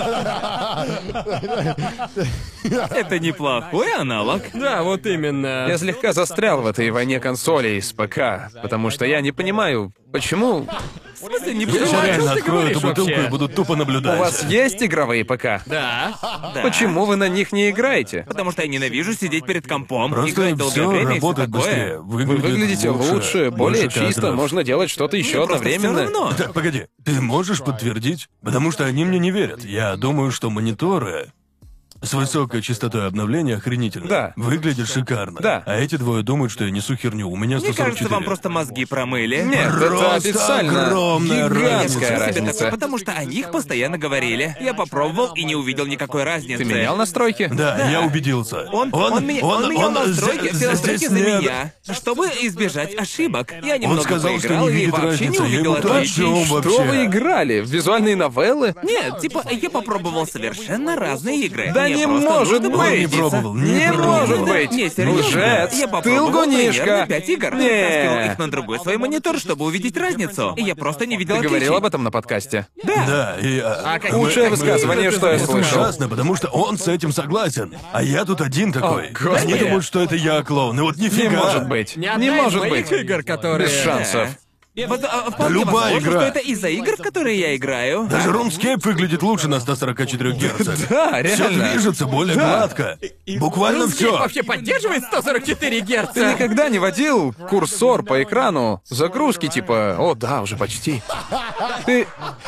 Speaker 3: Это неплохой аналог.
Speaker 4: Да, вот именно.
Speaker 1: Я слегка застрял в этой войне консолей с ПК, потому что я не понимаю, почему...
Speaker 3: В смысле, не
Speaker 4: Я
Speaker 2: Я
Speaker 3: понимаю.
Speaker 2: реально
Speaker 4: ты
Speaker 2: открою эту
Speaker 4: говоришь
Speaker 2: бутылку
Speaker 4: вообще?
Speaker 2: и буду тупо наблюдать.
Speaker 1: У вас есть игровые ПК?
Speaker 4: Да.
Speaker 3: Да.
Speaker 1: Почему вы на них не играете?
Speaker 3: Потому что я ненавижу сидеть перед компом,
Speaker 2: Просто
Speaker 3: играть долгое
Speaker 2: все
Speaker 3: время и всё
Speaker 2: работает
Speaker 3: такое.
Speaker 2: быстрее.
Speaker 1: Вы выглядите лучше, более
Speaker 2: больше
Speaker 1: чисто,
Speaker 2: кадров.
Speaker 1: можно делать что-то еще
Speaker 3: Мне просто всё
Speaker 1: одновременно.
Speaker 3: равно.
Speaker 2: Так, погоди, ты можешь подтвердить? Потому что они мне не верят. Я думаю, что мониторы... с высокой частотой обновления охренительно.
Speaker 1: Да.
Speaker 2: Выглядит шикарно.
Speaker 1: Да.
Speaker 2: А эти двое думают, что я несу херню. У меня
Speaker 3: Мне
Speaker 2: 144.
Speaker 3: кажется, вам просто мозги промыли.
Speaker 1: Нет, это
Speaker 2: Просто
Speaker 1: официально
Speaker 2: огромная
Speaker 1: гигантская
Speaker 3: Я себе такое,
Speaker 1: разница.
Speaker 3: потому что о них постоянно говорили. Я попробовал и не увидел никакой разницы.
Speaker 1: Ты менял настройки?
Speaker 2: Да, я убедился.
Speaker 3: Он менял настройки, все настройки
Speaker 2: здесь
Speaker 3: за
Speaker 2: нет.
Speaker 3: меня, чтобы избежать ошибок. Я немного
Speaker 2: сказал, что
Speaker 3: поиграл
Speaker 2: не
Speaker 3: и
Speaker 2: видит
Speaker 3: вообще не
Speaker 2: разницы.
Speaker 3: увидел
Speaker 2: Ему-то
Speaker 3: отличий.
Speaker 2: о чем
Speaker 1: Что
Speaker 2: вообще?
Speaker 1: вы играли? В визуальные новеллы?
Speaker 3: Нет, типа, я попробовал совершенно разные игры.
Speaker 1: Да
Speaker 3: Мне
Speaker 1: не
Speaker 3: просто
Speaker 1: может
Speaker 3: нужно было
Speaker 1: быть.
Speaker 2: Не
Speaker 3: убедиться.
Speaker 2: пробовал.
Speaker 1: Не может быть.
Speaker 3: Не, серьезно.
Speaker 1: Лжец.
Speaker 3: Я
Speaker 1: Ты
Speaker 3: попробовал
Speaker 1: лгунишка.
Speaker 3: примерно 5 игр.
Speaker 1: Не.
Speaker 3: Скинул их на другой свой монитор, чтобы увидеть разницу. И я просто не видел
Speaker 1: Ты говорил
Speaker 3: отличий.
Speaker 1: об этом на подкасте?
Speaker 2: Да, и...
Speaker 4: какие-
Speaker 1: Лучшее
Speaker 4: какие
Speaker 1: высказывание,
Speaker 4: игры
Speaker 1: что
Speaker 4: ты
Speaker 1: я
Speaker 2: Это
Speaker 1: слышал.
Speaker 2: ужасно, потому что он с этим согласен. А я тут один такой.
Speaker 1: Господи.
Speaker 2: Они думают, что это я клоун. И вот
Speaker 1: Не
Speaker 2: нифига.
Speaker 1: может быть.
Speaker 4: Ни одна
Speaker 1: Не
Speaker 4: из
Speaker 1: может
Speaker 4: моих
Speaker 1: быть.
Speaker 4: игр, которые...
Speaker 1: Без шансов.
Speaker 3: Вполне
Speaker 2: Любая
Speaker 3: возможно,
Speaker 2: игра.
Speaker 3: что это из-за игр, в которые я играю.
Speaker 2: Даже RuneScape выглядит лучше на 144 Гц.
Speaker 1: Да,
Speaker 2: Все
Speaker 1: реально.
Speaker 2: движется более гладко. Буквально
Speaker 4: RuneScape
Speaker 2: все.
Speaker 4: вообще поддерживает 144
Speaker 1: Ты
Speaker 4: Герца?
Speaker 1: никогда не водил курсор по экрану? Загрузки типа, о да, уже почти. Ты...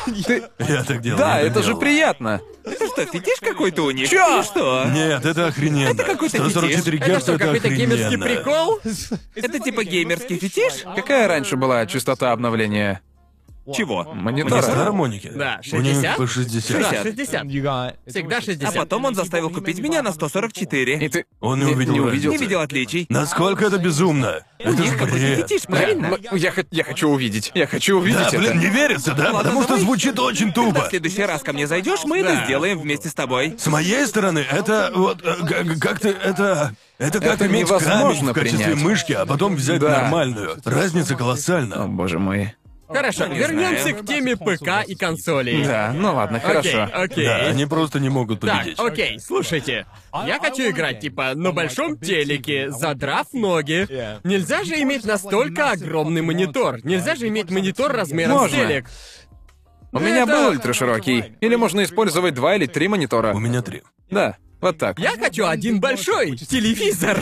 Speaker 2: Я так делал.
Speaker 1: Да,
Speaker 2: я так
Speaker 1: это же
Speaker 2: делал.
Speaker 1: приятно.
Speaker 3: Это что, фетиш какой-то у них?
Speaker 1: Чё?
Speaker 3: Или что?
Speaker 2: Нет, это охрененно.
Speaker 3: Это какой-то
Speaker 2: 144
Speaker 3: фетиш.
Speaker 4: Это
Speaker 2: Гц
Speaker 4: что,
Speaker 2: это
Speaker 4: какой-то геймерский
Speaker 2: охрененно.
Speaker 4: прикол?
Speaker 3: Это типа геймерский фетиш?
Speaker 1: Какая раньше была частота обновления
Speaker 3: Чего?
Speaker 1: монитора?
Speaker 2: Монитор Моники?
Speaker 4: Да,
Speaker 2: У них
Speaker 4: 60?
Speaker 2: по 60.
Speaker 4: Да,
Speaker 3: 60.
Speaker 4: 60.
Speaker 5: You got.
Speaker 4: Всегда
Speaker 3: А
Speaker 4: 60.
Speaker 3: потом он заставил купить меня на 144.
Speaker 1: И ты
Speaker 2: Он не увидел
Speaker 1: не
Speaker 2: разницы.
Speaker 1: увидел.
Speaker 3: Не видел отличий.
Speaker 2: Насколько это безумно.
Speaker 3: У
Speaker 2: Это
Speaker 3: них
Speaker 2: же
Speaker 3: какой-то
Speaker 2: бред.
Speaker 3: фетиш, правильно?
Speaker 1: Я хочу увидеть. Я хочу увидеть
Speaker 2: Да,
Speaker 1: это.
Speaker 2: блин, не верится, да? Потому что
Speaker 3: давай.
Speaker 2: звучит очень
Speaker 3: Когда
Speaker 2: тупо.
Speaker 3: в следующий раз ко мне зайдешь, мы это сделаем вместе с тобой.
Speaker 2: С моей стороны, это вот как-то это как
Speaker 1: Это
Speaker 2: иметь камень
Speaker 1: невозможно
Speaker 2: в качестве
Speaker 1: принять.
Speaker 2: мышки, а потом взять
Speaker 1: Да.
Speaker 2: нормальную. Разница
Speaker 1: О,
Speaker 2: колоссальна.
Speaker 1: боже мой.
Speaker 4: Хорошо,
Speaker 3: Не
Speaker 4: вернемся
Speaker 3: знаю.
Speaker 4: к теме ПК и консолей.
Speaker 1: Да, ну ладно, хорошо.
Speaker 4: Окей.
Speaker 2: Да, они просто не могут
Speaker 4: Так,
Speaker 2: победить.
Speaker 4: окей, слушайте. Я хочу играть, типа, на большом телеке, задрав ноги. Нельзя же иметь настолько огромный монитор. Нельзя же иметь монитор размером
Speaker 1: Можно.
Speaker 4: с телек.
Speaker 1: У меня
Speaker 4: это-
Speaker 1: был ультраширокий. Или можно использовать 2 или 3 монитора.
Speaker 2: У меня 3.
Speaker 1: Да, вот так.
Speaker 4: Я хочу один большой телевизор.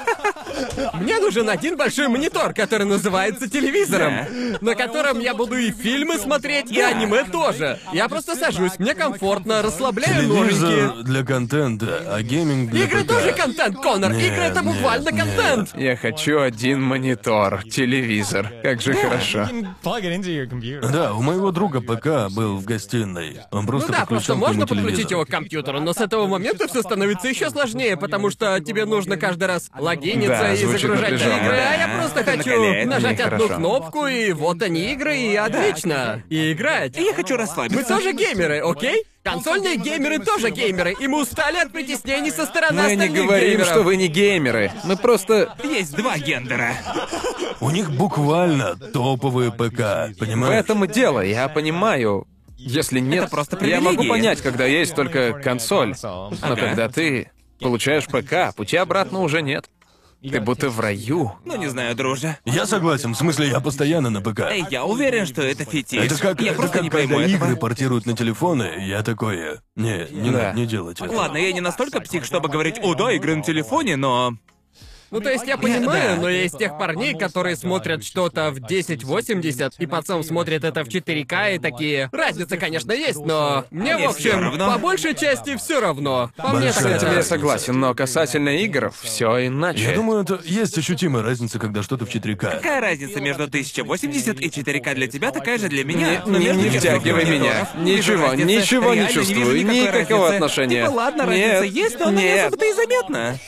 Speaker 4: Мне нужен один большой монитор, который называется телевизором, на котором я буду и фильмы смотреть, и аниме тоже. Я просто сажусь, мне комфортно, расслабляю
Speaker 2: Телевизор
Speaker 4: ноженьки.
Speaker 2: для контента, а гейминг для
Speaker 4: Игры
Speaker 2: ПК.
Speaker 4: тоже контент, Конор.
Speaker 2: Нет,
Speaker 4: Игры это
Speaker 2: нет,
Speaker 4: буквально
Speaker 2: нет.
Speaker 4: контент.
Speaker 1: Я хочу один монитор, телевизор. Как же хорошо.
Speaker 5: You can plug it into your computer.
Speaker 2: Да, у моего друга ПК был в гостиной. Он
Speaker 4: Ну
Speaker 2: просто
Speaker 4: да, просто
Speaker 2: подключил к
Speaker 4: можно
Speaker 2: нему
Speaker 4: подключить
Speaker 2: телевизор.
Speaker 4: его к компьютеру, но с этого момента все становится еще сложнее, потому что тебе нужно каждый раз логиниться
Speaker 1: Да,
Speaker 4: и
Speaker 1: звучит
Speaker 4: загружать
Speaker 1: напряженно.
Speaker 4: игры, а я
Speaker 3: Да,
Speaker 4: просто
Speaker 3: это
Speaker 4: хочу
Speaker 3: накаляет.
Speaker 4: нажать одну
Speaker 1: Нехорошо.
Speaker 4: кнопку, и вот они игры, и отлично. И играть.
Speaker 3: Я хочу
Speaker 4: Мы
Speaker 3: расслабиться.
Speaker 4: тоже геймеры, окей? Консольные геймеры тоже геймеры, и мы устали от притеснений со стороны
Speaker 1: Мы не
Speaker 4: остальных
Speaker 1: говорим,
Speaker 4: геймеров.
Speaker 1: что вы не геймеры. Мы просто...
Speaker 3: Есть два гендера.
Speaker 2: У них буквально топовые ПК,
Speaker 1: В
Speaker 2: понимаешь?
Speaker 1: этом и дело, я понимаю. Если нет,
Speaker 3: Это просто
Speaker 1: я могу
Speaker 3: привилегии.
Speaker 1: понять, когда есть только консоль. Но
Speaker 3: Ага.
Speaker 1: когда ты получаешь ПК, пути обратно уже нет. Ты будто в раю.
Speaker 3: Ну, не знаю, друже.
Speaker 2: Я согласен, в смысле, я постоянно на ПК.
Speaker 3: Эй, я уверен, что это фетиш.
Speaker 2: Это как,
Speaker 3: я
Speaker 2: это
Speaker 3: просто
Speaker 2: как
Speaker 3: не пойму
Speaker 2: когда
Speaker 3: этого.
Speaker 2: игры портируют на телефоны, я такое. Не
Speaker 1: Да.
Speaker 2: надо, не делайте этого.
Speaker 3: Ладно, я не настолько псих, чтобы говорить, о да, игры на телефоне, но...
Speaker 4: Ну, то есть я понимаю,
Speaker 3: да.
Speaker 4: но я из тех парней, которые смотрят что-то в 1080 и потом смотрят это в 4К и такие... Разница, конечно, есть, но мне, в
Speaker 3: Мне
Speaker 4: общем,
Speaker 3: всё равно.
Speaker 4: по большей части все равно. По мне так
Speaker 2: Большая
Speaker 1: Я
Speaker 4: это...
Speaker 1: тебе
Speaker 2: разница.
Speaker 1: согласен, но касательно игр, все иначе.
Speaker 2: Я думаю, это есть ощутимая разница, когда что-то в 4К.
Speaker 3: Какая разница между 1080 и 4К для тебя, такая же для меня.
Speaker 1: Не-
Speaker 3: Но между
Speaker 1: не
Speaker 3: чертовых
Speaker 1: втягивай
Speaker 3: мониторов
Speaker 1: меня.
Speaker 3: не вижу
Speaker 1: Ничего,
Speaker 3: разницы.
Speaker 1: ничего не
Speaker 3: Реально
Speaker 1: чувствую,
Speaker 3: вижу никакой
Speaker 1: никакого
Speaker 3: разницы.
Speaker 1: отношения.
Speaker 3: Типа, ладно,
Speaker 1: Нет,
Speaker 3: разница есть, но она не
Speaker 1: нет.
Speaker 3: особо-то и заметна.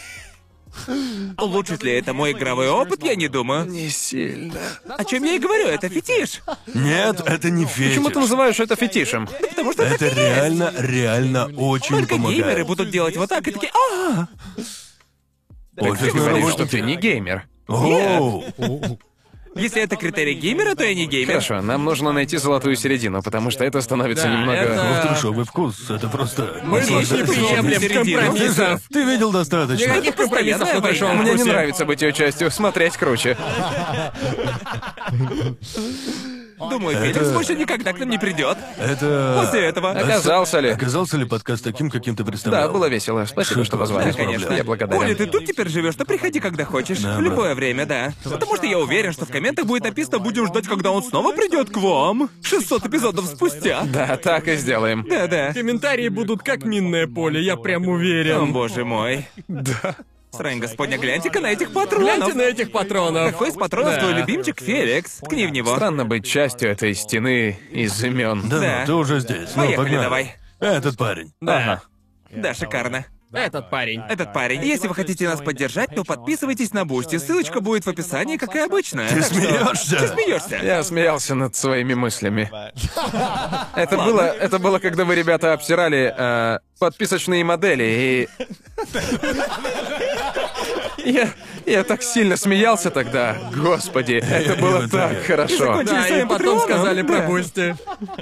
Speaker 3: Улучшит ли это мой игровой опыт, я не думаю.
Speaker 1: Не сильно.
Speaker 3: О чем я и говорю, это фетиш.
Speaker 2: Нет, это не фетиш.
Speaker 1: Почему ты называешь это фетишем?
Speaker 3: Потому что
Speaker 2: Это реально очень
Speaker 3: только геймеры
Speaker 2: помогает.
Speaker 3: будут делать вот так и такие,
Speaker 1: Так ты
Speaker 2: Офисные
Speaker 1: говоришь, что
Speaker 2: работники.
Speaker 1: ты не геймер.
Speaker 2: Оу,
Speaker 3: Если это критерий геймера, то я не геймер.
Speaker 1: Хорошо, нам нужно найти золотую середину, потому что это становится
Speaker 4: Да,
Speaker 1: немного...
Speaker 4: это-
Speaker 2: трешовый вкус, это просто...
Speaker 4: Мы здесь не приемлем
Speaker 3: Середину.
Speaker 4: компромиссов.
Speaker 2: Ты видел достаточно.
Speaker 4: Никаких компромиссов на
Speaker 3: Постоянная
Speaker 4: большом
Speaker 3: война.
Speaker 1: Мне не
Speaker 4: вкусе.
Speaker 1: нравится быть ее частью, смотреть круче.
Speaker 3: Думаю, Феликс больше никогда к нам не придет.
Speaker 2: Это...
Speaker 3: После этого.
Speaker 2: Оказался ли подкаст таким, каким ты представлял?
Speaker 1: Да, было весело. Спасибо, что позвали.
Speaker 3: Да, конечно.
Speaker 1: Я благодарен.
Speaker 3: Коля, ты тут теперь живешь, то приходи, когда хочешь. В любое время, да. Потому что я уверен, что в комментах будет написано, будем ждать, когда он снова придет к вам. 600 эпизодов спустя.
Speaker 1: Да, так и сделаем.
Speaker 3: Да-да.
Speaker 4: Комментарии будут как минное поле, я прям
Speaker 3: О,
Speaker 4: уверен.
Speaker 3: боже мой.
Speaker 1: Да.
Speaker 3: Срань Господня, гляньте-ка на этих патронов.
Speaker 4: Гляньте на этих патронов.
Speaker 3: Какой из патронов
Speaker 4: Да.
Speaker 3: твой любимчик Феликс? Ткни в него.
Speaker 1: Странно быть частью этой стены из имен.
Speaker 2: Да,
Speaker 3: Да.
Speaker 2: ну, ты уже здесь. Ну,
Speaker 3: Поехали,
Speaker 2: погнали.
Speaker 3: давай.
Speaker 2: Этот парень.
Speaker 1: Ага.
Speaker 3: Да, шикарно.
Speaker 4: Этот парень.
Speaker 3: Этот парень. Если вы хотите нас поддержать, то подписывайтесь на Бусти. Ссылочка будет в описании, как и обычно.
Speaker 2: Ты смеешься?
Speaker 3: Ты смеешься?
Speaker 1: Я смеялся над своими мыслями. Это было, когда вы, ребята, обсирали подписочные модели, и... Я так сильно смеялся тогда. Господи, это было так хорошо.
Speaker 4: Да, и
Speaker 3: своим
Speaker 4: потом
Speaker 3: патроном.
Speaker 4: сказали про
Speaker 3: Да.
Speaker 4: Бусти.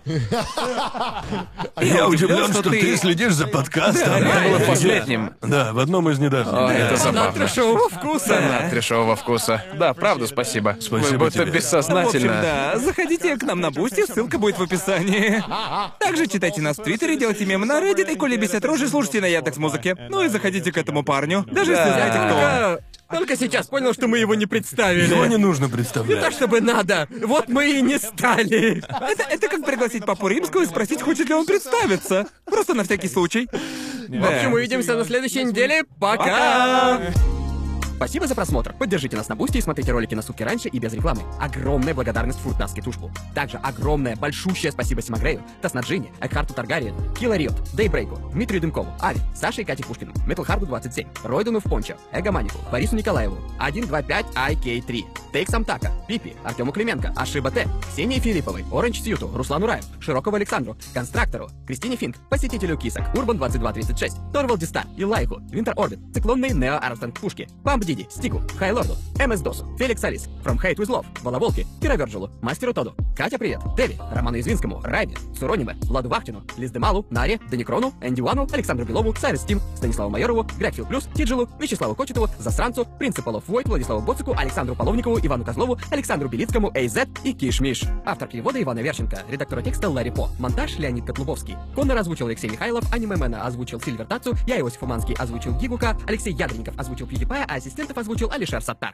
Speaker 2: Я удивлен,
Speaker 3: что
Speaker 2: что
Speaker 3: ты-
Speaker 2: ты следишь за подкастом.
Speaker 3: Да,
Speaker 1: Это было
Speaker 3: да.
Speaker 1: последним.
Speaker 2: Да, в одном из недавних.
Speaker 1: О, это
Speaker 4: Фанат
Speaker 1: забавно.
Speaker 4: трэшового вкуса.
Speaker 1: Фанат трешового вкуса. Да, правда, спасибо.
Speaker 2: Спасибо
Speaker 1: Вы будто
Speaker 2: тебе.
Speaker 3: В общем,
Speaker 1: бессознательно.
Speaker 3: да, заходите к нам на Бусти, ссылка будет в описании. Также читайте нас в Твиттере, делайте мемы на Reddit и коли бесит рожи, слушайте на Яндекс.Музыке. Ну и заходите к этому парню. Даже если знаете, кто он.
Speaker 4: Только сейчас понял, что мы его не представили.
Speaker 2: Его не нужно
Speaker 4: Не то
Speaker 2: представлять.
Speaker 4: чтобы надо. Вот мы и не стали.
Speaker 3: Это как пригласить Папу Римского и спросить, хочет ли он представиться. Просто на всякий случай.
Speaker 4: В общем, увидимся на следующей неделе. Пока! Спасибо за просмотр. Поддержите нас на Бусти и смотрите ролики на сутки раньше и без рекламы. Огромная благодарность Фуртаске Тушпу. Также огромное, большущее спасибо Симагрею, Таснаджине, Экхарту Таргариен, Килла Риот, Дейбрейку, Дмитрию Дымкову, Ави, Саше и Кате Пушкину, Металхарду 27, Ройдену в Пончо, Эгоманику, Борису Николаеву, 125IK3, Тейк Самтака, Пипи, Артему Клименко, Ашиба Т, Ксении Филипповой, Оранж Сьюту, Руслану Раю, Широкову Александру, Констрактору, Кристине Финк, Посетителю Кисок, Урбан 2236, Торвал Дистар, Илайху, Винтер Орбит, Циклонный Нео Арстенг Пушки, Бамб Диди, Стику, Хайлорду, МС Досу, Феликс Алис, From Hate With Love, Воловолки, Кироверджилу, Мастеру Тоду, Катя Привет, Деви, Роману Извинскому, Райде, Сурониме, Владу Вахтину, Лиздемалу, Наре, Даникрону, Энди Уану, Александру Белову, Сайрес Тим, Станиславу Майорову, Грегфил Плюс, Тиджилу, Вячеславу Кочетову, Засранцу, Принципалов Войт, Владиславу Боцику, Александру Половникову, Ивану Козлову, Александру Белицкому, AZ и Кишмиш. Автор перевода Ивана Верченко, редактора текста Ларри По, монтаж Леонид Котлубовский. Коннор озвучил Алексей Михайлов, аниме-мена озвучил Сильвер Тацу, я Иосиф Уманский озвучил Гигука, Алексей Ядренников озвучил PewDiePie, а ассистентов озвучил Алишер Саттар.